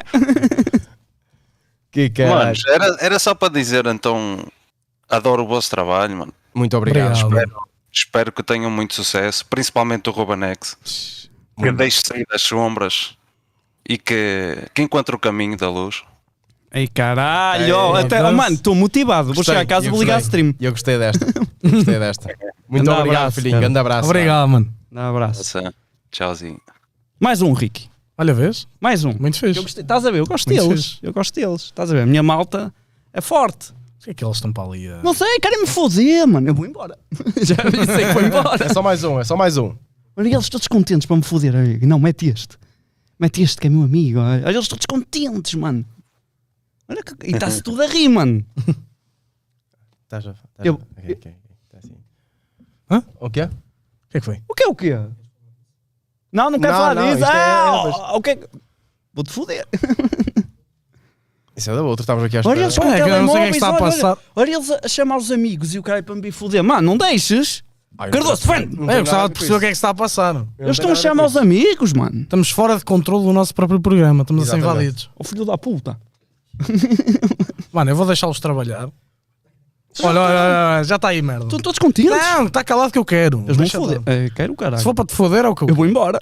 [SPEAKER 2] Que caralho.
[SPEAKER 8] Mano, era, era só para dizer, então, adoro o vosso trabalho, mano.
[SPEAKER 2] Muito obrigado.
[SPEAKER 1] Obrigado.
[SPEAKER 8] Espero que tenham muito sucesso, principalmente o Rubenex, que deixe sair das sombras e que, que encontre o caminho da luz.
[SPEAKER 3] Ei caralho,
[SPEAKER 2] Ei,
[SPEAKER 3] oh, até, oh,
[SPEAKER 1] avanço.
[SPEAKER 3] mano, estou motivado. Vou
[SPEAKER 2] Gostei,
[SPEAKER 3] chegar a casa e
[SPEAKER 2] eu
[SPEAKER 3] vou ligar a
[SPEAKER 2] gostei.
[SPEAKER 3] stream.
[SPEAKER 2] E eu gostei desta. Gostei desta. Muito
[SPEAKER 3] Grande
[SPEAKER 2] obrigado,
[SPEAKER 3] abraço,
[SPEAKER 2] filhinho.
[SPEAKER 3] cara.
[SPEAKER 2] Grande abraço.
[SPEAKER 1] Obrigado, mano.
[SPEAKER 3] Dá um abraço.
[SPEAKER 8] Essa- Tchauzinho.
[SPEAKER 3] Mais um, Ricky.
[SPEAKER 1] Olha, vês?
[SPEAKER 3] Mais um.
[SPEAKER 1] Muito
[SPEAKER 3] Eu
[SPEAKER 1] fixe.
[SPEAKER 3] gostei, estás a ver? Eu gosto
[SPEAKER 1] Muito
[SPEAKER 3] deles.
[SPEAKER 1] fixe.
[SPEAKER 3] Eu gosto deles. Estás a ver? A minha malta é forte. Os
[SPEAKER 1] Porquê é que eles estão para ali a...
[SPEAKER 3] Não sei, querem-me foder, mano. Eu vou embora. Já disse que vou embora.
[SPEAKER 2] É só mais um, é só mais um.
[SPEAKER 3] Olha, eles todos contentes para me foder. Olha, não, mete este. Mete este que é meu amigo. Olha, eles todos contentes, mano. Olha que... E está-se tudo a rir, mano.
[SPEAKER 2] Tá já. Tá
[SPEAKER 3] Eu-
[SPEAKER 2] já. Ok, ok, ok. Tá assim.
[SPEAKER 1] Hã?
[SPEAKER 2] O quê?
[SPEAKER 1] O que é que foi?
[SPEAKER 3] O que é o quê? Não, não quero
[SPEAKER 2] Não,
[SPEAKER 3] falar
[SPEAKER 2] não,
[SPEAKER 3] disso.
[SPEAKER 2] isto é-
[SPEAKER 3] Ah, o que é... Vou-te foder.
[SPEAKER 2] Isso é da outra, estávamos aqui à
[SPEAKER 3] Olha,
[SPEAKER 2] espera.
[SPEAKER 3] eles com
[SPEAKER 1] É, que eu não sei o que é que
[SPEAKER 3] telemóveis,
[SPEAKER 1] está a
[SPEAKER 3] olha,
[SPEAKER 1] passar.
[SPEAKER 3] olha, olha eles a, a chamar os amigos e o cara para me vir foder. Mano, não deixes.
[SPEAKER 2] Ai,
[SPEAKER 3] Cardoso,
[SPEAKER 2] não-
[SPEAKER 3] defende.
[SPEAKER 2] não
[SPEAKER 1] É,
[SPEAKER 2] tem
[SPEAKER 1] eu gostava
[SPEAKER 2] nada
[SPEAKER 1] de
[SPEAKER 2] com
[SPEAKER 1] perceber o
[SPEAKER 2] isso.
[SPEAKER 1] que é que está a passar.
[SPEAKER 2] Eu não
[SPEAKER 3] Eles estão
[SPEAKER 2] tenho
[SPEAKER 3] a
[SPEAKER 2] nada
[SPEAKER 3] chamar
[SPEAKER 2] com
[SPEAKER 3] os amigos, mano.
[SPEAKER 1] Estamos fora de controle do nosso próprio programa. Estamos a ser
[SPEAKER 2] Exatamente.
[SPEAKER 1] invadidos.
[SPEAKER 3] O filho da puta.
[SPEAKER 1] Mano, eu vou deixá-los trabalhar. Olha, olha, olha, olha, já está aí, merda.
[SPEAKER 3] Estão todos contentes.
[SPEAKER 1] Não, está calado que eu quero.
[SPEAKER 3] Eles vão
[SPEAKER 1] Deixa
[SPEAKER 3] foder.
[SPEAKER 1] estar.
[SPEAKER 3] É, quero o caralho.
[SPEAKER 1] Se for para te foder, é o que eu
[SPEAKER 3] Eu vou embora.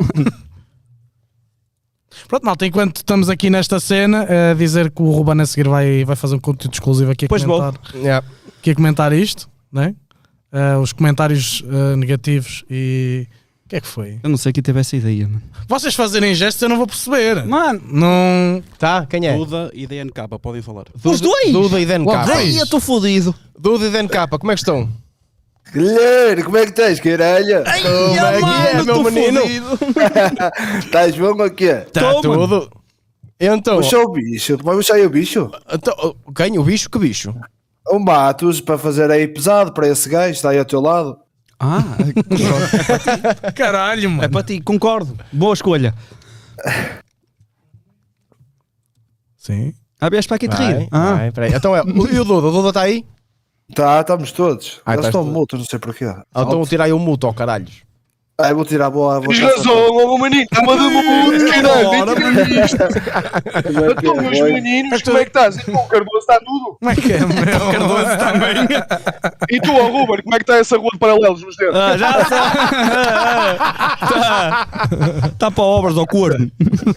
[SPEAKER 1] Pronto, malta, enquanto estamos aqui nesta cena, a dizer que o Ruben a seguir vai, vai fazer um conteúdo exclusivo aqui a
[SPEAKER 3] Pois vou.
[SPEAKER 1] comentar,
[SPEAKER 2] Yeah.
[SPEAKER 1] aqui a comentar isto, né? Uh, os comentários uh, negativos e... O que é que foi?
[SPEAKER 3] Eu não sei quem teve essa ideia, mano.
[SPEAKER 1] Vocês fazerem gestos eu não vou perceber.
[SPEAKER 3] Mano,
[SPEAKER 1] Não...
[SPEAKER 2] Tá, quem é?
[SPEAKER 4] Duda e D N K, podem falar.
[SPEAKER 3] os dois!
[SPEAKER 2] Duda e D N K.
[SPEAKER 1] Logo
[SPEAKER 3] Ai, eu estou fodido.
[SPEAKER 2] Duda e D N K, como é que estão?
[SPEAKER 9] Guilherme, como é que estás, caralho?
[SPEAKER 3] Ai,
[SPEAKER 2] Como é que é,
[SPEAKER 3] mano,
[SPEAKER 2] meu
[SPEAKER 3] tô
[SPEAKER 2] menino?
[SPEAKER 3] fodido.
[SPEAKER 9] Estás bom ou quê?
[SPEAKER 2] Tá
[SPEAKER 3] Tô, mano.
[SPEAKER 2] tudo. Então,
[SPEAKER 9] Puxa o bicho, vai puxar aí o bicho.
[SPEAKER 2] então, quem? O bicho? Que bicho?
[SPEAKER 9] Um Matos para fazer aí pesado para esse gajo, está aí ao teu lado.
[SPEAKER 3] Ah,
[SPEAKER 1] Caralho,
[SPEAKER 3] é
[SPEAKER 1] mano.
[SPEAKER 3] para ti, concordo. Boa escolha.
[SPEAKER 1] Sim.
[SPEAKER 3] Ah, vieste para aqui te
[SPEAKER 2] Vai,
[SPEAKER 3] rir. Ah,
[SPEAKER 2] vai, peraí. Então é, o- e o Duda? O Duda está aí?
[SPEAKER 9] Tá, estamos todos.
[SPEAKER 2] Ah,
[SPEAKER 9] Eles
[SPEAKER 2] estás
[SPEAKER 9] estão
[SPEAKER 2] tu-
[SPEAKER 9] multos, não sei porquê.
[SPEAKER 2] Ah, então vou tirar aí o muto, ó caralhos.
[SPEAKER 9] Ah, eu vou tirar a boa. Vou
[SPEAKER 10] Tens razão, ó menino, está-me a dar muito, caralho, nem tinha visto. Então, meus meninos, como é que estás? Então, o Cardoso está tudo?
[SPEAKER 1] Como é que é, meu?
[SPEAKER 3] Cardoso também.
[SPEAKER 10] E tu, ó Ruben, como é que está essa rua de paralelos nos dedos?
[SPEAKER 3] Ah, já está. Está tá para obras ao corno.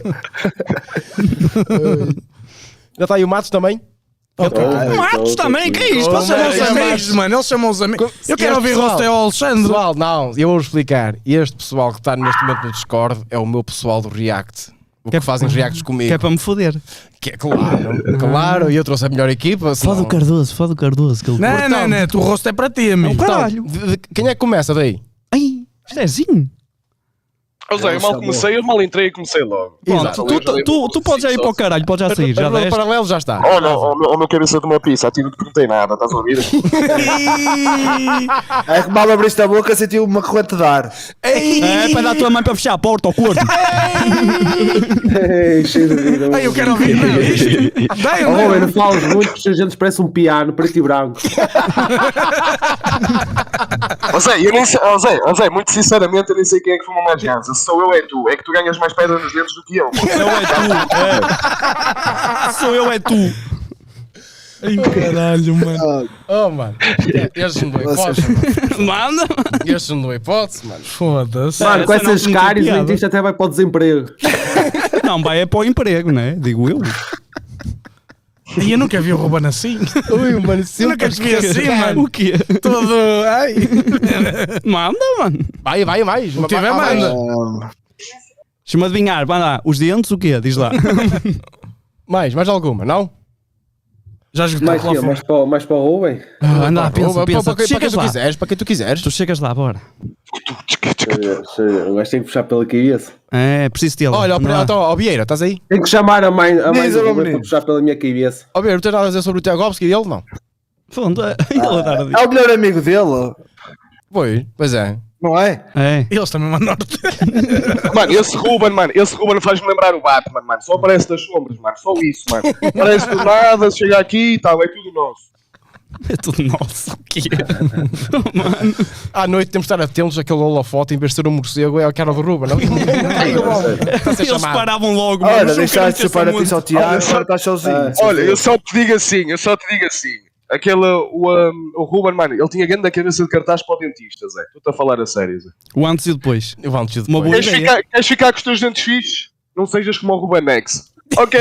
[SPEAKER 2] Já está aí o Matos também?
[SPEAKER 3] Matos também, que é isto?
[SPEAKER 1] Eles chamam os
[SPEAKER 3] Vocês não
[SPEAKER 1] amigos, mano. Eles chamam os amigos. Eu quero
[SPEAKER 2] Este
[SPEAKER 1] ouvir
[SPEAKER 2] pessoal-
[SPEAKER 1] rosto ao Alexandre.
[SPEAKER 2] Pessoal, não, eu vou explicar. Este pessoal que está neste momento no Discord é o meu pessoal do React. O que fazem reacts comigo.
[SPEAKER 3] Que é para me foder.
[SPEAKER 2] Que é claro, claro. E eu trouxe a melhor equipa. senão-
[SPEAKER 3] Foda o Cardoso, foda o Cardoso. Que ele
[SPEAKER 1] Não,
[SPEAKER 3] curte.
[SPEAKER 1] não, não. Tu o rosto é para ti, amigo.
[SPEAKER 3] Não, caralho.
[SPEAKER 2] De- de- Quem é que começa daí?
[SPEAKER 3] Ai, isto é zinho.
[SPEAKER 10] Ó Zé, eu mal comecei, eu mal entrei e comecei logo.
[SPEAKER 3] Pronto, tu, tu, tu, tu podes já ir para o caralho, podes já sair. Já
[SPEAKER 2] Já o
[SPEAKER 3] deste.
[SPEAKER 2] paralelo já está.
[SPEAKER 10] Olha, ó meu, ó meu cabeça de uma pizza, a ti não te perguntei nada, estás a ouvir?
[SPEAKER 9] É que mal abriste a boca, sentiu uma corrente de ar.
[SPEAKER 3] É para dar a tua mãe para fechar a porta ao corno.
[SPEAKER 9] Ei, cheio de vida.
[SPEAKER 1] Ai, eu quero ouvir não, isto. Dai,
[SPEAKER 9] Oh,
[SPEAKER 1] André.
[SPEAKER 9] não falas muito, porque a gente parece um piano preto e branco.
[SPEAKER 10] Ó Zé, eu nem sei, ó Zé, ó Zé, muito sinceramente eu nem sei quem é que fuma mais gansa, se sou eu ou é tu, é que tu ganhas mais pedra nos dedos do que eu.
[SPEAKER 3] Eu é tu. É. Sou eu, é tu.
[SPEAKER 1] Ai, caralho, mano.
[SPEAKER 2] Oh, mano. Estes não dão hipótese.
[SPEAKER 3] Manda.
[SPEAKER 2] Estes não dão hipótese, mano.
[SPEAKER 1] Foda-se.
[SPEAKER 3] Mano, com essas caras, o
[SPEAKER 9] dentista até vai para o desemprego.
[SPEAKER 3] Não, vai é para o emprego, né? Digo eu.
[SPEAKER 1] E eu nunca vi o Ruben assim.
[SPEAKER 2] Ui, mano,
[SPEAKER 1] Eu nunca te vi assim, mano.
[SPEAKER 3] O quê?
[SPEAKER 1] Todo. Ai.
[SPEAKER 3] Manda, mano.
[SPEAKER 2] Vai, vai, mais.
[SPEAKER 1] O que tiver,
[SPEAKER 2] Vai, vai,
[SPEAKER 1] manda.
[SPEAKER 2] mais.
[SPEAKER 3] Deixa-me adivinhar, vai lá. Os dentes, o quê? Diz lá.
[SPEAKER 2] Mais, mais alguma, não?
[SPEAKER 1] Já esgotou lá fora.
[SPEAKER 9] mais, para, mais para o Ruben?
[SPEAKER 3] Ah, anda lá,
[SPEAKER 2] Para-
[SPEAKER 3] pensa,
[SPEAKER 2] para-
[SPEAKER 3] pensa.
[SPEAKER 2] Para,
[SPEAKER 3] Tu
[SPEAKER 2] para quem
[SPEAKER 3] chegas
[SPEAKER 2] tu
[SPEAKER 3] lá.
[SPEAKER 2] quiseres, para quem tu quiseres.
[SPEAKER 3] Tu chegas lá, bora.
[SPEAKER 9] O gajo tem que puxar pela cabeça.
[SPEAKER 3] É, preciso dele.
[SPEAKER 2] Olha,
[SPEAKER 3] Anda lá.
[SPEAKER 2] então, ó Vieira, estás aí?
[SPEAKER 9] Tem que chamar a mãe, a mãe
[SPEAKER 2] Diz,
[SPEAKER 9] do
[SPEAKER 2] meu
[SPEAKER 9] Ruben
[SPEAKER 2] menino.
[SPEAKER 9] para puxar pela minha cabeça.
[SPEAKER 2] Ó Vieira, não tens nada a dizer sobre o Tiagovski e ele? Não.
[SPEAKER 3] Fundo, é. Ele a dar a dizer.
[SPEAKER 9] É o melhor amigo dele,
[SPEAKER 2] Pois, pois é.
[SPEAKER 9] não é?
[SPEAKER 3] É.
[SPEAKER 1] Eles também mandam norte.
[SPEAKER 10] Mano, esse Ruben, mano, esse Ruben faz-me lembrar o Batman, mano, só aparece das sombras, mano, só isso, mano. Parece do nada, chega aqui e tal, é tudo nosso.
[SPEAKER 3] É tudo nosso. O quê? Mano.
[SPEAKER 2] À noite temos de estar atentos àquele holofote, em vez de ser um morcego, é a cara do Ruben. Não? Está a ser
[SPEAKER 3] Eles
[SPEAKER 2] chamado.
[SPEAKER 3] paravam logo. mano.
[SPEAKER 9] Olha,
[SPEAKER 3] Não
[SPEAKER 9] deixaste
[SPEAKER 3] querem
[SPEAKER 9] de
[SPEAKER 3] ter
[SPEAKER 9] chupar a
[SPEAKER 3] muito.
[SPEAKER 9] pizza ao Tiago,
[SPEAKER 10] Olha,
[SPEAKER 9] agora estás sozinho.
[SPEAKER 10] Olha, eu só te digo assim, eu só te digo assim. Aquele, o, um, o Ruben, mano, ele tinha grande cabeça de cartaz para o dentista, Zé. Tu estás a falar a sério, Zé.
[SPEAKER 3] O antes e o depois.
[SPEAKER 2] Eu vou antes de
[SPEAKER 3] Uma boa
[SPEAKER 2] depois.
[SPEAKER 10] Queres
[SPEAKER 3] ideia.
[SPEAKER 10] ficar, queres ficar com os teus dentes fixos? Não sejas como o Ruben X. Ok!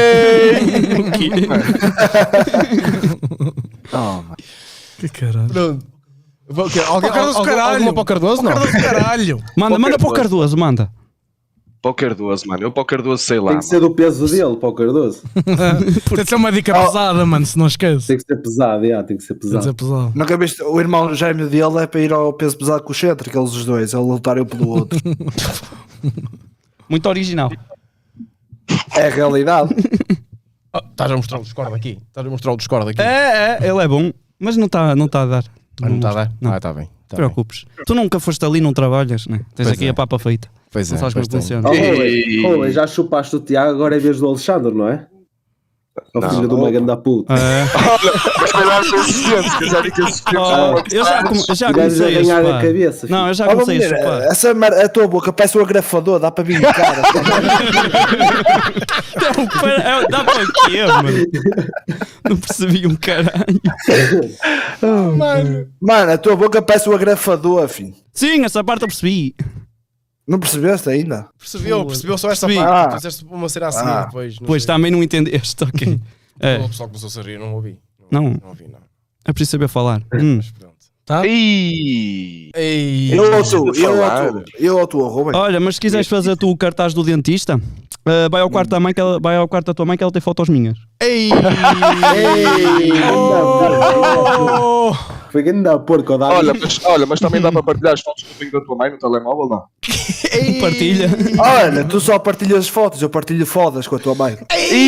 [SPEAKER 1] Que caralho.
[SPEAKER 2] Pronto. Vou- que- Alguém,
[SPEAKER 1] Para o Cardoso,
[SPEAKER 2] alguém-
[SPEAKER 1] caralho.
[SPEAKER 2] alguma para o Cardoso? Não.
[SPEAKER 1] Cardoso, caralho.
[SPEAKER 3] Manda, manda para o Cardoso, manda.
[SPEAKER 10] Para o Cardoso, mano. Eu para o Cardoso sei lá.
[SPEAKER 11] Tem que ser do peso dele para o Cardoso.
[SPEAKER 1] Tem que ser uma dica pesada, mano, se não esquece.
[SPEAKER 11] Tem que ser pesado, yeah, tem que ser
[SPEAKER 1] Tem que
[SPEAKER 11] pesado.
[SPEAKER 1] ser pesado.
[SPEAKER 9] Nunca viste? O irmão gêmeo dele é para ir ao peso pesado com o Centro, eles os dois, ele lutar um pelo outro.
[SPEAKER 3] Muito original.
[SPEAKER 9] É a realidade.
[SPEAKER 2] Oh, estás a mostrar o Discord aqui? Estás a mostrar o Discord aqui?
[SPEAKER 3] É, é, ele é bom, mas não está não tá a dar.
[SPEAKER 2] Ah, não está a dar?
[SPEAKER 3] Não.
[SPEAKER 2] Ah, está bem.
[SPEAKER 3] Não
[SPEAKER 2] Tá
[SPEAKER 3] te preocupes. Tu nunca foste ali, não trabalhas, né? Tens
[SPEAKER 2] Pois
[SPEAKER 3] aqui
[SPEAKER 2] é.
[SPEAKER 3] a papa feita.
[SPEAKER 2] Pois
[SPEAKER 3] Não
[SPEAKER 2] é,
[SPEAKER 3] sabes como
[SPEAKER 2] pois
[SPEAKER 3] funciona.
[SPEAKER 11] Oh,
[SPEAKER 10] Ei.
[SPEAKER 11] Rui, Rui, já chupaste o Tiago, agora é vez do Alexandre, não é? O
[SPEAKER 10] Não,
[SPEAKER 11] filho de
[SPEAKER 10] não.
[SPEAKER 11] uma ganda puta.
[SPEAKER 3] É.
[SPEAKER 10] Mas vai dar assistentes, que eu já vi que esses filhos são
[SPEAKER 3] Oh, eu já, come- eu já
[SPEAKER 11] O gajo a
[SPEAKER 3] comecei a
[SPEAKER 11] ganhar a
[SPEAKER 3] chupar.
[SPEAKER 11] cabeça.
[SPEAKER 3] Não, eu já
[SPEAKER 9] Oh,
[SPEAKER 3] comecei a
[SPEAKER 9] menina,
[SPEAKER 3] chupar.
[SPEAKER 9] essa merda, a tua boca parece um agrafador, dá para vir de cara.
[SPEAKER 3] Não, para- é- Dá para o quê, mano? Não percebi um caralho.
[SPEAKER 9] Mano. Mano, a tua boca parece um agrafador, filho.
[SPEAKER 3] Sim, essa parte eu percebi.
[SPEAKER 9] Não percebeste ainda?
[SPEAKER 2] Percebeu, percebeu só esta
[SPEAKER 3] Percebi.
[SPEAKER 2] parte.
[SPEAKER 9] Ah.
[SPEAKER 2] Tu disseste uma cena assim
[SPEAKER 9] Ah.
[SPEAKER 2] depois. não
[SPEAKER 3] Pois
[SPEAKER 2] sei.
[SPEAKER 3] também não entendeste, ok. É,
[SPEAKER 2] O pessoal começou a rir, não ouvi.
[SPEAKER 3] Não.
[SPEAKER 2] Não ouvi, não.
[SPEAKER 3] é preciso saber falar. Hum.
[SPEAKER 2] Mas pronto.
[SPEAKER 1] Tá?
[SPEAKER 10] Ei!
[SPEAKER 2] Ei,
[SPEAKER 9] Eu ou tu,
[SPEAKER 10] deixa eu
[SPEAKER 9] eu ou
[SPEAKER 10] falar.
[SPEAKER 9] tu, eu ou tu, Rubem.
[SPEAKER 3] Olha, mas se quiseres fazer tu o cartaz do dentista, uh, vai, ao quarto da mãe que ela, vai ao quarto da tua mãe que ela tem fotos minhas.
[SPEAKER 2] ei,
[SPEAKER 11] Ei,
[SPEAKER 2] oh!
[SPEAKER 11] foi grande porco o Davi.
[SPEAKER 10] Olha, mas, olha, mas também dá para partilhar as fotos que eu tenho da tua mãe no telemóvel, não?
[SPEAKER 3] Partilha.
[SPEAKER 9] Olha, tu só partilhas as fotos, eu partilho fodas com a tua mãe.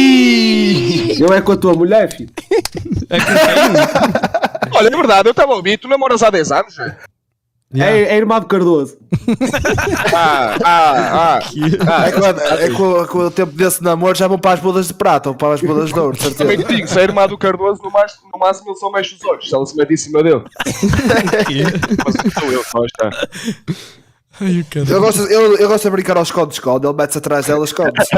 [SPEAKER 11] Eu é com a tua mulher, filho.
[SPEAKER 3] É que tem.
[SPEAKER 10] Olha, é verdade, eu estava a ouvir, tu namoras há dez anos, já?
[SPEAKER 11] É, é irmão de Cardoso.
[SPEAKER 10] Ah, ah, ah. ah
[SPEAKER 9] É, que, é que o- que o tempo desse namoro já vão para as bodas de prata ou para as bodas de ouro, de
[SPEAKER 10] Também
[SPEAKER 9] certeza.
[SPEAKER 10] te digo, se é irmã do Cardoso, no, mais, no máximo ele só mexe os olhos, se ela se mete em cima dele. Mas sou eu, só está.
[SPEAKER 1] Ai, o cara.
[SPEAKER 9] Eu gosto, eu, eu gosto de brincar aos esconde-esconde, ele mete-se atrás dela, esconde-se.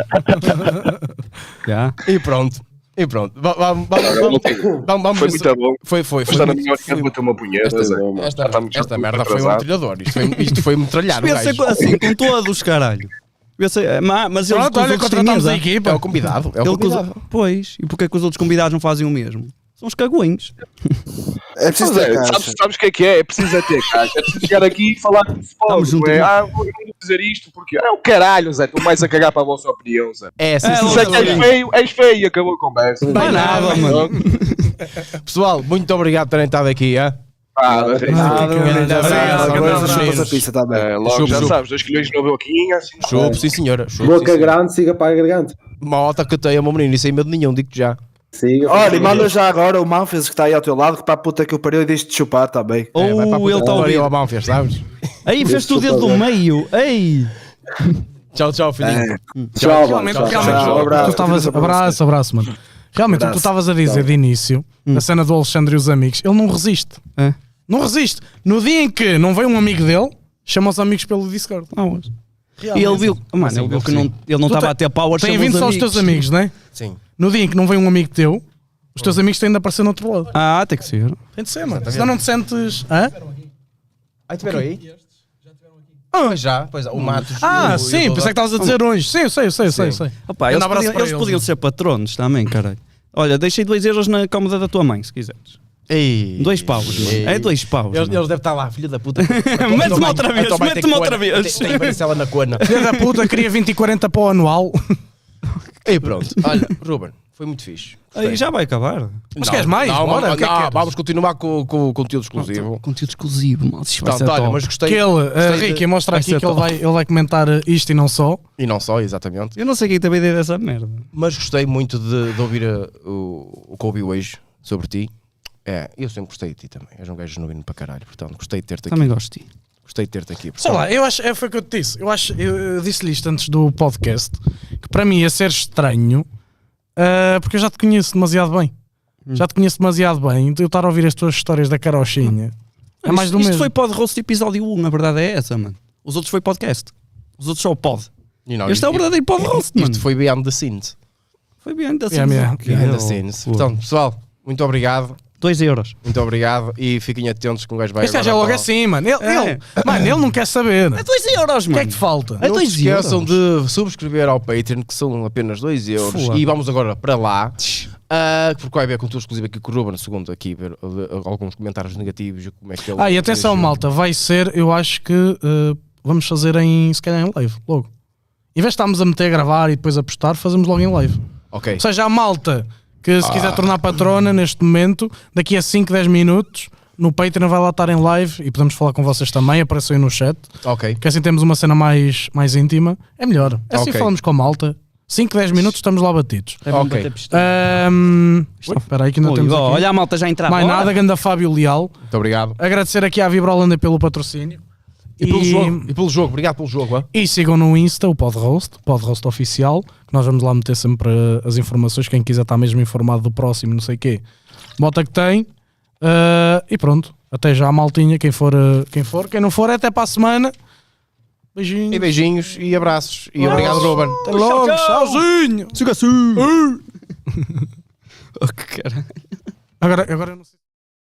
[SPEAKER 3] Já.
[SPEAKER 2] E pronto. E pronto. Va- va- Vamos, vamos,
[SPEAKER 10] Olha,
[SPEAKER 2] vamos,
[SPEAKER 10] não tenho.
[SPEAKER 2] vamos, vamos
[SPEAKER 10] Foi
[SPEAKER 2] ver se-
[SPEAKER 10] muito bom.
[SPEAKER 2] Foi, foi.
[SPEAKER 10] Mas
[SPEAKER 2] foi
[SPEAKER 10] está na
[SPEAKER 2] muito-
[SPEAKER 10] minha hora
[SPEAKER 2] foi-
[SPEAKER 10] de bater uma punheta,
[SPEAKER 2] Esta,
[SPEAKER 10] Zé.
[SPEAKER 2] esta,
[SPEAKER 10] Já estamos
[SPEAKER 2] esta
[SPEAKER 10] muito
[SPEAKER 2] merda foi um
[SPEAKER 10] atrasado.
[SPEAKER 2] trilhador. Isto foi, isto foi metralhar.
[SPEAKER 3] Devia ser assim, com todos, caralho. Devia ser, ma- mas eles
[SPEAKER 2] Pronto,
[SPEAKER 3] com os
[SPEAKER 2] olha,
[SPEAKER 3] outros
[SPEAKER 2] contratamos
[SPEAKER 3] tinham,
[SPEAKER 2] a
[SPEAKER 3] já.
[SPEAKER 2] equipa. É o convidado. É o
[SPEAKER 3] Ele com os-
[SPEAKER 2] convidado.
[SPEAKER 3] Pois, e porquê que os outros convidados não fazem o mesmo? São os cagões.
[SPEAKER 9] É preciso
[SPEAKER 10] Mas
[SPEAKER 9] ter
[SPEAKER 10] é,
[SPEAKER 9] caixa.
[SPEAKER 10] sabes, sabes o que é que é? É preciso é ter caixa. É preciso chegar aqui e falar com o
[SPEAKER 3] Estamos
[SPEAKER 10] futebol.
[SPEAKER 3] juntos.
[SPEAKER 10] Não é? Ah, vou vou dizer isto porque. É o caralho, Zé. Tu mais a cagar para a vossa opinião, Zé.
[SPEAKER 2] É, sim,
[SPEAKER 3] É,
[SPEAKER 2] sim,
[SPEAKER 10] Se é
[SPEAKER 2] sim.
[SPEAKER 10] que és feio, és feio e acabou a conversa.
[SPEAKER 3] Não é nada, mano.
[SPEAKER 2] Pessoal, muito obrigado por terem estado aqui. Hein?
[SPEAKER 10] Ah,
[SPEAKER 9] Nada,
[SPEAKER 2] grande
[SPEAKER 9] menino,
[SPEAKER 2] abraço,
[SPEAKER 9] agora
[SPEAKER 2] grande
[SPEAKER 9] chupas a
[SPEAKER 2] abraço.
[SPEAKER 9] pizza também.
[SPEAKER 10] é, logo
[SPEAKER 2] Chupa,
[SPEAKER 10] já
[SPEAKER 2] chupa.
[SPEAKER 10] sabes, dois quilhões na boquinha. Assim,
[SPEAKER 2] Chupo, sim senhora. Chupo, sim,
[SPEAKER 11] Boca
[SPEAKER 2] senhora.
[SPEAKER 11] grande, siga para a garganta.
[SPEAKER 2] Malta que tem, meu menino, e sem medo nenhum, digo-te já.
[SPEAKER 11] Siga.
[SPEAKER 9] Olha, e manda já agora o Manfes que está aí ao teu lado, que para a puta que eu parei e deixe-te chupar também.
[SPEAKER 3] Ou
[SPEAKER 2] É, vai para a puta
[SPEAKER 3] ele está a
[SPEAKER 2] que
[SPEAKER 3] ouvir.
[SPEAKER 2] pariu, ó, Manfes, sabes?
[SPEAKER 3] Aí fez-te o dedo do meio. Ei!
[SPEAKER 2] Tchau, tchau, filhinho.
[SPEAKER 11] Tchau, mano.
[SPEAKER 1] Realmente,
[SPEAKER 11] Tchau,
[SPEAKER 1] realmente,
[SPEAKER 9] tchau.
[SPEAKER 1] tu-
[SPEAKER 9] Abraço.
[SPEAKER 1] tu estavas. Abraço, abraço, mano. Realmente, o que tu
[SPEAKER 9] Abraço.
[SPEAKER 1] estavas a dizer de início, a cena do Alexandre e os amigos, ele não resiste.
[SPEAKER 3] É.
[SPEAKER 1] Não resiste. No dia em que não veio um amigo dele, chama os amigos pelo Discord.
[SPEAKER 3] Ah, mas- E ele viu, mano,
[SPEAKER 2] Assim,
[SPEAKER 3] ele viu
[SPEAKER 2] eu
[SPEAKER 3] que não, ele não
[SPEAKER 1] Tu
[SPEAKER 3] estava
[SPEAKER 1] te-
[SPEAKER 3] a ter power.
[SPEAKER 1] Tem
[SPEAKER 3] chamou
[SPEAKER 1] vindo
[SPEAKER 3] os
[SPEAKER 1] só os teus amigos, não é?
[SPEAKER 2] Sim.
[SPEAKER 1] No dia em que não veio um amigo teu, os teus amigos têm de aparecer no outro lado.
[SPEAKER 3] Ah, tem que ser.
[SPEAKER 1] Tem de ser, mano. Senão não te sentes. Hã?
[SPEAKER 2] Aí tiveram aí? Ah, já, pois é, o Matos.
[SPEAKER 1] Ah,
[SPEAKER 2] e o-
[SPEAKER 1] sim,
[SPEAKER 2] e o
[SPEAKER 1] pensei que estavas a dizer hoje. Sim, eu sei, eu sei, eu sei. eu sei.
[SPEAKER 3] Opa,
[SPEAKER 1] Grande
[SPEAKER 3] eles
[SPEAKER 1] abraço
[SPEAKER 3] podiam,
[SPEAKER 1] para
[SPEAKER 3] eles
[SPEAKER 1] eles,
[SPEAKER 3] podiam
[SPEAKER 1] mano.
[SPEAKER 3] ser patronos também, caralho. Olha, deixei dois euros na cómoda da tua mãe, se quiseres.
[SPEAKER 2] Ei,
[SPEAKER 3] Dois paus, mano.
[SPEAKER 2] ei.
[SPEAKER 3] É dois paus.
[SPEAKER 2] Eles,
[SPEAKER 3] mano.
[SPEAKER 2] eles devem estar lá, filho da puta.
[SPEAKER 3] Mete-me outra vez, mete-me outra vez.
[SPEAKER 2] Tem, tem varicela na cona.
[SPEAKER 1] Filha da puta, queria vinte e quarenta para o anual.
[SPEAKER 2] E pronto, olha, Ruben, foi muito fixe.
[SPEAKER 3] Aí já vai acabar.
[SPEAKER 1] Mas queres mais?
[SPEAKER 2] Não,
[SPEAKER 1] Bora,
[SPEAKER 2] não,
[SPEAKER 1] o que é que
[SPEAKER 2] não,
[SPEAKER 1] queres?
[SPEAKER 2] vamos continuar com, com o conteúdo exclusivo.
[SPEAKER 3] Conteúdo exclusivo, mano. Isto vai
[SPEAKER 2] Portanto,
[SPEAKER 3] ser
[SPEAKER 2] olha,
[SPEAKER 3] top.
[SPEAKER 2] mas gostei.
[SPEAKER 1] Que ele, uh,
[SPEAKER 2] gostei de-
[SPEAKER 1] Ricky, mostra
[SPEAKER 3] vai
[SPEAKER 1] aqui
[SPEAKER 3] ser
[SPEAKER 1] que ele
[SPEAKER 3] top.
[SPEAKER 1] vai, ele vai comentar uh, isto e não só.
[SPEAKER 2] E não só, exatamente.
[SPEAKER 3] Eu não sei quem teve a ideia dessa merda.
[SPEAKER 2] Mas gostei muito de, de ouvir uh, o, o que ouvi hoje sobre ti. É, eu sempre gostei de ti também. És um gajo genuíno para caralho. Portanto, gostei de ter-te aqui.
[SPEAKER 3] Também gosto de ti.
[SPEAKER 2] Gostei de ter-te aqui.
[SPEAKER 1] Sei
[SPEAKER 2] portanto.
[SPEAKER 1] lá, eu acho, é, foi o que eu te disse. Eu, acho, eu, eu disse-lhe isto antes do podcast, que para mim ia ser estranho, uh, porque eu já te conheço demasiado bem.
[SPEAKER 3] Hum.
[SPEAKER 1] Já te conheço demasiado bem. Eu estar a ouvir as tuas histórias da carochinha. É mais
[SPEAKER 3] isto,
[SPEAKER 1] do
[SPEAKER 3] isto
[SPEAKER 1] mesmo.
[SPEAKER 3] foi pod roast episódio um, a verdade é essa, mano. Os outros foi podcast. Os outros só pod.
[SPEAKER 2] E não,
[SPEAKER 3] Este é o
[SPEAKER 2] isto-
[SPEAKER 3] verdadeiro pod roast, mano.
[SPEAKER 2] Isto foi behind the scenes.
[SPEAKER 3] Foi bem ainda assim.
[SPEAKER 1] Yeah, yeah.
[SPEAKER 2] Behind the scenes. Portanto, pessoal, muito obrigado.
[SPEAKER 3] Dois euros.
[SPEAKER 2] Muito obrigado. E fiquem atentos que um gajo vai
[SPEAKER 1] Este gajo é
[SPEAKER 2] agora
[SPEAKER 1] logo
[SPEAKER 2] para-
[SPEAKER 1] assim, mano. Ele,
[SPEAKER 3] É.
[SPEAKER 1] ele- mano, ele não quer saber.
[SPEAKER 3] É dois euros,
[SPEAKER 1] O
[SPEAKER 3] mano.
[SPEAKER 1] que é que te falta?
[SPEAKER 3] É
[SPEAKER 2] Não
[SPEAKER 3] dois
[SPEAKER 2] se esqueçam
[SPEAKER 3] euros.
[SPEAKER 2] de subscrever ao Patreon, que são apenas dois euros.
[SPEAKER 3] Foda.
[SPEAKER 2] E vamos agora para lá. Ah, porque vai haver conteúdo exclusivo aqui com o Ruben, segundo aqui, ver uh, alguns comentários negativos e como é que ele.
[SPEAKER 1] Ah, e atenção,
[SPEAKER 2] reagiu.
[SPEAKER 1] malta, vai ser, eu acho que uh, vamos fazer em, se calhar em live, logo. em vez de estarmos a meter a gravar e depois a postar, fazemos logo em live.
[SPEAKER 2] Ok.
[SPEAKER 1] Ou seja, a malta que se
[SPEAKER 2] Ah.
[SPEAKER 1] quiser tornar patrona neste momento, daqui a cinco, dez minutos, no Patreon vai lá estar em live e podemos falar com vocês também, apareçam aí no chat.
[SPEAKER 2] Ok.
[SPEAKER 1] Que assim temos uma cena mais, mais íntima. É melhor. É assim
[SPEAKER 2] Ok.
[SPEAKER 1] falamos com a malta. cinco, dez minutos estamos lá batidos.
[SPEAKER 3] É bom
[SPEAKER 2] Ok.
[SPEAKER 3] bater pistola.
[SPEAKER 1] Ahm, Espera aí que ainda
[SPEAKER 3] Ui,
[SPEAKER 1] temos
[SPEAKER 3] ó,
[SPEAKER 1] aqui.
[SPEAKER 3] olha a malta já entrar.
[SPEAKER 1] Mais
[SPEAKER 3] Bora.
[SPEAKER 1] nada, ganda Fábio Leal.
[SPEAKER 2] Muito obrigado.
[SPEAKER 1] Agradecer aqui à Vibrolândia pelo patrocínio.
[SPEAKER 2] E pelo jogo. E pelo jogo. Obrigado pelo jogo. Hein?
[SPEAKER 1] E sigam no Insta o Podroast, Podroast Oficial, que nós vamos lá meter sempre uh, as informações. Quem quiser estar mesmo informado do próximo, não sei o quê, bota que tem. Uh, e pronto, até já a maltinha. Quem for, uh, quem for, quem não for, é até para a semana. Beijinhos.
[SPEAKER 2] E beijinhos e abraços. E obrigado, Ruben.
[SPEAKER 1] Até logo, tchauzinho.
[SPEAKER 3] Siga assim. Oh, que caralho.
[SPEAKER 1] Agora, agora eu não sei.